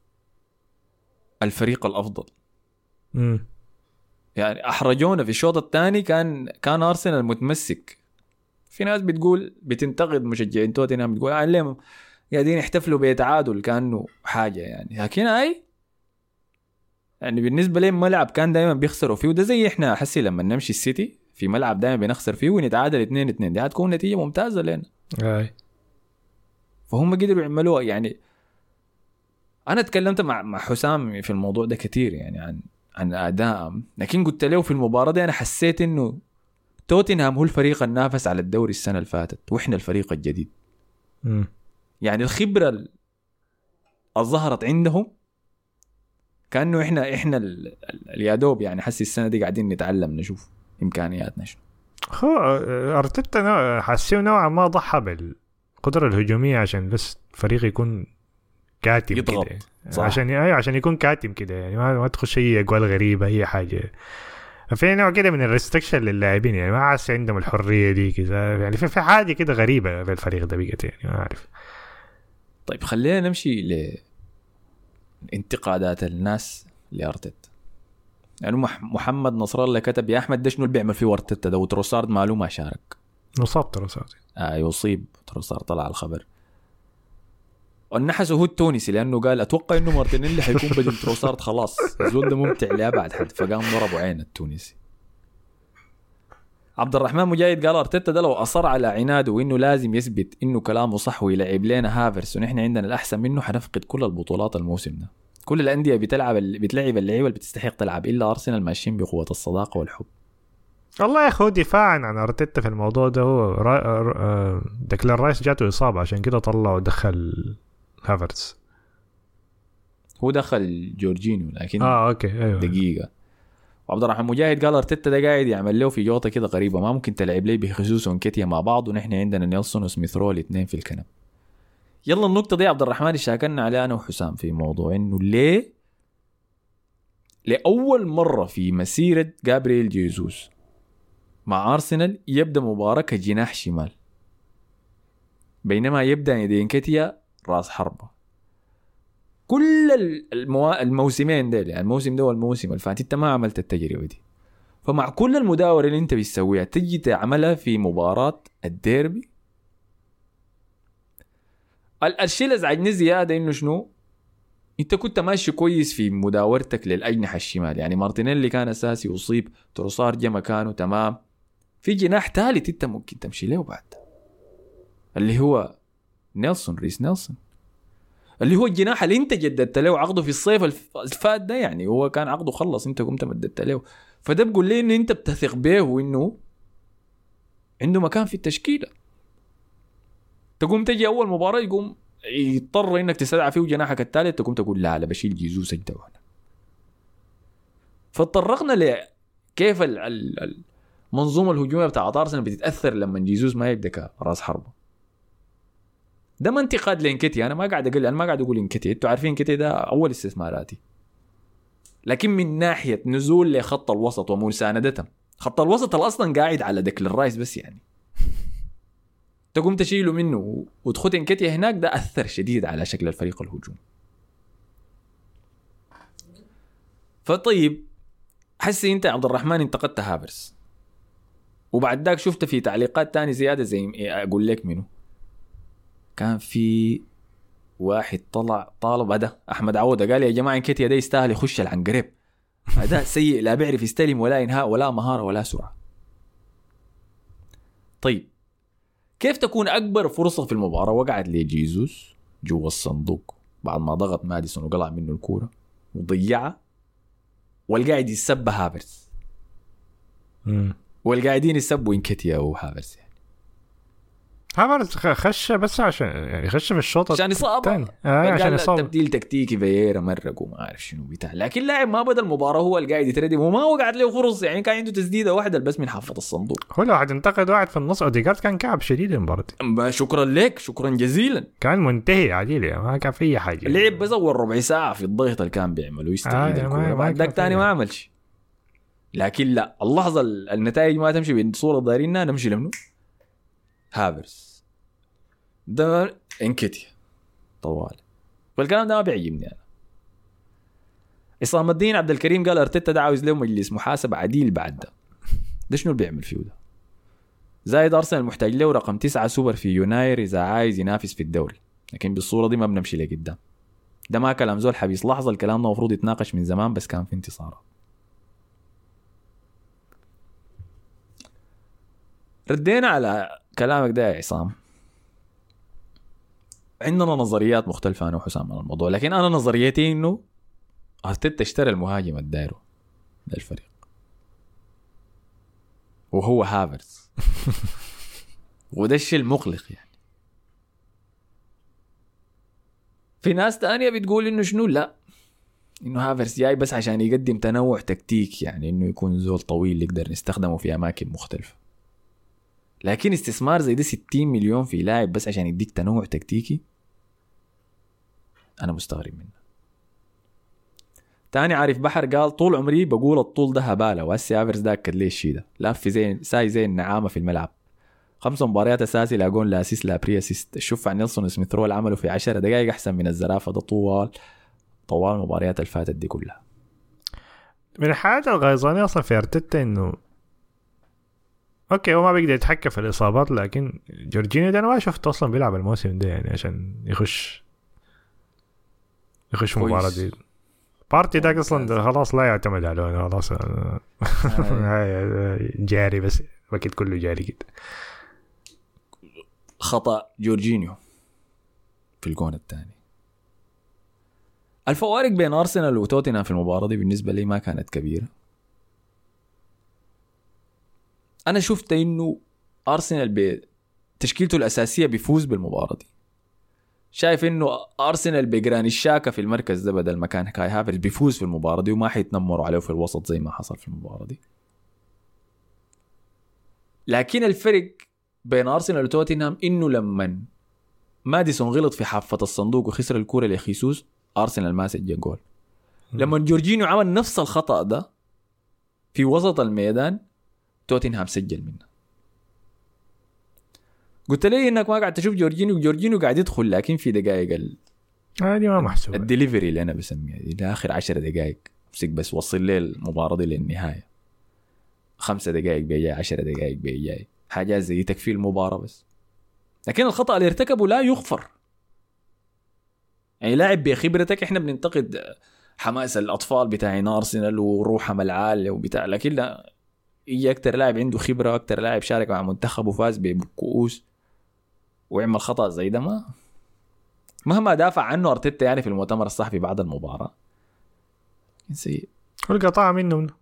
الفريق الافضل. امم يعني احرجونا في الشوط الثاني كان كان ارسنال متمسك. في ناس بتقول بتنتقد مشجعين توتنهام بتقول عليهم قاعدين يحتفلوا بتعادل كانه حاجه يعني لكن هاي يعني بالنسبه لهم ملعب كان دائما بيخسروا فيه وده زي احنا حسي لما نمشي السيتي في ملعب دائما بنخسر فيه ونتعادل اثنين اثنين دي هتكون نتيجه ممتازه لنا. اي فهم قدروا يعملوها يعني. انا تكلمت مع مع حسام في الموضوع ده كتير يعني عن عن ادائهم لكن قلت له في المباراه دي انا حسيت انه توتنهام هو الفريق النافس على الدوري السنه اللي فاتت واحنا الفريق الجديد. م. يعني الخبره اللي ظهرت عندهم كانه احنا احنا اليادوب يعني حسي السنه دي قاعدين نتعلم نشوف امكانياتنا شنو. هو ارتيتا نوع حسيه نوعا ما ضحى بالقدره الهجوميه عشان بس فريق يكون كاتم كده عشان ايوه عشان يكون كاتم كده يعني ما ما تخش اي اجوال غريبه اي حاجه. في نوع كده من الريستكشن للاعبين يعني ما عاش عندهم الحريه دي كده يعني في في حاجه كده غريبه في الفريق ده بقت يعني ما اعرف. طيب خلينا نمشي لانتقادات الناس لارتيتا. يعني محمد نصر الله كتب يا احمد ده شنو اللي بيعمل فيه ارتيتا ده وتروسارد ماله ما شارك. مصاب تروسارد اه يصيب تروسارد طلع الخبر. والنحس هو التونسي لانه قال اتوقع انه مارتينيلي حيكون بدل تروسارد خلاص الزول ده ممتع ليه بعد حد فقام ضربوا عين التونسي. عبد الرحمن مجاهد قال ارتيتا ده لو اصر على عناده وانه لازم يثبت انه كلامه صح ويلعب لنا هافرس ونحن عندنا الاحسن منه حنفقد كل البطولات الموسم ده. كل الانديه بتلعب بتلعب اللعيبه اللي بتستحق تلعب الا ارسنال ماشيين بقوه الصداقه والحب. والله يا اخو دفاعا عن ارتيتا في الموضوع ده هو را... ديكلان رايس جاته اصابه عشان كده طلع ودخل هافرتس. هو دخل جورجينيو لكن اه اوكي ايوه دقيقه. وعبد الرحمن مجاهد قال ارتيتا ده قاعد يعمل له في جوطه كده غريبه ما ممكن تلعب لي بخصوص ونكيتيا مع بعض ونحن عندنا نيلسون وسميث رو الاثنين في الكنب. يلا النقطه دي عبد الرحمن شاكلنا عليها انا وحسام في موضوع انه ليه لاول مره في مسيره جابرييل جيسوس مع ارسنال يبدا مباراه كجناح شمال بينما يبدا يدينكيتيا راس حربة. كل المو... الموسمين ديل يعني الموسم ده والموسم اللي فات انت ما عملت التجربه دي. فمع كل المداوره اللي انت بتسويها تجي تعملها في مباراه الديربي. الشيء اللي ازعجني زياده انه شنو انت كنت ماشي كويس في مداورتك للاجنحه الشمال يعني مارتينيلي كان اساسي وصيب تروسار جا مكانه تمام. في جناح ثالث انت ممكن تمشي له بعد اللي هو نيلسون ريس نيلسون اللي هو الجناح اللي انت جددت له عقده في الصيف الفات ده يعني هو كان عقده خلص انت قمت مددت له. فده بقول لي ان انت بتثق به وانه عنده مكان في التشكيله. تقوم تجي اول مباراه يقوم يضطر انك تستدعى فيه جناحك الثالث تقوم تقول لا لا بشيل جيزوس انت وانا. فاضطرقنا لكيف المنظومه الهجوميه بتاع ارسنال بتتاثر لما جيزوس ما يبدا كراس حربه. ده ما انتقاد لإنكيتي انا ما قاعد اقول انا ما قاعد اقول إنكيتي انتوا عارفين إنكيتي ده اول استثماراتي لكن من ناحيه نزول لخط الوسط ومساندتهم خط الوسط اصلا قاعد على ديكلان رايس بس يعني تقوم تشيله منه وتخوت إنكيتي هناك ده اثر شديد على شكل الفريق الهجوم. فطيب حسي انت يا عبد الرحمن انتقدت هافرس وبعد ذاك شفت في تعليقات تاني زياده زي اقول لك منه كان في واحد طلع طالب هذا احمد عوده قال يا جماعه انكيتيا ده يستاهل يخش العنقريب اداء سيء لا بيعرف يستلم ولا انهاء ولا مهاره ولا سرعه. طيب كيف تكون اكبر فرصه في المباراه وقعت لجيزوس جوا الصندوق بعد ما ضغط ماديسون وقلع منه الكوره وضيعها والقاعد يسب هافرتس والقاعدين يسبوا انكتيا وهافرز يعني. هافرز خش بس عشان يعني خش في الشوط عشان إصابة آه عشان إصابة تبديل تكتيكي فييرا مرق وما عارف شنو بتاع. لكن لاعب ما بدأ المباراة هو اللي قاعد يتردم وما وقعت له فرص يعني. كان عنده تسديدة واحدة بس من حافة الصندوق. هو لو واحد انتقد واحد في النص أوديغارد كان كعب شديد المباراة. شكرا لك شكرا جزيلا. كان منتهي عادي يعني ما كان في أي حاجة. لعب بس أول ربع ساعة في الضغط اللي كان بيعمله يستعيد آه الكورة بعد ذاك تاني ما عمل شيء. لكن لا اللحظة النتائج ما تمشي بالصورة دارينها نمشي لمنه هافرز ده انكتيا طوال. والكلام ده ما بيعجبني أنا. عصام الدين عبد الكريم قال أرتيتا ده عاوز له مجلس محاسبة عديل بعد ده. ده شنو اللي بيعمل فيه ده؟ زايد أرسنال محتاج له رقم تسعة سوبر في يناير إذا عايز ينافس في الدوري. لكن بالصورة دي ما بنمشي لقدام. ده ما كلام زول حبيس لحظة. الكلام ده مفروض يتناقش من زمان بس كان في انتصارات. ردينا على كلامك ده يا عصام. عندنا نظريات مختلفة أنا وحسام عن الموضوع. لكن أنا نظريتي إنه أرتيتا اشترى المهاجم الدايرو للفريق وهو هافرز. وده الشيء المقلق يعني. في ناس تانية بتقول إنه شنو لا إنه هافرز جاي بس عشان يقدم تنوع تكتيك يعني إنه يكون زول طويل يقدر نستخدمه في أماكن مختلفة. لكن استثمار زي ده ستين مليون في لاعب بس عشان يديك تنوع تكتيكي أنا مستغرب منه. تاني عارف بحر قال طول عمري بقول الطول ده هبالة وهسي هافرز ده أكد ليه الشي ده. لاف زي ساي زي النعامة في الملعب. خمسة مباريات أساسي لا جون لا أسيس لا بري أسيست. الشوف عن نيلسون سميث رو عمله في عشر دقائق أحسن من الزرافة ده طوال طوال المباريات الفاتت دي كلها. من الحاجات الغيظانية أصلا في أرتيتا إنه اوكي هو ما بيقدر يتحكم في الاصابات. لكن جورجينيو ده انا ما شفته اصلا بيلعب الموسم ده يعني عشان يخش يخش مباراة دي. بارتي ده اصلا خلاص لا يعتمد عليه خلاص جاري بس وقت كله جاري كده. خطأ جورجينيو في الجون الثاني. الفوارق بين أرسنال وتوتنهام في المباراة دي بالنسبة لي ما كانت كبيرة. أنا شفت إنه أرسنال بتشكيلته الأساسية بيفوز بالمباراة دي. شايف إنه أرسنال بجران الشاكة في المركز ده بدل مكان كاي هافرز بيفوز في المباراة دي وما حيتنمروا عليه في الوسط زي ما حصل في المباراة دي. لكن الفرق بين أرسنال وتوتنهام إنه لما ماديسون غلط في حافة الصندوق وخسر الكرة لخيسوس أرسنال ما سجل جول. لما جورجينيو عمل نفس الخطأ ده في وسط الميدان توتنهام سجل منه. قلت لي انك ما قاعد تشوف جورجينيو جورجينيو قاعد يدخل لكن في دقائق ال... هذه ما محسوبه الدليفري اللي انا بسميها الى اخر عشر دقائق مسك بس وصل لي المباراه دي للنهايه. خمسة دقائق بيجي عشر دقائق بيجي حاجات زي تكفي المباراه بس. لكن الخطا اللي ارتكبه لا يغفر. يعني لاعب بخبرتك احنا بننتقد حماس الاطفال بتاعين ارسنال وروحهم العاليه وبتاع. لكن لا يجي اكتر لاعب عنده خبره اكتر لاعب شارك مع منتخب وفاز بكؤوس ويعمل خطأ زي ده ما مهما دافع عنه أرتيتا يعني في المؤتمر الصحفي بعد المباراة سيء. والقطاع منه منه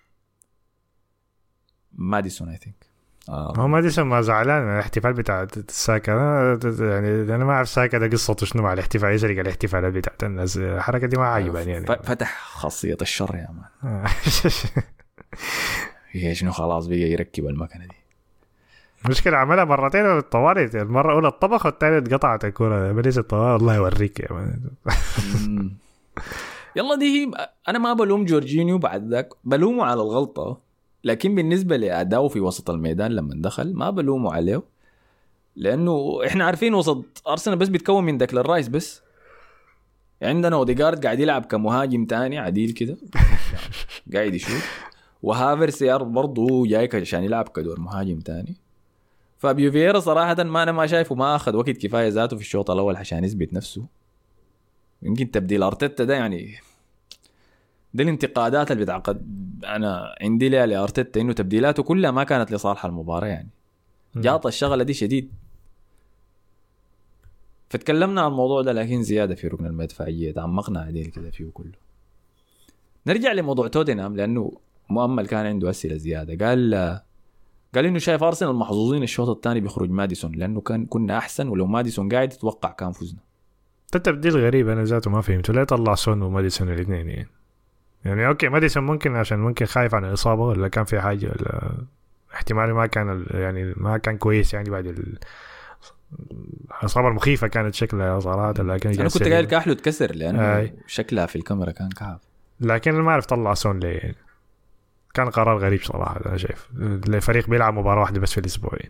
ماديسون اي ثينك آه. هو ماديسون ما زعلان من الاحتفال بتاع الساكا يعني انا ما اعرف ساكا ده قصته شنو مع الاحتفال يسرق الاحتفالات بتاعت الناس. الحركة دي ما عجباني يعني فتح خاصية الشر يا مان. هي شنو خلاص بيجي يركب المكنة دي. مشكلة عملها مرتين بالطوارئ. المرة الأولى الطبخ والثالث قطعت الكرة بليس الطوارئ. الله يوريك يا مان. يلا دي أنا ما بلوم جورجينيو بعد ذاك بلومه على الغلطة. لكن بالنسبة لأداؤه في وسط الميدان لما دخل ما بلومه عليه لأنه إحنا عارفين وسط أرسنال بس بيتكون من داكلان رايس بس. عندنا أوديغارد قاعد يلعب كمهاجم تاني عديل كده قاعد يشوف. وهافرز يار برضو جاي عشان يلعب كدور مهاجم تاني. فابيو فييرا صراحة ما أنا ما شايفه ما أخذ وقت كفاية ذاته في الشوط الأول عشان يثبت نفسه. يمكن تبديل أرتيتا ده يعني دي الانتقادات اللي بتعقد أنا عندي لها لأرتيتا إنه تبديلاته كلها ما كانت لصالح المباراة يعني جاط الشغلة دي شديد. فتكلمنا عن الموضوع ده لكن زيادة في ركن المدفعية تعمقنا عديل كده فيه كله. نرجع لموضوع توتنهام لأنه مؤمل كان عنده أسئلة زيادة. قال قال انه شايف ارسنال محظوظين الشوط الثاني بيخرج ماديسون لانه كان كنا احسن ولو ماديسون قاعد يتوقع كان فزنا. التبديل غريب انا ذاته ما فهمته ليه طلع سون وماديسون الاثنين يعني. يعني اوكي ماديسون ممكن عشان ممكن خايف عن الاصابه ولا كان في حاجه ولا احتمال ما كان يعني ما كان كويس يعني بعد ال... الاصابه المخيفه كانت شكلها صراحه. لكن انا كنت قايل كاحله اتكسر لانه آي. شكلها في الكاميرا كان كعب لكن ما عرف طلع سون ليه يعني. كان قرار غريب صراحه انا شايف الفريق بيلعب مباراه واحده بس في الاسبوعين.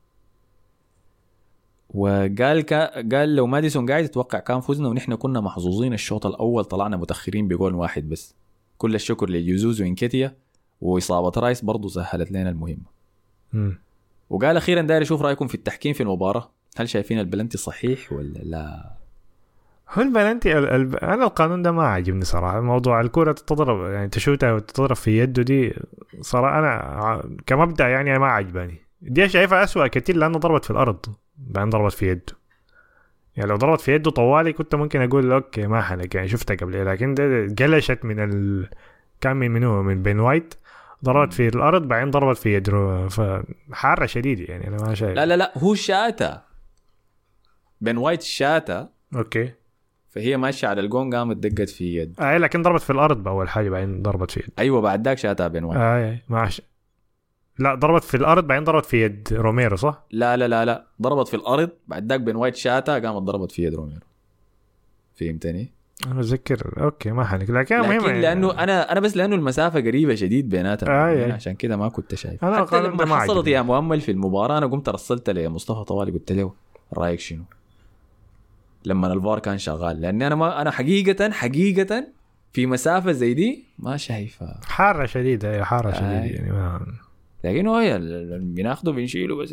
وقال كا... قال لو ماديسون قاعد يتوقع كان فزنا ونحن كنا محظوظين الشوط الاول طلعنا متاخرين بجول واحد بس. كل الشكر لجوزوز وإنكيتيا واصابه رايس برضو سهلت لنا المهمه. م. وقال اخيرا داير اشوف رايكم في التحكيم في المباراه هل شايفين البلنتي صحيح ولا لا؟ هو البلنتي ال... ال... انا القانون ده ما عجبني صراحه. موضوع الكره تضرب يعني تشوتها وتضرب في يده دي صراحه انا كمبدا يعني ما عجباني. دي شايفها اسوأ كتير لانه ضربت في الارض بعدين ضربت في يده. يعني لو ضربت في يده طوالي كنت ممكن اقول اوكي ما حنك يعني شفتها قبل. لكن ده جلشت من ال... كان من منو من بين وايت ضربت في الارض بعدين ضربت في يده فحاره شديده يعني انا ما شايف. لا لا لا هو شاتا بين وايت شاتا اوكي فهي ماشيه على الجون قامت دقت في يد. اي لكن ضربت في الارض باول حاجه بعدين ضربت في يد. ايوه بعد ذاك شاتها بين وايت. اي ماشي. لا ضربت في الارض بعدين ضربت في يد روميرو صح؟ لا لا لا لا ضربت في الارض بعد ذاك بين وايت شاتها قامت ضربت في يد روميرو. فهمتني؟ انا اتذكر اوكي ما حنك لكن, لكن مهم لانه يعني. انا انا بس لانه المسافه قريبه شديد بيناتهم آه يعني يعني. عشان كده ما كنت شايف. أنا حتى لما لما حصلت يا مؤمل في المباراه انا قمت رسلت لمصطفى طوالي قلت له رايك شنو لما الفار كان شغال لاني انا ما انا حقيقه حقيقه في مسافه زي دي ما شايفها حاره شديده هي حاره آه. شديده يعني ما لكنه هي بناخده بنشيله بس.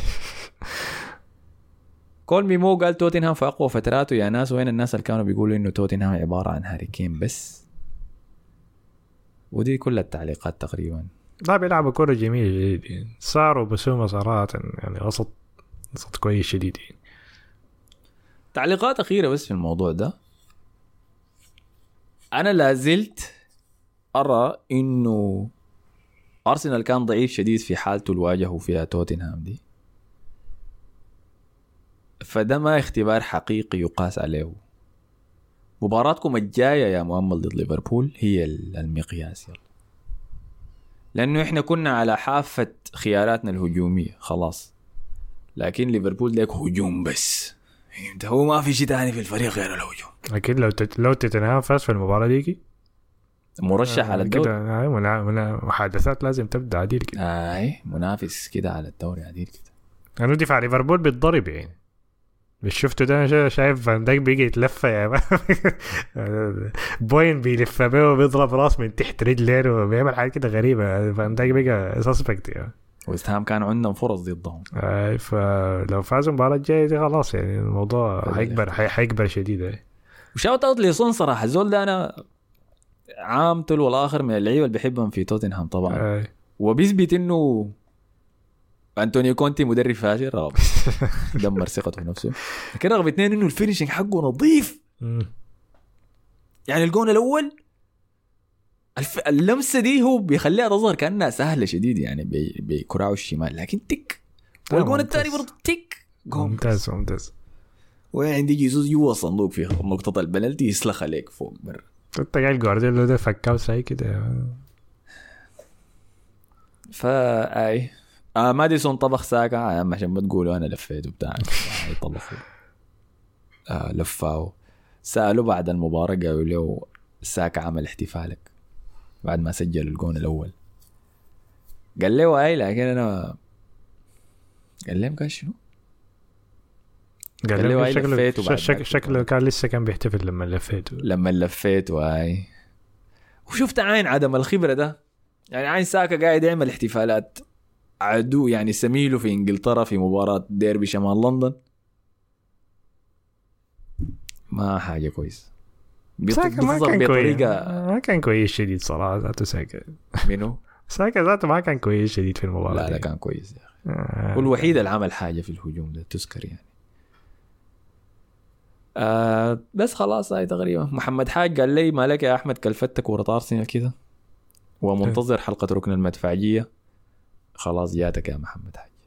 كول ميمو قال توتنهام في أقوى فتراته يا ناس. وين الناس اللي كانوا بيقولوا إنه توتنهام عبارة عن هاري كين بس؟ ودي كل التعليقات تقريبا. لا بيلعبوا كرة جميلة جديد صاروا بسومة صراحة يعني وسط وسط كويس شديد. تعليقات أخيرة بس في الموضوع ده. أنا لازلت أرى إنه أرسنال كان ضعيف شديد في حالته الواجهه فيها توتنهام دي. فده ما اختبار حقيقي يقاس عليه. مباراتكم الجاية يا مؤمل ضد ليفربول هي المقياس يلا. لأنه إحنا كنا على حافة خياراتنا الهجومية خلاص. لكن ليفربول ليك هجوم بس. انت هو ما في شيء تاني في الفريق غير الهجوم. أكيد لو تت... لو توتنهام فاز في المباراة ديكي مرشح آه على الدوري. آه منا... منا... محادثات لازم تبدأ عديل كده. آه منافس كده على الدوري عديل كده. أنا دفاع ليفربول بالضرب يعني. مش شفته ده أنا شايف فان دايك بيجي يتلفى يا بوين بيلفى بيه وبيضرب راس من تحت رجلين وبيعمل حاجة كده غريبة. فان دايك بيجي سسبكت يعني. وستهام كان عندهم فرص ضدهم. آه فلو فازوا المباراة الجاية دي خلاص يعني الموضوع هيكبر هيكبر شديد يعني. وشاوت اوت لصون صراحة زول ده أنا عام تلو الآخر من اللعيبة اللي بيحبهم في توتنهام طبعا. آه. وبيثبت إنه أنتونيو كونتي مدرب فاشل رغم دمر ثقته في نفسه. لكن رغم اثنين إنه الفينيشنج حقه نظيف. يعني الجون الأول الف... اللمسة دي هو بيخليها تظهر كأنها سهلة شديد يعني بي... بكراعه الشمال لكن تك. والجون الثاني برضو تك. ممتاز ممتاز. وعندي جيسوس جوا الصندوق في نقطة البنالتي يسلخ عليك فوق برا. انت قاعد جوارديولا ده فكاو ساي كده. فا اي آه ماديسون طبخ ساكا عشان ما تقولوا انا لفيته بتاع طبخوا. آه لفاو سألوا بعد المباراة قالوا له ساكا عمل احتفالك بعد ما سجل الجون الأول. قال له اي لكن انا قال لهم كان شنو؟ قال له شكله شكله شكله كان لسه كان بيحتفل لما لفيته لما لفيت واي. وشفت عين عدم الخبرة ده يعني. عين ساكا قاعد يعمل احتفالات عدو يعني سميله في انجلترا في مباراة ديربي شمال لندن. ما حاجة كويس. ساكا ما كان كويس ما كان كويس شديد صراحة ذاته ساكا. منو؟ ساكا ذاته ما كان كويس شديد في المباراة. لا لا كان كويس يا أخي. آه. والوحيد اللي عمل حاجة في الهجوم ده تذكر يعني. آه بس خلاص هاي تقريبا. محمد حاج قال لي مالك يا أحمد كلفتك ورا أرسنال كذا ومنتظر حلقة ركن المدفعية خلاص جاتك يا محمد حاج.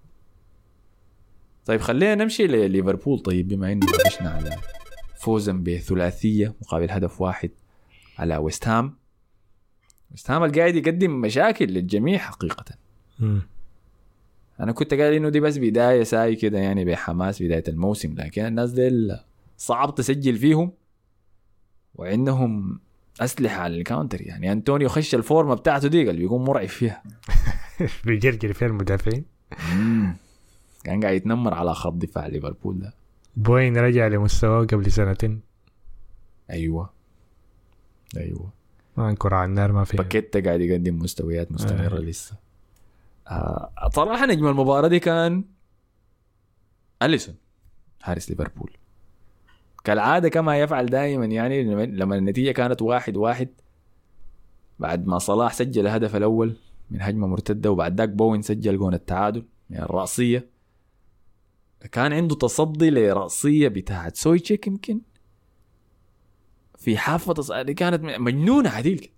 طيب خلينا نمشي لليفربول. طيب بما انه عشنا على فوزا بثلاثيه مقابل هدف واحد على ويست هام. ويست هام القاعد يقدم مشاكل للجميع حقيقه. م. انا كنت قايل انه دي بس بدايه ساي كده يعني بحماس بدايه الموسم، لكن الناس دي صعب تسجل فيهم وعندهم اسلحه على الكاونتر. يعني انطونيو خش الفورمه بتاعته دي قال بيكون مرعب فيها. بيجرجر فيها المدافعين. كان قاعد يتنمر على خط دفاع ليفربول ده. بوين رجع لمستواه قبل سنتين. ايوه ايوه ما انكر على النار ما فيها. باكيتا قاعد يقدم مستويات مستمره آه. لسه. آه صراحه نجم المباراه دي كان أليسون حارس ليفربول كالعاده كما يفعل دائما. يعني لما النتيجه كانت واحد واحد بعد ما صلاح سجل الهدف الاول من هجمه مرتده وبعد ذاك بوين سجل جون التعادل يعني الرأسيه، كان عنده تصدي لرأسيه بتاعت سويتشيك يمكن في حافه تص... كانت مجنونه عديل.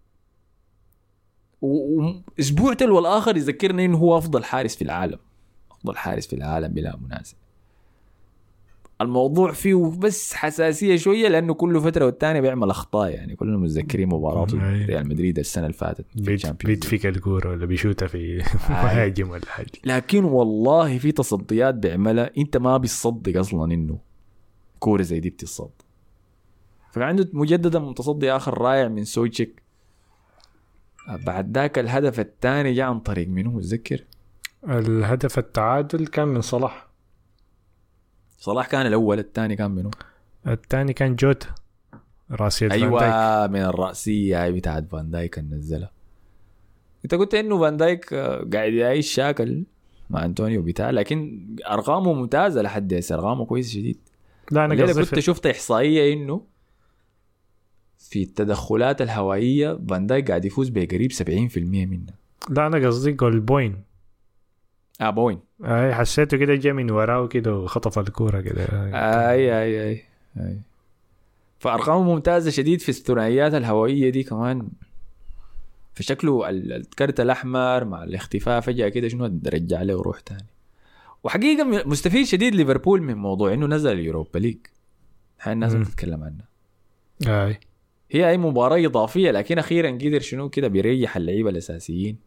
واسبوع تلو الاخر يذكرني انه هو افضل حارس في العالم، افضل حارس في العالم بلا منازع. الموضوع فيه بس حساسيه شويه لانه كل فتره والتانيه بيعمل اخطاء. يعني كلنا متذكرين مباراته ريال مدريد السنه اللي فاتت بيدفك الكوره ولا بيشوتها في مهاجم ولا حاجه. لكن والله في تصديات بيعملها انت ما بيصدق اصلا انه كوره زي دي بتصد. فعنده مجددا متصدي اخر رائع من سويتشيك. بعد ذاك الهدف الثاني جاء عن طريق منو متذكر؟ الهدف التعادل كان من صلاح. صلاح كان الاول، الثاني كان منو؟ الثاني كان جوتا راسية أيوة فان دايك. من الرأسية هاي بتاعت فان دايك النزلة. انت قلت انه فان دايك قاعد يعيش شاكل مع انطونيو بتاع، لكن ارقامه ممتازة لحد هسه، ارقامه كويس شديد. لا انا قصدي كنت شفت احصائية انه في التدخلات الهوائية فان دايك قاعد يفوز بقريب سبعين في المية منها. لا انا قصدي جول بوين. اه بوين اي حسيته كده جاء من وراه كده وخطف الكورة كده. اي اي اي, أي. فارقامه ممتازة شديد في الثنائيات الهوائية دي كمان. فشكله الكرت الاحمر مع الاختفاء فجأة كده شنو رجع له روح تاني. وحقيقة مستفيد شديد ليفربول من موضوع انه نزل اليوروبا ليج. هاي الناس بتتكلم عنها. اي هي اي مباراة اضافية، لكن اخيرا قدر شنو كده بيريح اللعيبة الاساسيين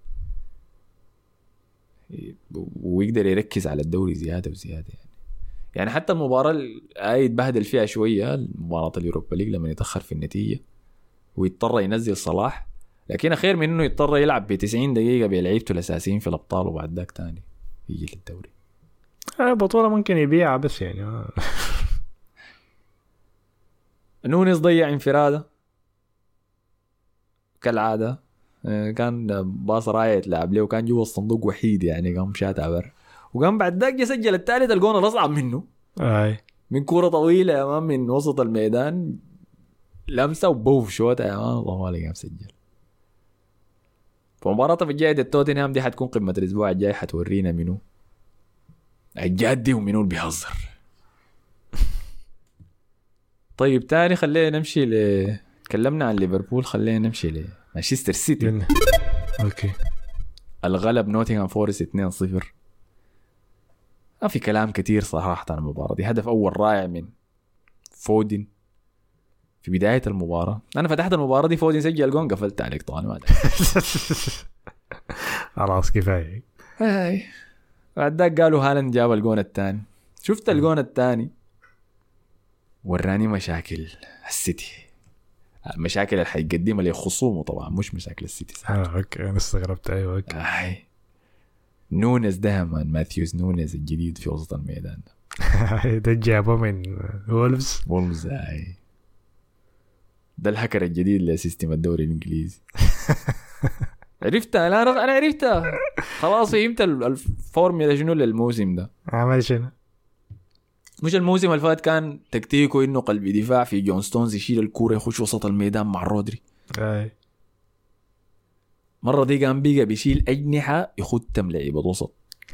ويقدر يركز على الدوري زيادة وزيادة. يعني يعني حتى المباراة اي يتبهدل فيها شوية مباراة اليوروبا ليج لما يتأخر في النتيجة ويضطر ينزل صلاح، لكن اخير من انه يضطر يلعب بتسعين دقيقة بلعيبته الاساسيين في الابطال وبعد ذاك تاني يجي للدوري. بطولة ممكن يبيعها بس يعني نونيز ضيع انفرادة كالعادة، كان باص راية يتلعب له وكان جوا الصندوق وحيد يعني قام شات عبر، وقام بعد ذاك يسجل الثالث الجون الأصعب منه اي من كرة طويلة يا مان من وسط الميدان لمسة وبوف شوتة يا مان الله مالي قام سجل. فمباراة في الجاية التوتنهام دي حتكون قمة الأسبوع الجاي، حتورينا منو الجادي ومنو اللي بيهزر. طيب تاني خلينا نمشي ل تكلمنا عن ليفربول، خلينا نمشي ل مانشستر سيتي. اوكي الغلب نوتنغهام فورست اثنين صفر. ما في كلام كتير صراحة عن المباراة دي. هدف أول رائع من فودن في بداية المباراة. أنا فتحت المباراة دي فودن سجل جون قفلت عليك طبعا ما خلاص كفاية. هاي بعد ذاك قالوا هالاند جاب الجون الثاني. شفت الجون الثاني وراني مشاكل السيتي، مشاكل اللي حيقدمها لخصومه طبعا مش مشاكل السيتي. اه اوكي انا استغربت. ايوه اوكي. آه. نونيز دائما ماثيوس نونيز الجديد في وسط الميدان ده ده جابه من وولفز. وولفز اي ده الهكر الجديد لسيستم الدوري الانجليزي. عرفتها. لا انا عرفتها خلاص فهمت الفورمولا شنو للموسم ده. عمل شنو؟ مش الموسم اللي فات كان تكتيكه انه قلب دفاع في جون ستونز يشيل الكوره يخش وسط الميدان مع رودري. اي مرة دي قام بيجا بيشيل أجنحة يخدم لعيبة وسط.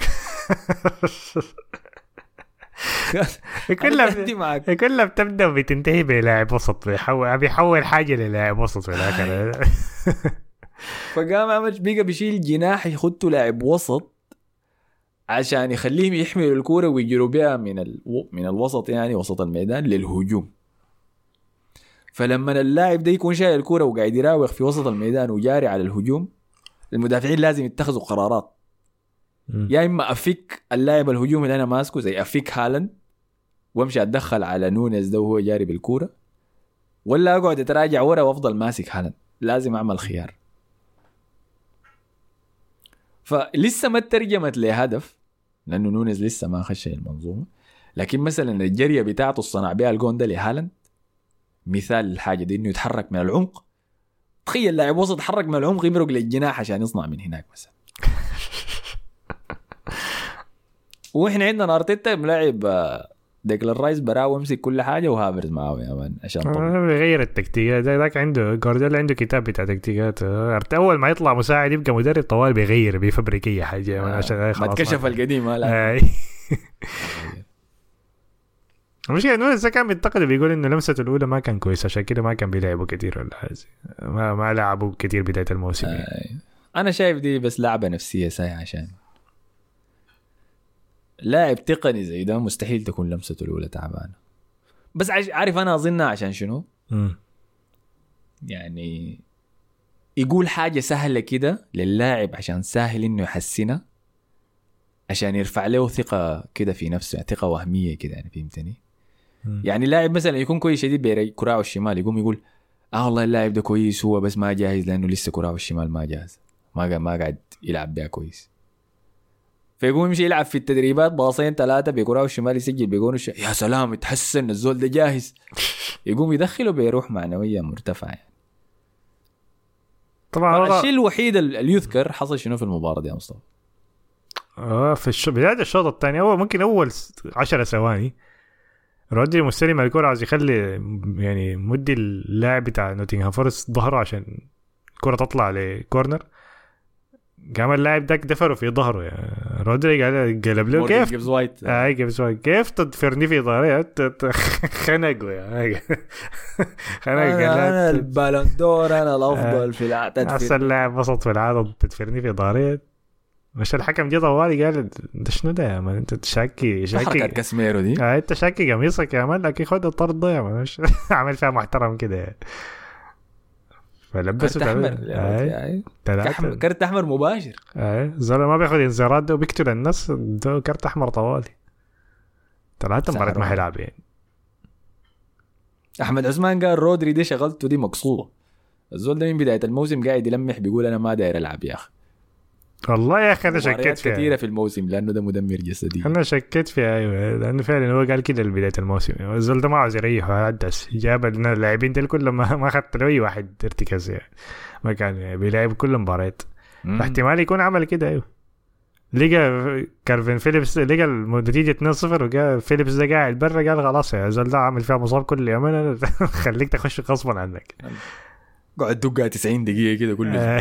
كلها كلها بتبدأ وبتنتهي بلاعب وسط، بيحول بيحول حاجة للاعب وسط في الآخر. فقام عمل بيقى بيشيل جناح يخطوا لاعب وسط عشان يخليهم يحملوا الكورة ويجروا بها من ال... من الوسط يعني وسط الميدان للهجوم. فلما اللاعب ده يكون شايل الكورة وقاعد يراوغ في وسط الميدان وجاري على الهجوم، المدافعين لازم يتخذوا قرارات. يا إما أفك اللاعب الهجوم اللي أنا ماسكه زي أفك هالاند وامشي أتدخل على نونيز ده وهو جاري بالكورة، ولا أقعد أتراجع ورا وأفضل ماسك هالاند. لازم أعمل خيار. فلسه ما ترجمت لهدف لأنه نونيز لسه ما خش المنظومة، لكن مثلا الجرية بتاعته الصنع بها الجون ده لهالاند مثال الحاجة دي، إنه يتحرك من العمق. تخيل لاعب وسط يتحرك من العمق يمرق للجناح عشان يصنع من هناك مثلا. وإحنا عندنا أرتيتا ملاعب ديكلان رايس براو ومسك كل حاجة وهافرز معاه يا مان عشان بيغير التكتيكات. ذاك عنده جوارديولا عنده كتاب بتاع تكتيكات. أول ما يطلع مساعد يبقى مدرب طوال بيغير بيفبرك أي حاجة آه. عشان ما تكشف القديم لا. مش يعني نونيز كان بينتقد بيقول إنه لمسته الأولى ما كان كويس عشان كده ما كان بيلعبوا كتير ولا حاجة، ما ما لعبوا كتير بداية الموسم. آه. أنا شايف دي بس لعبة نفسية ساي، عشان لاعب تقني زي ده مستحيل تكون لمسته الأولى تعبانة. بس عارف أنا أظنها عشان شنو؟ م. يعني يقول حاجة سهلة كده للاعب عشان سهل إنه يحسنها، عشان يرفع له ثقة كده في نفسه، ثقة وهمية كده يعني. فهمتني؟ م. يعني لاعب مثلا يكون كويس شديد بكراعه الشمال يقوم يقول آه والله اللاعب ده كويس هو بس ما جاهز لأنه لسه كراعه الشمال ما جاهز، ما ما قاعد يلعب بها كويس. فيقوم يمشي يلعب في التدريبات باصين ثلاثة بكراعه الشمال يسجل بيقولوا يا سلام يتحسن الزول ده جاهز، يقوم يدخله بيروح معنوية مرتفعة يعني. طبعا الشيء الوحيد اللي يذكر حصل شنو في المباراة دي يا مصطفى؟ اه في الش... بداية الشوط الثاني أول ممكن أول عشر ثواني رودري مستلم الكرة عايز يخلي يعني مدي اللاعب بتاع نوتنغهام فورست ظهره عشان الكرة تطلع لكورنر، قام اللاعب داك دفره في ظهره يا رودري قال قلب له كيف جيبز وايت اي جيبز وايت كيف تدفرني في ظهري خنقوا يا خنق انا البالون دور انا الافضل في العالم احسن لاعب وسط في العالم تدفرني في ظهري. مش الحكم جه طوالي قال ده شنو ده يا مان انت تشاكي شاكي حركه كاسميرو دي اه انت شاكي قميصك يا مان لكن خد الطرد ده يا مان مش عمل فيها محترم كده فلبسوا كرت احمر كرت احمر مباشر. اي زول ما بياخد انذارات ده وبيقتل الناس ده كرت احمر طوالي ثلاثة مباريات ما حيلعب يعني. احمد عثمان قال رودري دي شغلته دي مقصوده، الزول ده من بدايه الموسم قاعد يلمح بيقول انا ما داير العب يا اخي. والله يا اخي انا شكيت فيها كثيره في الموسم لانه ده مدمر جسدي. انا شكيت فيها ايوه لانه فعلا هو قال كده لبدايه الموسم الزول ده ما عاوز يريح عدس جاب اللاعبين دول كلهم ما ما اخذت له اي واحد ارتكاز يعني ما كان يعني بيلعب كل مباريات احتمال يكون عمل كده ايوه. لقى كارفين فيليبس لقى النتيجه اثنين صفر وقال فيليبس ده قاعد برا قال خلاص يا الزول ده عامل فيها مصاب كل يومين خليك تخش غصبا عنك قعد دقه تسعين دقيقه كده كله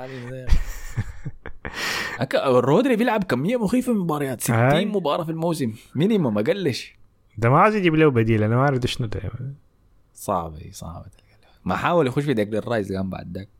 الرودري بيلعب كمية مخيفة من مباريات ستين آه. مباراة في الموسم مينيموم ما قلش ده ما عايز يجيب له بديل انا ما اعرف شنو ده صعبة صعبة ما حاول يخش في ديكلان رايس قام بعد ذاك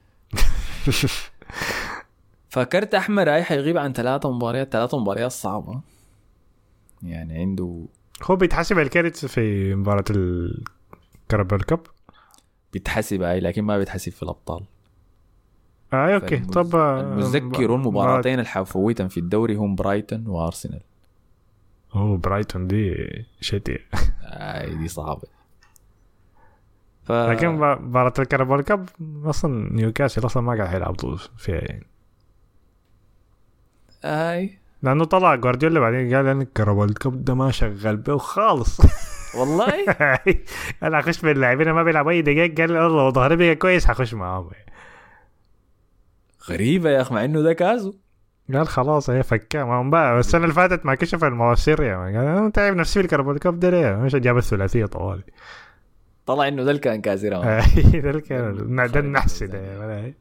فكرت احمر رايح يغيب عن ثلاثة مباريات ثلاثة مباريات صعبة يعني عنده هو بيتحسب الكارت في مباراة الكاراباو كاب بيتحسب اي لكن ما بيتحسب في الابطال. آه أوكي طب المذكرون مباراتين الحافويتن في الدوري هم برايتون وارسنال. أوه برايتون دي شتي آه دي صعبة. ف... لكن مباراة الكاراباو كاب أصلا نيوكاسل أصلا ما قاعد يلعب فيها يعني. أي لأنه طلع جوارديولا بعدين قال أن الكاراباو كاب ده ما شغال به خالص والله. أنا أخش باللاعبين ما بيلعب أي دقيقة قال الله ظهري بيجي كويس هخش معاهم. غريبة يا أخي مع إنه ده كازو قال خلاص هي فكاه ما بقى السنة اللي فاتت ما كشف المواسير يعني قال أنا تعب نفسي في الكاراباو كاب ده ليه مش جاب الثلاثية طوالي طلع إنه ده كان كازيرا ده كان ده النحس ده.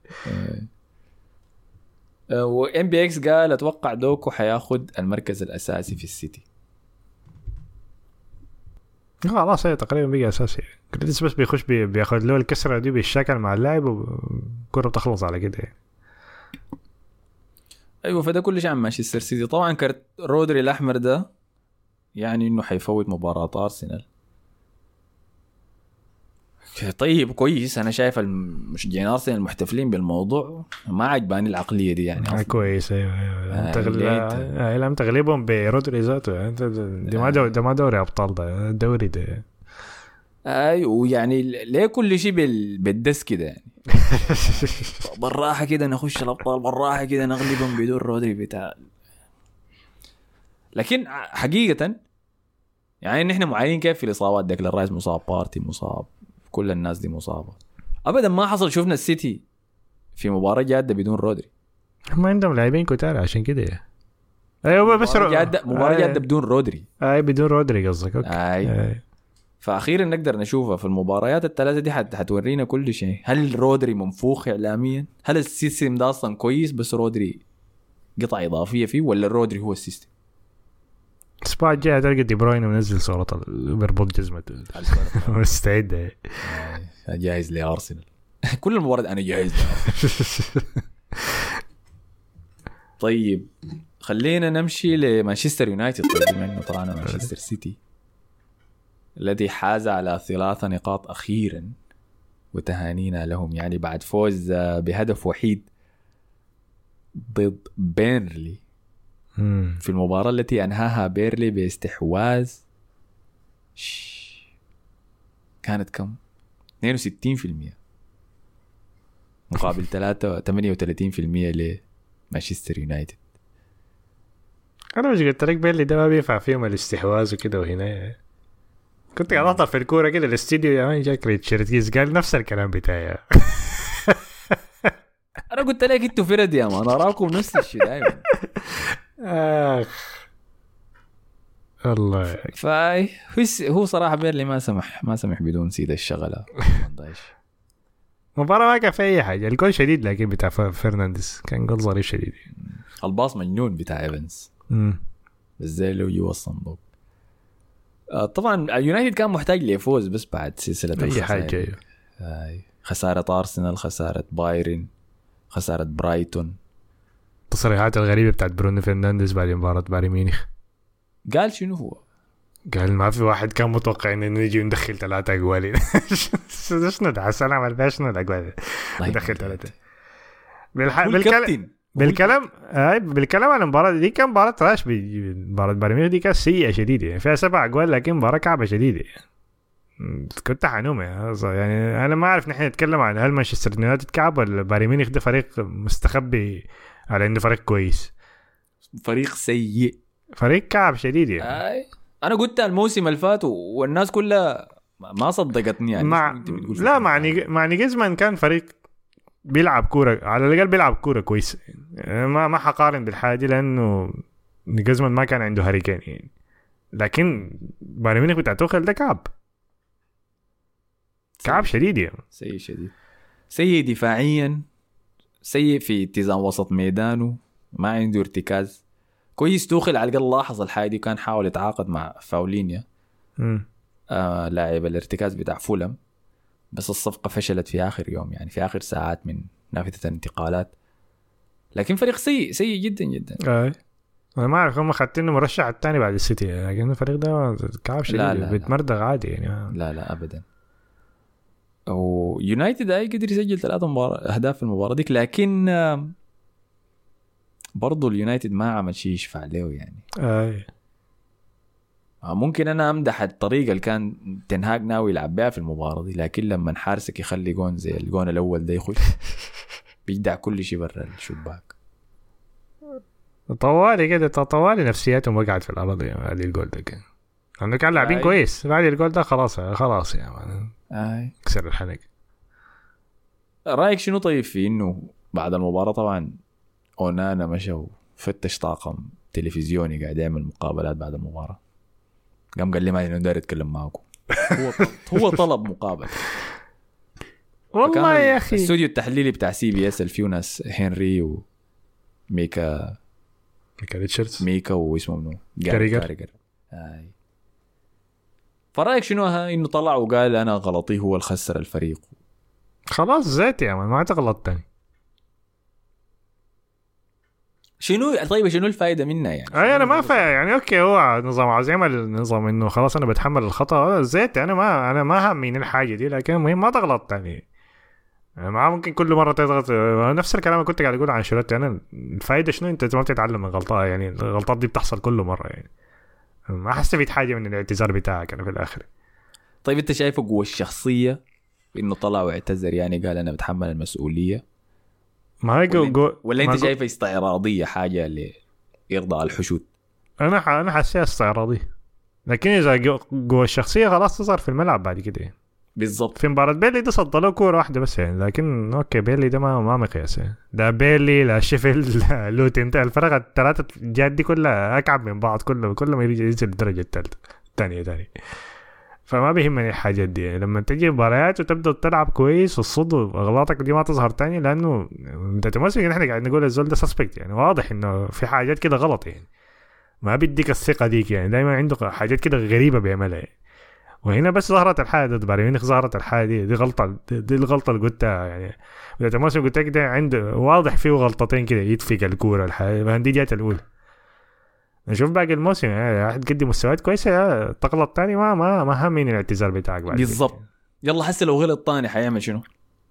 وإم بي إكس قال أتوقع دوكو حياخد المركز الأساسي في السيتي. خلاص هي تقريبا بقى اساسي. كريدس بس بيخش بي بياخذ له الكسره دي بالشكل مع اللاعب والكره بتخلص على كده يعني. ايوه فده كل شيء عن مانشستر سيتي. طبعا كارت رودري الاحمر ده يعني انه حيفوت مباراه ارسنال. طيب كويس. انا شايف المشجعين ارسنال المحتفلين بالموضوع ما عجباني العقليه دي يعني آه كويس. ايوه ايوه آه تغلب آه لم تغلبهم برودري ذاته يعني. ده ما دوري ده ما دوري ابطال ده الدوري ده. اي ويعني ليه كل شيء بال... بالدس كده يعني. بالراحه كده نخش الابطال بالراحه كده نغلبهم بدون رودري بتاع. لكن حقيقه يعني نحن معانين كيف في الاصابات. ديكلان رايس مصاب، بارتي مصاب، كل الناس دي مصابه. ابدا ما حصل شفنا السيتي في مباراه جاده بدون رودري. ما عندهم لاعبين كتار عشان كده. ايوه بس مباراه جاده مباراه جاده بدون رودري. اي بدون رودري قصدك. اوكي اي, أي. فاخيرا نقدر نشوفها في المباريات الثلاثه دي. حت حتورينا كل شيء. هل رودري منفوخ اعلاميا؟ هل السيستم ده اصلا كويس بس رودري قطعه اضافيه فيه، ولا رودري هو السيستم؟ الاسبوع الجاي تلقى دي بروين منزل صورة بربط جزمته مستعد جاهز لارسنال. كل المباراه انا جاهز لارسنال. طيب خلينا نمشي لمانشستر يونايتد. طيب بما انه طلعنا مانشستر سيتي الذي حاز على ثلاث نقاط اخيرا وتهانينا لهم يعني بعد فوز بهدف وحيد ضد بيرلي في المباراة التي أنهاها بيرلي باستحواذ كانت كم اثنين وستين بالمئة مقابل ثمانية وثلاثين بالمئة لمانشستر يونايتد. أنا مش قلت لك بيرلي ده ما بينفع فيهم الاستحواذ وكده. وهنا كنت قاعد أطلع في الكورة كده الاستديو يا مان جاك ريتشاردز قال نفس الكلام بتاعي. أنا قلت لك أنتوا فرد يا مان أراكم نفس الشيء دائما. آخ الله. فاي هو صراحة بيرلي ما سمح ما سمح بدون سيد الشغلة. مباراة ما كان في أي حاجة. الجول شديد لكن بتاع فرنانديز كان جول ظريف شديد. الباص مجنون بتاع إيفنز بس زي لو جوا الصندوق. طبعا اليونايتد كان محتاج ليفوز بس بعد سلسلة أي حاجة. خسارة أرسنال، خسارة بايرن، خسارة برايتون. التصريحات الغريبة بتاعت برونو فرنانديز بعد مباراة بايرن ميونخ قال شنو هو؟ قال ما في واحد كان متوقع إنه نيجي ندخل ثلاثة أجوال. شنو ده حسنا عمل بيش شنو الأجوال ندخل ثلاثة بالح... بالكلام بالكلام هاي بالكلام عن المباراة دي. كان مباراة راش مباراة بايرن ميونخ دي كانت سيئة شديدة يعني فيها سبع أجوال لكن مباراة كعبة شديدة يعني. كنت حنومة يعني. أنا ما أعرف نحن نتكلم عن هل مانشستر يونايتد كعب ولا بايرن ميونخ ده فريق مستخبي على إنه فريق كويس. فريق سيء، فريق كعب شديد يعني. آي. أنا قلت الموسم الفات والناس كلها ما صدقتني يعني. مع... لا معني معني جزمان كان فريق بيلعب كورة على الأقل بيلعب كورة كويس يعني. ما ما حقارن بالحاجة لأنه جزمان ما كان عنده هاريكين يعني. لكن بايرن ميونخ بتاع توخيل ده كعب كعب شديد يعني. سيء شديد، سيء دفاعيا، سيء في اتزان وسط ميدانه، ما عنده ارتكاز كويس. توخيل على الأقل لاحظ الحاجة دي وكان حاول يتعاقد مع فاولينيا آه لاعب الارتكاز بتاع فولم بس الصفقة فشلت في آخر يوم يعني في آخر ساعات من نافذة الانتقالات. لكن فريق سيء سيء جدا جدا. آه. أنا ما أعرف هم خدتينه مرشح الثاني بعد السيتي لكن الفريق ده كعب شديد بيتمردغ عادي يعني. لا لا أبدا. ويونايتد أي قدر يسجل ثلاثة مباراة أهداف في المباراة ديك لكن برضو اليونايتد ما عمل شيء يشفع له يعني. آه. ممكن أنا أمدح الطريقة اللي كان تنهاج ناوي يلعب بها في المباراة دي لكن لما حارسك يخلي جون زي الجون الأول ده يخش بيدع كل شيء برا الشباك. طوالي كده طوالي نفسياتهم وقعت في الأرض يعني. هذه الجول ده كان لأنه كان لاعبين آه. كويس بعد الجول ده خلاص خلاص يعني آه. كسر الحلق. رأيك شنو طيب في إنه بعد المباراة طبعا أونانا مشى وفتش طاقم تلفزيوني قاعد يعمل مقابلات بعد المباراة قام قال لي ما داير اتكلم معكم. هو طلب هو طلب مقابله والله يا اخي. الاستوديو التحليلي بتاع سي بي اس الفيوناس هنري وميكا ميكا ريتشاردز ميكا واسمه منو كاريجر. هاي فرايك شنو ها انه طلع وقال انا غلطي هو اللي خسر الفريق؟ خلاص زيت يا مان ما تغلط تاني. شنو طيب شنو الفائده منها يعني؟ اي انا ما فا يعني اوكي هو نظام عظيم النظام انه خلاص انا بتحمل الخطا زيت. انا ما انا ما همين الحاجه دي، لكن المهم ما تغلط تاني. ما ممكن كل مره تضغط نفس الكلام اللي كنت قاعد اقول عن شروط. انا الفائده شنو؟ انت ما بتتعلم من غلطات يعني. الغلطات دي بتحصل كل مره يعني. ما حستفيد حاجه من الاعتذار بتاعك انا في الاخر. طيب انت شايفه قوه الشخصيه انه طلع واعتذر يعني قال انا بتحمل المسؤوليه؟ ما هي جو جو ولا انت شايفه استعراضيه حاجه اللي يرضى الحشود؟ انا ح... انا حاسسها استعراضيه، لكن اذا جو... جوه الشخصيه خلاص تظهر في الملعب بعد كده يعني. بالضبط. في مباراة بيلي ده صد له كورة واحدة بس يعني، لكن اوكي بيلي ده ما ما مقياس يعني. ده بيلي لا شيفيلد لا لوتين، الفرق الثلاثة الجهات دي كلها أكعب من بعض، كله كل ما يجي ينزل الدرجة الثالثة الثانية ثاني. فما بيهمني الحاجات دي يعني. لما تجي مباريات وتبدأ تلعب كويس والصد أغلاطك دي ما تظهر تاني، لأنه أنت تمسك نحن قاعد نقول الزول ده سسبكت يعني، واضح إنه في حاجات كده غلط يعني. ما بيديك الثقة ديك يعني، دايما عنده حاجات كده غريبة بيعملها يعني. وهنا بس ظهرت الحاجة ضد بايرن ميونخ، ظهرت الحاجة دي دي غلطة دي, دي الغلطة اللي قلتها يعني. بداية الموسم قلت لك ده عنده واضح فيه غلطتين كده يدفق الكورة الحاجة دي جات الأولى. نشوف باقي الموسم يعني واحد قدم مستويات كويسة تغلط تاني ما ما ما همين الاعتذار بتاعك بعد بالضبط. يلا حس لو غلط تاني حيعمل شنو؟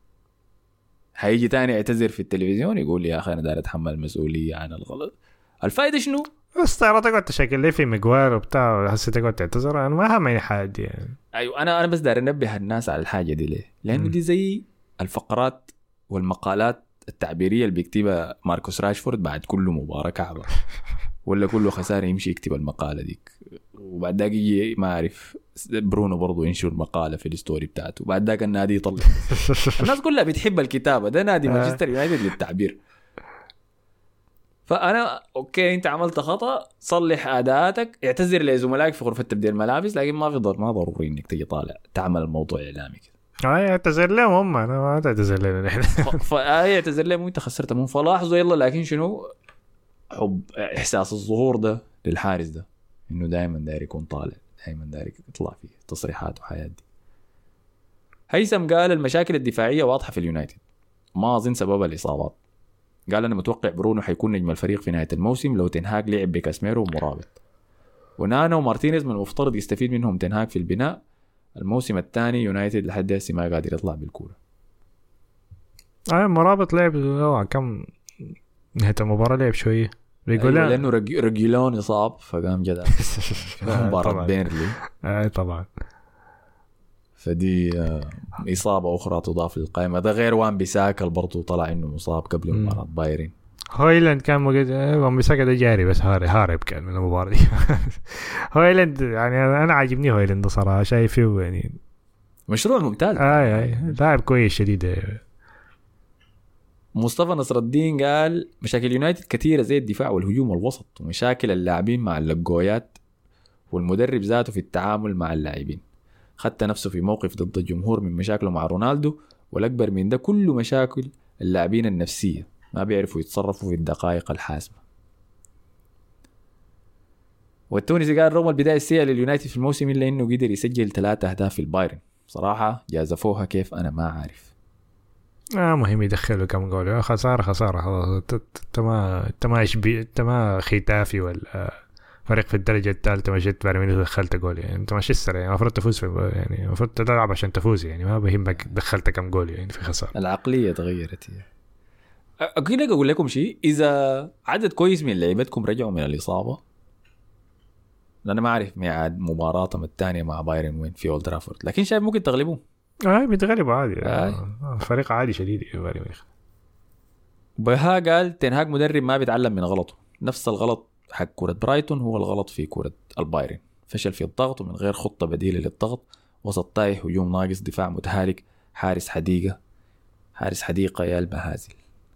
حيجي تاني يعتذر في التلفزيون يقول لي يا أخي أنا داير أتحمل المسؤولية عن الغلط. الفائدة شنو؟ استعراضك وتشكل ليه في مقوار وبتاع حسيتك وتعتذر. أنا ما همين حاجة دي يعني. أيوة أنا أنا بس داير أنبه الناس على الحاجة دي ليه؟ لأنه دي زي الفقرات والمقالات التعبيرية اللي بيكتبها ماركوس راشفورد بعد كل مباراة كعبة ولا كله خسارة يمشي يكتب المقالة ديك، وبعد داك يجي ما أعرف برونو برضو ينشر المقالة في الستوري بتاعته، وبعد داك النادي يطلع. الناس كلها بتحب الكتابة، ده نادي مانشستر يونايتد للتعبير. فأنا أوكي أنت عملت خطأ صلح أداءاتك، اعتذر لزملائك في غرفة تبديل الملابس، لكن ما في ضر ما ضروري إنك تجي طالع تعمل الموضوع إعلامي كده. أي اعتذر لهم هم، أنا ما اعتذر لنا نحن. فأي اعتذر لهم وأنت خسرت من فلاحظوا يلا. لكن شنو حب إحساس الظهور ده للحارس ده إنه دائما داير يكون طالع، دائما داير يطلع فيه تصريحات وحياة دي. هيثم قال المشاكل الدفاعية واضحة في اليونايتد، ما أظن سبب الإصابات. قال أنا متوقع برونو حيكون نجم الفريق في نهاية الموسم لو تنهاج لعب بكاسميرو ومرابط، ونانا ومارتينيز من المفترض يستفيد منهم تنهاج في البناء. الموسم الثاني يونايتد لحد هسه ما قادر يطلع بالكورة. أي مرابط لعب نوعا كم نهاية المباراة لعب شوية بيقول أيوة لأنه رجيلون إصاب فقام جدا مباراة بيرلي. أي طبعا فدي إصابة أخرى تضاف للقائمة. ده غير وان بيساكل برضو طلع إنه مصاب قبل مباراة بايرن. هويلاند كان موجود، وان بيساكل ده جاري بس هارب هارب كان من المباراة دي. هويلاند يعني أنا عاجبني هويلاند صراحة، شايفه يعني مشروع ممتاز. آي آي لاعب كويس شديد. مصطفى نصر الدين قال مشاكل يونايتد كثيرة زي الدفاع والهجوم والوسط، ومشاكل اللاعبين مع اللقويات، والمدرب ذاته في التعامل مع اللاعبين. خدت نفسه في موقف ضد الجمهور من مشاكله مع رونالدو، والأكبر من ده كله مشاكل اللاعبين النفسية، ما بيعرفوا يتصرفوا في الدقائق الحاسمة. والتونسي قال رغم البداية السيئة لليونايتد في الموسم إلا إنه قدر يسجل ثلاثة أهداف في البايرن. صراحة جازفوها كيف أنا ما عارف. آه مهم يدخلوا كم جول. خسارة خسارة خلاص. تما تما إشبي تما ختافي ولا فريق في الدرجة الثالثة مشيت بايرن ميونخ دخلت جول يعني. أنت مانشستر يعني المفروض تفوز في يعني المفروض تلعب عشان تفوز يعني، ما بيهمك دخلت كم جول يعني في خسارة. العقلية تغيرت هي. أكيد أقول لكم شيء، إذا عدد كويس من لعيبتكم رجعوا من الإصابة، لأنا ما أعرف ميعاد مباراتهم الثانية مع بايرن وين في أولد ترافورد، لكن شايف ممكن تغلبوه. آه بيتغلبوا عادي. آه. فريق عادي شديد بايرن ميونخ. بها قال تنهاج مدرب ما بيتعلم من غلطه، نفس الغلط حق كرة برايتون هو الغلط في كرة البايرن، فشل في الضغط ومن غير خطة بديلة للضغط، وسط تايه، هجوم ناقص، دفاع متهالك، حارس حديقة حارس حديقة يا المهازل.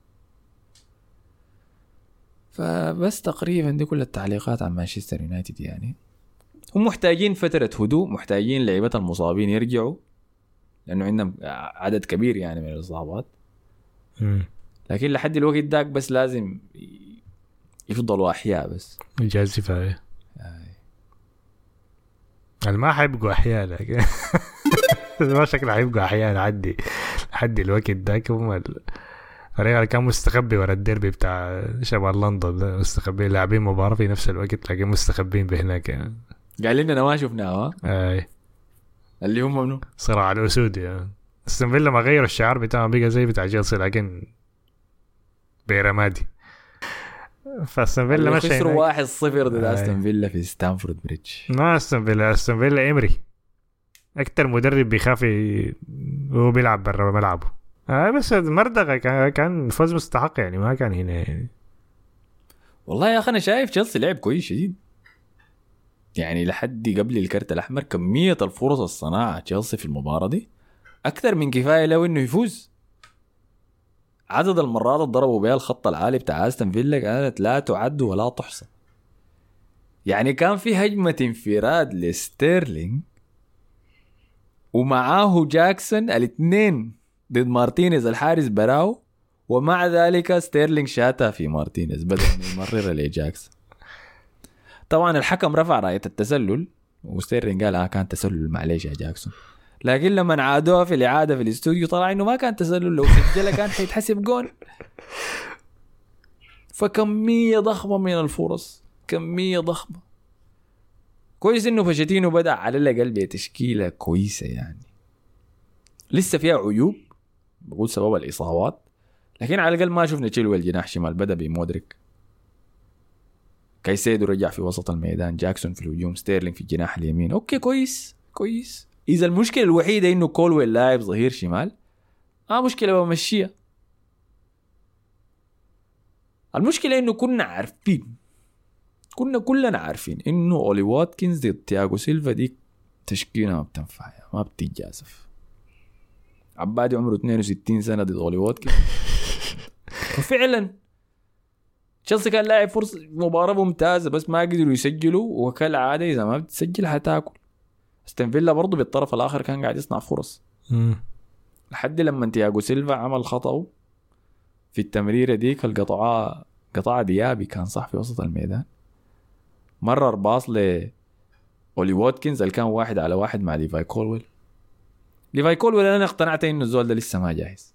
فبس تقريبا دي كل التعليقات عن مانشستر يونايتد. يعني هم محتاجين فترة هدوء، محتاجين لعيبة المصابين يرجعوا لأنه عندهم عدد كبير يعني من الإصابات، لكن لحد الوقت داك بس لازم يفضلوا أحياء بس جازفة. ما حيبقوا احياء لكن ما شكله حيبقوا احياء لحد لحد الوقت ذاك. هم الفريق اللي كان مستخبي ورا الديربي بتاع شمال لندن ده، مستخبين لاعبين مباراة في نفس الوقت لكن مستخبين بهناك يعني. قال لنا ما شفناه اي اللي هم منو صراع الاسود يعني. استون فيلا ما غيروا الشعار بتاعهم بقى زي بتاع تشيلسي لكن بيرامادي. فاستون فيلا ماشي خسروا واحد صفر ضد استون فيلا في ستانفورد بريدج. ما استون فيلا استون فيلا امري اكتر مدرب بيخاف وهو بيلعب برا ملعبه. آه بس مردغه كان فوز مستحق يعني، ما كان هنا يعني. والله يا اخي انا شايف تشيلسي لعب كويس شديد يعني، لحد قبل الكرت الاحمر كميه الفرص الصناعه تشيلسي في المباراه دي اكثر من كفايه لو انه يفوز. عدد المرات اللي ضربوا بها الخط العالي بتاع استون فيلا كانت لا تعد ولا تحصى. يعني كان في هجمه انفراد لستيرلينج ومعاه جاكسون الاثنين ضد مارتينيز الحارس براو، ومع ذلك ستيرلينج شاتها في مارتينيز بدل من يمررها لجاكسون. طبعا الحكم رفع راية التسلل وستيرلينج قال اه كان تسلل معليش يا جاكسون، لكن لما عادوها في الإعادة في الاستوديو طلع انه ما كان تسلل، لو سجلها كان حيتحسب جون. فكمية ضخمة من الفرص، كمية ضخمة. كويس انه فشتينو بدأ على الأقل بتشكيلة كويسة يعني، لسه فيها عيوب بقول سبب الإصابات، لكن على الأقل ما شفنا تشيلويل الجناح شمال بدأ بمودريك، كايسيدو رجع في وسط الميدان، جاكسون في الهجوم، ستيرلينج في الجناح اليمين. اوكي كويس كويس. اذا المشكله الوحيده انه كولويل لاعب ظهير شمال اه مشكله بمشيها. المشكله انه كنا عارفين كنا كلنا عارفين انه اولي واتكنز ضد تياغو سيلفا دي تشكيله ما بتنفع ما بتتجازف. عبادي عمره اثنين وستين سنه ضد اولي واتكنز. وفعلا تشيلسي كان لاعب فرصة مباراة ممتازة بس ما قدروا يسجلوا، وكالعادة إذا ما بتسجل هتاكل. استون فيلا برضو بالطرف الآخر كان قاعد يصنع فرص مم. لحد لما تياغو سيلفا عمل خطأه في التمريرة ديك القطعة قطعة ديابي كان صح في وسط الميدان، مرر باص ل أولي واتكنز اللي كان واحد على واحد مع ليفاي كولويل. ليفاي كولويل أنا اقتنعت إنه الزول ده لسه ما جاهز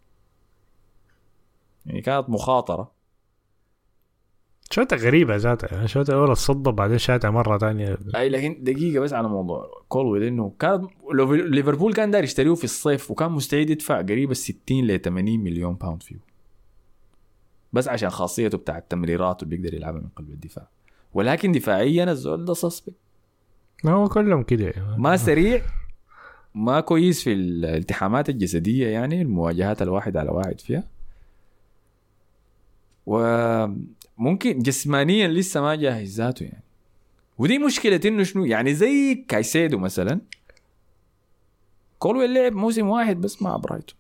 يعني، كانت مخاطرة شوتة غريبة ذاتها، شوتة أولا تصدب بعدين شاتها مرة تانية. أي لكن دقيقة بس على موضوع كولويل، إنه كان ليفربول كان داير يشتريه في الصيف وكان مستعد يدفع قريب الستين لثمانين مليون باوند فيه بس عشان خاصيته بتاع التمريرات وبيقدر يلعبها من قلب الدفاع، ولكن دفاعيا الزول ده صصبي ما هو كلهم كده، ما سريع ما كويس في الالتحامات الجسدية يعني المواجهات الواحد على واحد فيها، وممكن جسمانيا لسه ما جاهز ذاته يعني. ودي مشكلة انه شنو يعني، زي كايسيدو مثلا كولويل لعب موسم واحد بس مع برايتون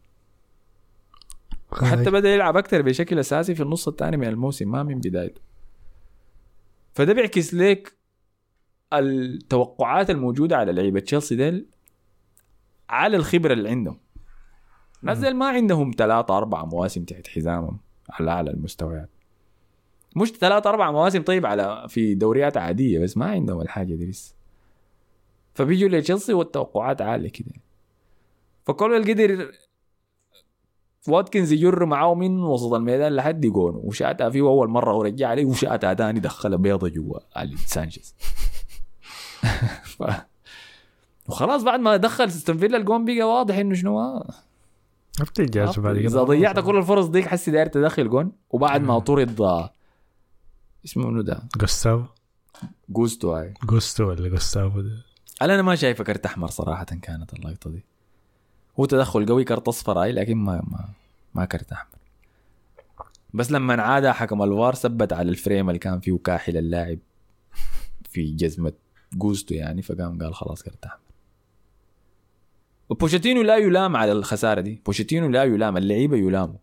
وحتى بدأ يلعب أكتر بشكل أساسي في النص الثاني من الموسم ما من بدايته. فده بيعكس لك التوقعات الموجودة على لعيبة تشيلسي ديل على الخبرة اللي عندهم. نزل ما عندهم ثلاثة أربعة مواسم تحت حزامهم على أعلى المستويات، مش ثلاثة أربعة مواسم طيب على في دوريات عادية بس ما عندهم الحاجة دي لسه. فبيجوا لتشيلسي والتوقعات عالية كده، فكولويل قدر واتكنز يجر معاه من وسط الميدان لحد جونه وشاتها فيه أول مرة ورجع عليه وشاتها تاني دخل بيضة جوا علي سانشيز ف... وخلاص بعد ما دخل استون فيلا الجون بقى واضح إنه شنو بتجاز بعد كده. إذا ضيعت كل الفرص ديك حسي داير تدخل جون، وبعد ما طرد اسمه منو ده غوستافو جوستو هاي جوستو ولا غوستافو ده، أنا ما شايفه كرت أحمر صراحة كانت اللقطة دي، هو تدخل قوي كرت أصفر هاي لكن ما ما ما كرت أحمر. بس لما عاد حكم الفار ثبت على الفريم اللي كان فيه كاحل اللاعب في جزمة جوستو يعني، فقام قال خلاص كرت أحمر. وبوشيتينو لا يلام على الخسارة دي، بوشيتينو لا يلام، اللعيبة يلاموا.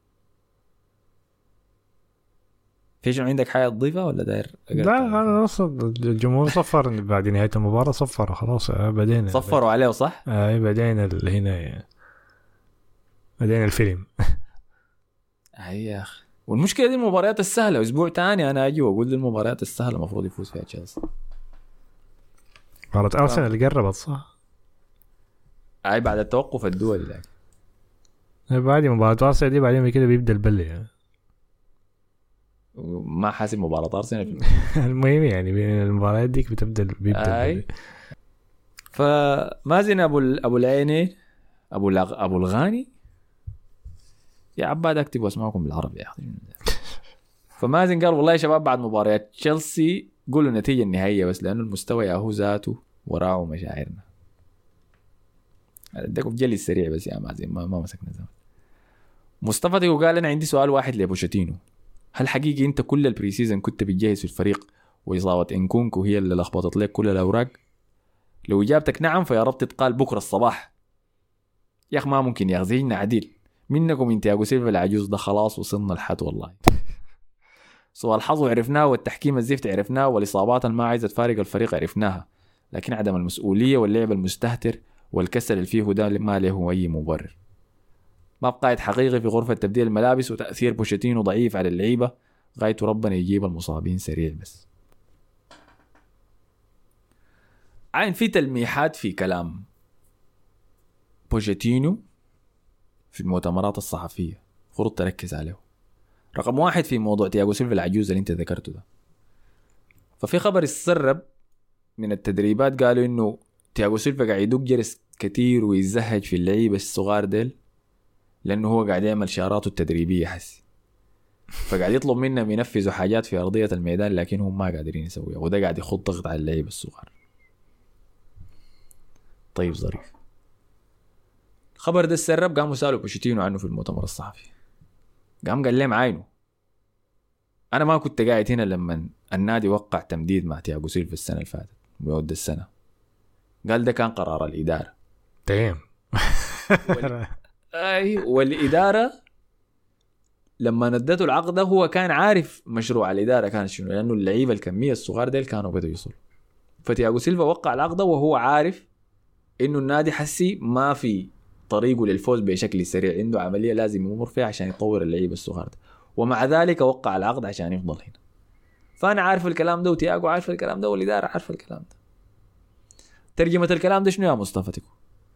فيش عندك حاجة تضيفها ولا داير؟ لا أنا أصلا الجمهور صفر بعد نهاية المباراة، صفر خلاص بدينا صفروا عليه صح؟ آه بدينا هنا بدينا الفيلم أي يا أخي. والمشكلة دي المباريات السهلة، أسبوع تاني أنا أجي وأقول المباريات السهلة مفروض يفوز فيها تشيلسي. مباراة أرسنال اللي قربت صح؟ اي بعد التوقف الدولي ده بعد مباراة أرسنال دي بعدين كده بيبدأ البلي يعني. ما حاسب مباراة أرسنال المهم يعني بين المباريات ديك بتبدأ بيبدأ البلي. فمازن ابو ابو العيني ابو الغ... ابو الغاني يا عباد اكتبوا اسمائكم بالعربي يا اخي. فمازن قال والله يا شباب بعد مباريات تشيلسي قولوا النتيجة النهائية بس لأنه المستوى ياهو ذاته وراه مشاعرنا. اديكم في جلي السريع بس يا مازن ما ما مسكنا زمان. مصطفى تيجو قال انا عندي سؤال واحد لبوشيتينو، هل حقيقي انت كل البري سيزون كنت بتجهز في الفريق واصابه انكونكو هي اللي لخبطت لك كل الاوراق؟ لو اجابتك نعم فيا رب تتقال بكره الصباح. يا اخ ما ممكن يا غزينا عديل منكم انت يا سيلفا العجوز ده خلاص وصلنا الحد والله. سؤال الحظ عرفناه والتحكيم الزفت عرفناه والاصابات ما عايزه تفارق الفريق عرفناها، لكن عدم المسؤوليه واللعب المستهتر والكسل اللي فيه ده ما له اي مبرر. ما بقايد حقيقي في غرفة تبديل الملابس وتأثير بوشيتينو ضعيف على اللعيبة، غايته ربنا يجيب المصابين سريع بس. عين في تلميحات في كلام بوشيتينو في المؤتمرات الصحفية فرض تركز عليه. رقم واحد في موضوع تياغو سيلفا العجوز اللي انت ذكرته ده، ففي خبر السرب من التدريبات قالوا انه تياغو سيلفا قاعد يدق جرس كتير ويزهج في اللعيبة الصغار ديل لأنه هو قاعد يعمل شعاراته التدريبية حسي، فقاعد يطلب منهم ينفذوا حاجات في أرضية الميدان لكنهم ما قادرين يسويها، وده قاعد يخط ضغط على اللعيبة الصغار. طيب ظريف. خبر ده السرب قاموا سألوا بوشيتينو عنه في المؤتمر الصحفي، قام قال لهم عينه أنا ما كنت قاعد هنا لما النادي وقع تمديد مع تياغو سيلفا السنة اللي فاتت ويود السنة، قال ده كان قرار الإدارة. تمام. اي والاداره لما ندته العقد هو كان عارف مشروع الاداره كان شنو، لانه اللعيبه الكميه الصغار ديل كانوا بدوا يوصلوا. فتياغو سيلفا وقع العقد وهو عارف انه النادي حسي ما في طريقه للفوز بشكل سريع، عنده عمليه لازم يمر فيها عشان يطور اللعيبه الصغار ده، ومع ذلك وقع العقد عشان يفضل هنا. فانا عارف الكلام ده وتياغو عارف الكلام ده والاداره عارف الكلام ده. ترجمه الكلام ده شنو يا مصطفى تيكو؟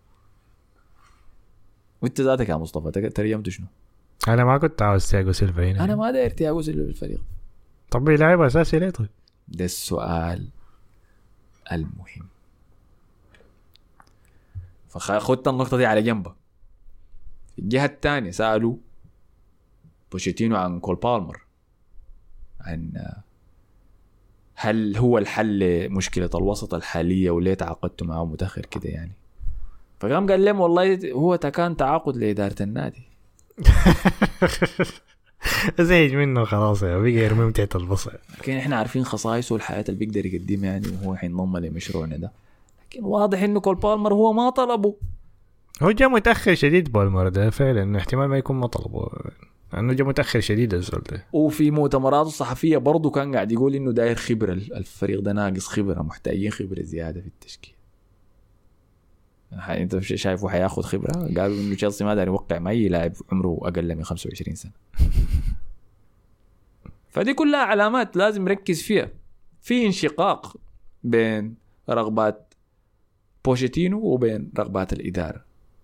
وانت ذاتك يا مصطفى ترجمت شنو؟ انا ما كنت عاوز تياغو سيلفا هنا. انا ما داير تياغو سيلفا بالفريق. طب يلعب اساسي ليه طيب؟ ده السؤال المهم. فخدت النقطة دي على جنبها. في الجهة الثانية سألوا بوشيتينو عن كول بالمر، عن هل هو الحل مشكلة الوسط الحالية وليه تعاقدتوا معه متأخر كده يعني. فقام قال لهم والله هو كان تعاقد لإدارة النادي. زيج منه خلاص يا بيجي يرمي متعة البصر، لكن احنا عارفين خصائصه والحياة اللي بيقدر يقدمها يعني وهو حينضم لمشروعنا ده، لكن واضح انه كول بالمر هو ما طلبه. هو جاء متأخر شديد بالمر ده فعلا، انه احتمال ما يكون ما طلبه انه جاء متأخر شديد الزول ده. وفي مؤتمراته الصحفية برضو كان قاعد يقول انه داير خبرة، الفريق ده ناقص خبرة، محتاجين خبرة زيادة في التشكيل. انت شايفه حياخد خبرة؟ قالوا انه تشيلسي ما داري يوقع معي لاعب عمره اقل من خمسة وعشرين سنة. فدي كلها علامات لازم نركز فيها. في انشقاق بين رغبات بوشيتينو وبين رغبات الإدارة.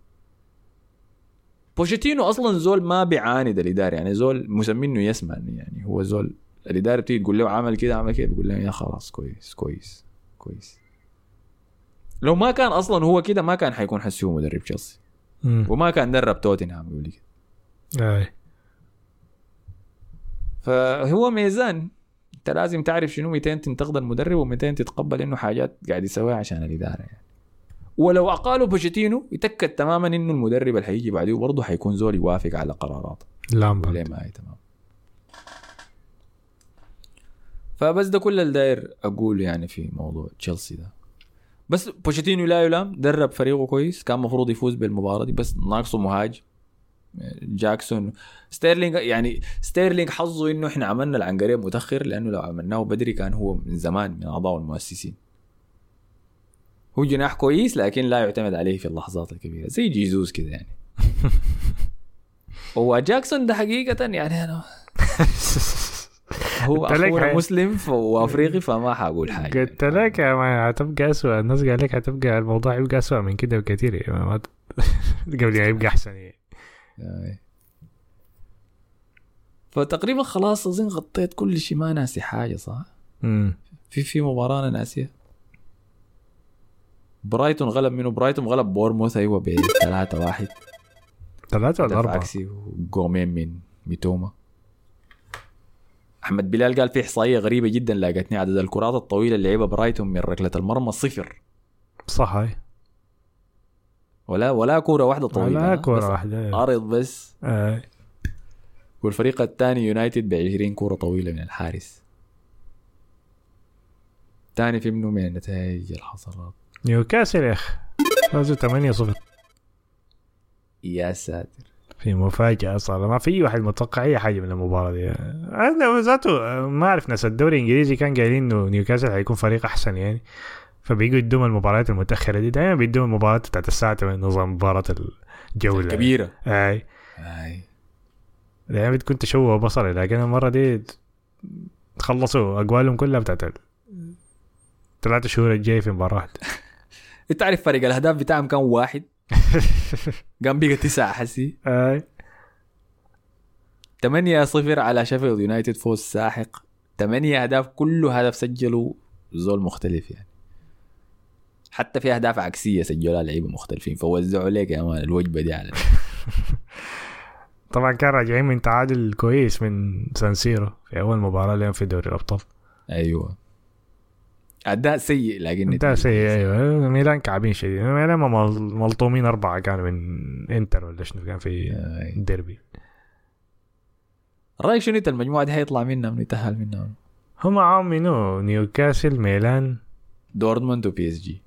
بوشيتينو اصلا زول ما بيعاند الإدارة، يعني زول مسمينه يسمع، يعني هو زول الإدارة بتيجي تقول له عمل كده عمل كده بيقول له يا خلاص كويس كويس كويس. لو ما كان اصلا هو كده ما كان حيكون حسيه مدرب تشيلسي وما كان درب توتنهام يقول كده. اي فهو ميزان، انت لازم تعرف شنو متين تنتقد المدرب ومتين تتقبل انه حاجات قاعد يسويها عشان الاداره يعني. ولو اقالوا بوشيتينو يتاكد تماما انه المدرب اللي حيجي بعديه برضه حيكون زول يوافق على قراراته. لامبرد ما هي تمام. فبس ده كل اللي داير اقول يعني في موضوع تشيلسي ده. بس بوشيتينو لا يلام، درب فريقه كويس، كان مفروض يفوز بالمباراة دي بس ناقصه مهاجم. جاكسون ستيرلينج، يعني ستيرلينج حظه انه احنا عملنا العنقريب متأخر، لانه لو عملناه بدري كان هو من زمان من اعضاء المؤسسين. هو جناح كويس لكن لا يعتمد عليه في اللحظات الكبيرة زي جيزوس كده يعني. هو جاكسون ده حقيقة يعني انا هو قلت لك اخونا هي- مسلم ف- وافريقي فما حقول حاجه. قلت لك يا ما هتبقى أسوأ. الناس قال لك هتبقى الموضوع يبقى أسوأ من كده بكثير يا ما ت- قبل ما يبقى أحسن يعني. آه. فتقريبا خلاص اظن غطيت كل شيء، ما ناسي حاجه صح؟ امم في في مباراه انا ناسيه. برايتون غلب منه، برايتون غلب بورموث ايوه ب ثلاثة واحد. ثلاثة ولا دفع أربعة؟ عكسي وجومين من ميتوما. احمد بلال قال في احصائيه غريبه جدا لاقتني، عدد الكرات الطويله اللي لعبها برايتون من ركله المرمى صفر. صح هاي. ولا ولا كوره واحده طويله. لا ها؟ كورة بس واحدة. عرض بس. آه. والفريق الثاني يونايتد بعشرين كوره طويله من الحارس. ثاني في منه من النتائج الحصلات. نيوكاسل يا أخ فازوا ثمانية صفر يا ساتر. في مفاجأة صار، ما في واحد متوقع أي حاجة من المباراة دي. أنا ذاته ما أعرف، ناس الدوري الإنجليزي كان قايلين إنه نيوكاسل هيكون فريق أحسن يعني، فبيجوا يدوم المباريات المتأخرة دي. دائما بيدوم المباريات بتاعت الساعة من نظام مباراة الجولة كبيرة. أي اي دائما بتكون تشوه بصري، لكن المرة دي تخلصوا أقوالهم كلها بتاعت ثلاثة شهور الجاي في مباراة واحدة. انت تعرف فرق الاهداف بتاعهم كان واحد قام بقى تسعة حسي. أي ثمانية صفر على شيفيلد يونايتد، فوز ساحق. ثمانية اهداف كله هدف سجلوا زول مختلف يعني، حتى في اهداف عكسيه سجلوها لعيبه مختلفين، فوزعوا لك يا مان الوجبه دي على طبعا كان راجعين من تعادل كويس من سانسيرو في أول مباراة لهم في دوري الأبطال. ايوه اداء سيء لكن ده سيء. ايوه ميلان كعبين شديد. ميلان مل- ملطومين اربعه كانوا من انتر ولا شنو كان في الديربي. رايك شنو انت المجموعه دي هيطلع منها من يتاهل منها؟ هم معاهم منو؟ نيوكاسل، ميلان، دورتموند وبي اس جي.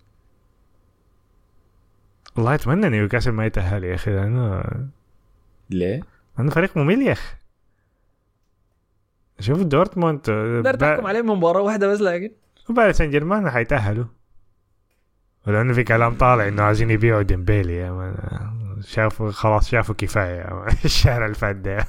والله اتمنى نيوكاسل ما يتاهل يا اخي. انا ليه؟ انا فريق ممل يا اخي. شوف دورتموند تقدر تحكم عليه من مباراه واحده بس، لكن باريس سان جيرمان حيتاهلوا، ولانه في كلام طالع انه عايزين يبيعوا ديمبيلي يا مان. شافوا خلاص، شافوا كفايه يا مان. الشهر اللي فات ده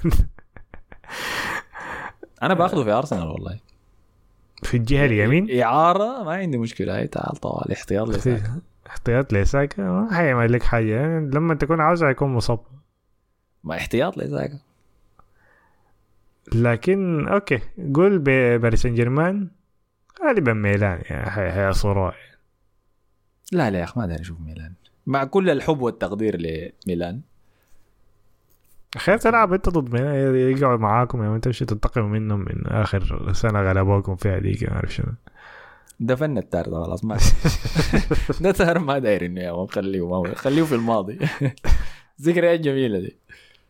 انا باخذه في ارسنال والله. في الجهه اليمين اعاره ما عندي مشكله، هي تعال طوال احتياط لساكا. احتياط لساكا ما حيعمل لك حاجه يعني. لما تكون عاوزه يكون مصاب، ما احتياط لساكا. لكن اوكي قول باريس سان جيرمان غالبا ميلان يعني هي صراع. لا لا يا اخي ما داري اشوف ميلان مع كل الحب والتقدير لميلان. خير تلعب انت ضد ميلان يقعوا معاكم يعني، انت مش تنتقموا منهم من اخر سنه غلبوكم فيها ديك ما اعرف شنو. دفن التار ده خلاص ما ده تار ما داير انه يا مان خليه ما خليه في الماضي. ذكريات جميله دي.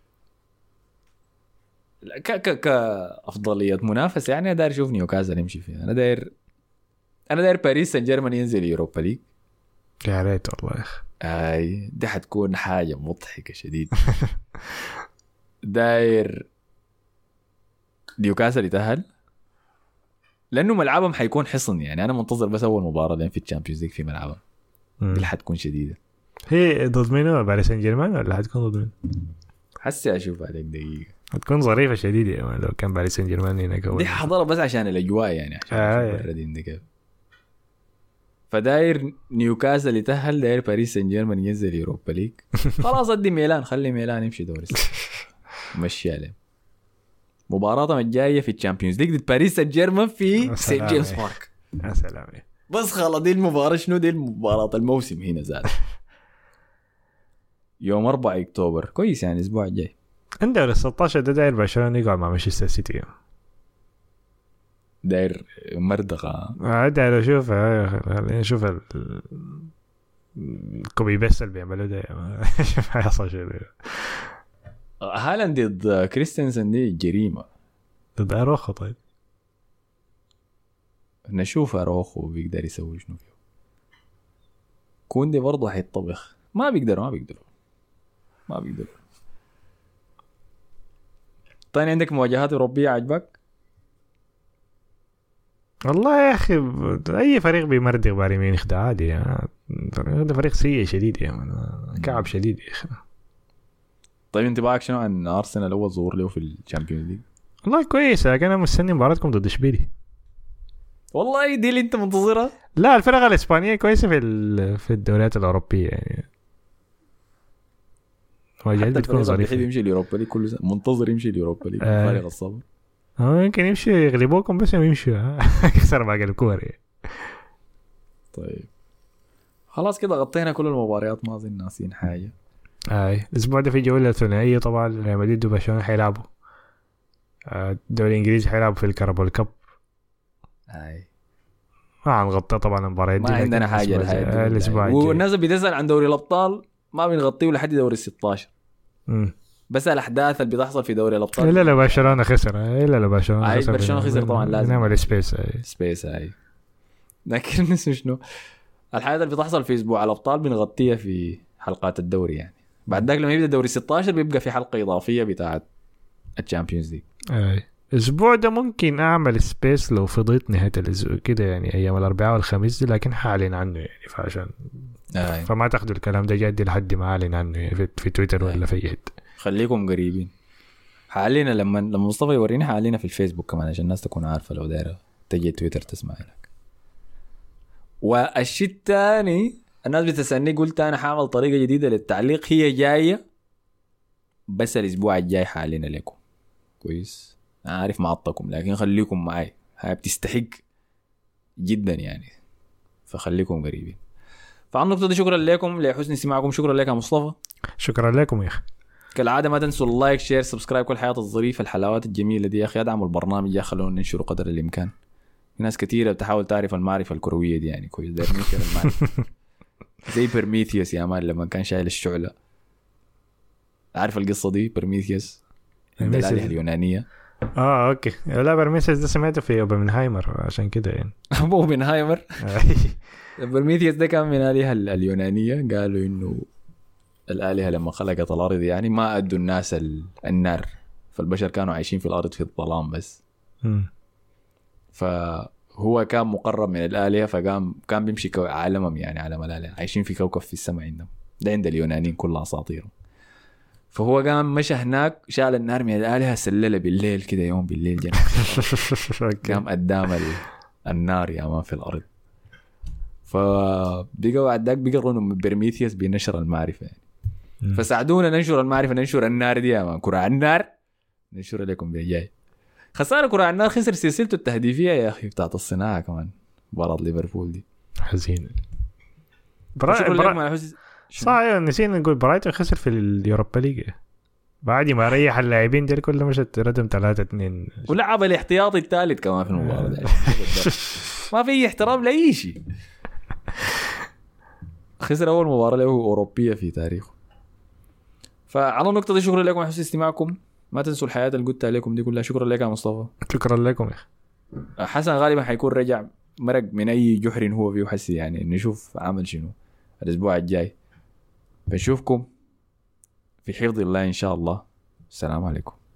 ك ك كافضليه منافسه يعني داير اشوف نيوكاسل يمشي فيها. انا داير انا داير باريس سان جيرمان ينزل يوروبا ليج. يا ريت والله يا اخي. اي دي حتكون حاجه مضحكه شديد. داير نيوكاسل يتأهل لانه ملعبهم حيكون حصن يعني. انا منتظر بس اول مباراه لين في الشامبيونز ليج في ملعبهم دي حتكون شديده. هي ضد منو؟ باريس سان جيرمان ولا حتكون ضد منو؟ حسي اشوف عليك دقيقه. هتكون ظريفه شديده يعني لو كان باريس سان جيرمان هناك. دي حضرها بس عشان الاجواء يعني، عشان آه اشوف الردين دي كيف. فداير نيوكاسل يتأهل، داير باريس سان جيرمان ينزل يوروبا ليج. خلاص ادي ميلان، خلي ميلان يمشي دوري مشي عليه. مباراتهم الجايه في الشامبيونز ليج ضد باريس سان جيرمان في سين جيمس بارك. يا سلام. بس خلاص دي المباراه شنو؟ دي المباراه الموسم هنا زاد يوم أربعة أكتوبر. كويس يعني الاسبوع الجاي. عنده ستة عشر ده داير برشلونه يقعد مع مانشستر سيتي. داير مردغه. داير اشوف خلينا نشوف الكوبي بيست اللي بيعملوا ده. شوف هيحصل شيء. هالاند ضد كريستنسن دي جريمه. ضد اروخو. طيب نشوف اروخو بيقدر يسوي شنو فيه. كوندي برضه حيطبخ. ما بيقدروا ما بيقدروا ما بيقدروا. طيب عندك مواجهات أوروبية عجبك؟ والله يا أخي أي فريق بيمردغ بايرن ميونخ ده عادي يعني. هذا فريق سيء شديد يعني، كعب شديد يا أخي. طيب انت باك شنو عن أرسنال أول ظهور له في الشامبيونز ليج؟ والله كويس، لكن انا مستني مباراتكم ضد اشبيلي. والله دي اللي انت منتظرها. لا الفرقه الاسبانيه كويسه في في الدوريات الاوروبيه يعني، حتى بتكون ظريفه. يمشي اليوروبا ليج كل سنه، منتظر يمشي اليوروبا ليج آه. فارغ الصبر. اه يمكن يمشي يغلبوكم بس يمشي يكسر باقي الكور. طيب خلاص كده غطينا كل المباريات، ما اظن ناسين حاجه. اي الاسبوع ده في جوله ثنائيه طبعا، ريال مدريد وبرشلونه حيلعبوا. الدوري الانجليزي حيلعبوا في الكارابول كاب. اي ما هنغطي طبعا المباريات دي، ما عندنا حاجه لهذا الاسبوع الجاي. والناس بتسال عن دوري الابطال ما بنغطيه لحد دوري الستاشر. امم بس الاحداث اللي بتحصل في دوري الابطال الا لو برشلونه خسر، الا لو برشلونه اي خسر برشلونه خسر طبعا لازم نعمل سبيس. اي سبيس اي لكن شنو الحاجات اللي بتحصل في اسبوع الابطال بنغطيها في حلقات الدوري يعني. بعد ذاك لما يبدا الدوري ستاشر بيبقى في حلقه اضافيه بتاعه الشامبيونز ليج. اي الاسبوع ده ممكن اعمل سبيس لو فضيت نهايه الاسبوع كده يعني، ايام الاربعاء والخميس دي، لكن حاعلن عنه يعني، فعشان آه. فما تاخذوا الكلام ده جدي لحد ما اعلن عنه يعني في, في تويتر ولا في يد. خليكم قريبين. حالينا لما لما مصطفى يوريني حالينا في الفيسبوك كمان عشان الناس تكون عارفه لو دايره تجي تويتر تسمع لك. والشيء الثاني الناس بتسألني، قلت انا حاعمل طريقه جديده للتعليق، هي جايه بس الاسبوع الجاي حالينا لكم كويس. انا عارف معطكم لكن خليكم معي، هاي بتستحق جدا يعني، فخليكم قريبين. فعن النقطه دي شكرا لكم لحسن استماعكم. شكرا لك يا مصطفى. شكرا لكم يا اخي. كالعاده ما تنسوا اللايك شير سبسكرايب، كل الحياه الظريفه الحلاوات الجميله دي يا اخي. ادعموا البرنامج يا خلونا ننشره قدر الامكان. في ناس كثيره بتحاول تعرف المعرفه الكرويه دي يعني كويس، داير ننشر المعرفه زي برميثيوس يا مان لما كان شايل الشعله. عارف القصه دي؟ برميثيوس الآلهة اليونانيه. اه اوكي. لا برميثيوس ده سمعته في اوبنهايمر عشان كده يعني. ابو اوبنهايمر. برميثيوس ده كان من الآلهة اليونانيه. قالوا انه الآلهة لما خلقت الارض يعني ما ادوا الناس النار، فالبشر كانوا عايشين في الارض في الظلام بس. م. فهو كان مقرب من الآلهة، فقام كان بيمشي عالمهم يعني عالم الآلهة، عايشين في كوكب في السماء عندهم. ده عند اليونانيين كلها اساطيرهم. فهو قام مشى هناك شال النار من الآلهة سلله بالليل كده، يوم بالليل جنة قام قدام النار يا مان في الأرض. فبقوا بعد ذاك بيقروا إنه برميثيوس بينشر المعرفة يعني. فساعدونا ننشر المعرفة، ننشر النار دي يا مان. كرة النار ننشر لكم بالجاي. خسارة كرة النار خسر سلسلته التهديفية يا أخي بتاعت الصناعة كمان، مباراة ليفربول دي حزين. شكرا لكم على حسن. صحيح نسينا نقول برايتون خسر في اليوروبا ليج بعد ما ريح اللاعبين دي كلهم، مشت ردم ثلاثة اثنين ولعب الاحتياطي الثالث كمان في المباراة دي. ما في احترام لأي شيء. خسر أول مباراة له أوروبية في تاريخه. فعلى النقطة دي شكرا لكم على حسن استماعكم. ما تنسوا الحياة اللي قلتها لكم دي كلها. شكرا لك يا مصطفى. شكرا لكم يا أخي. حسن غالبا حيكون رجع مرق من أي جحر هو فيه حسي يعني، نشوف عمل شنو الأسبوع الجاي. بنشوفكم في حفظ الله إن شاء الله. السلام عليكم.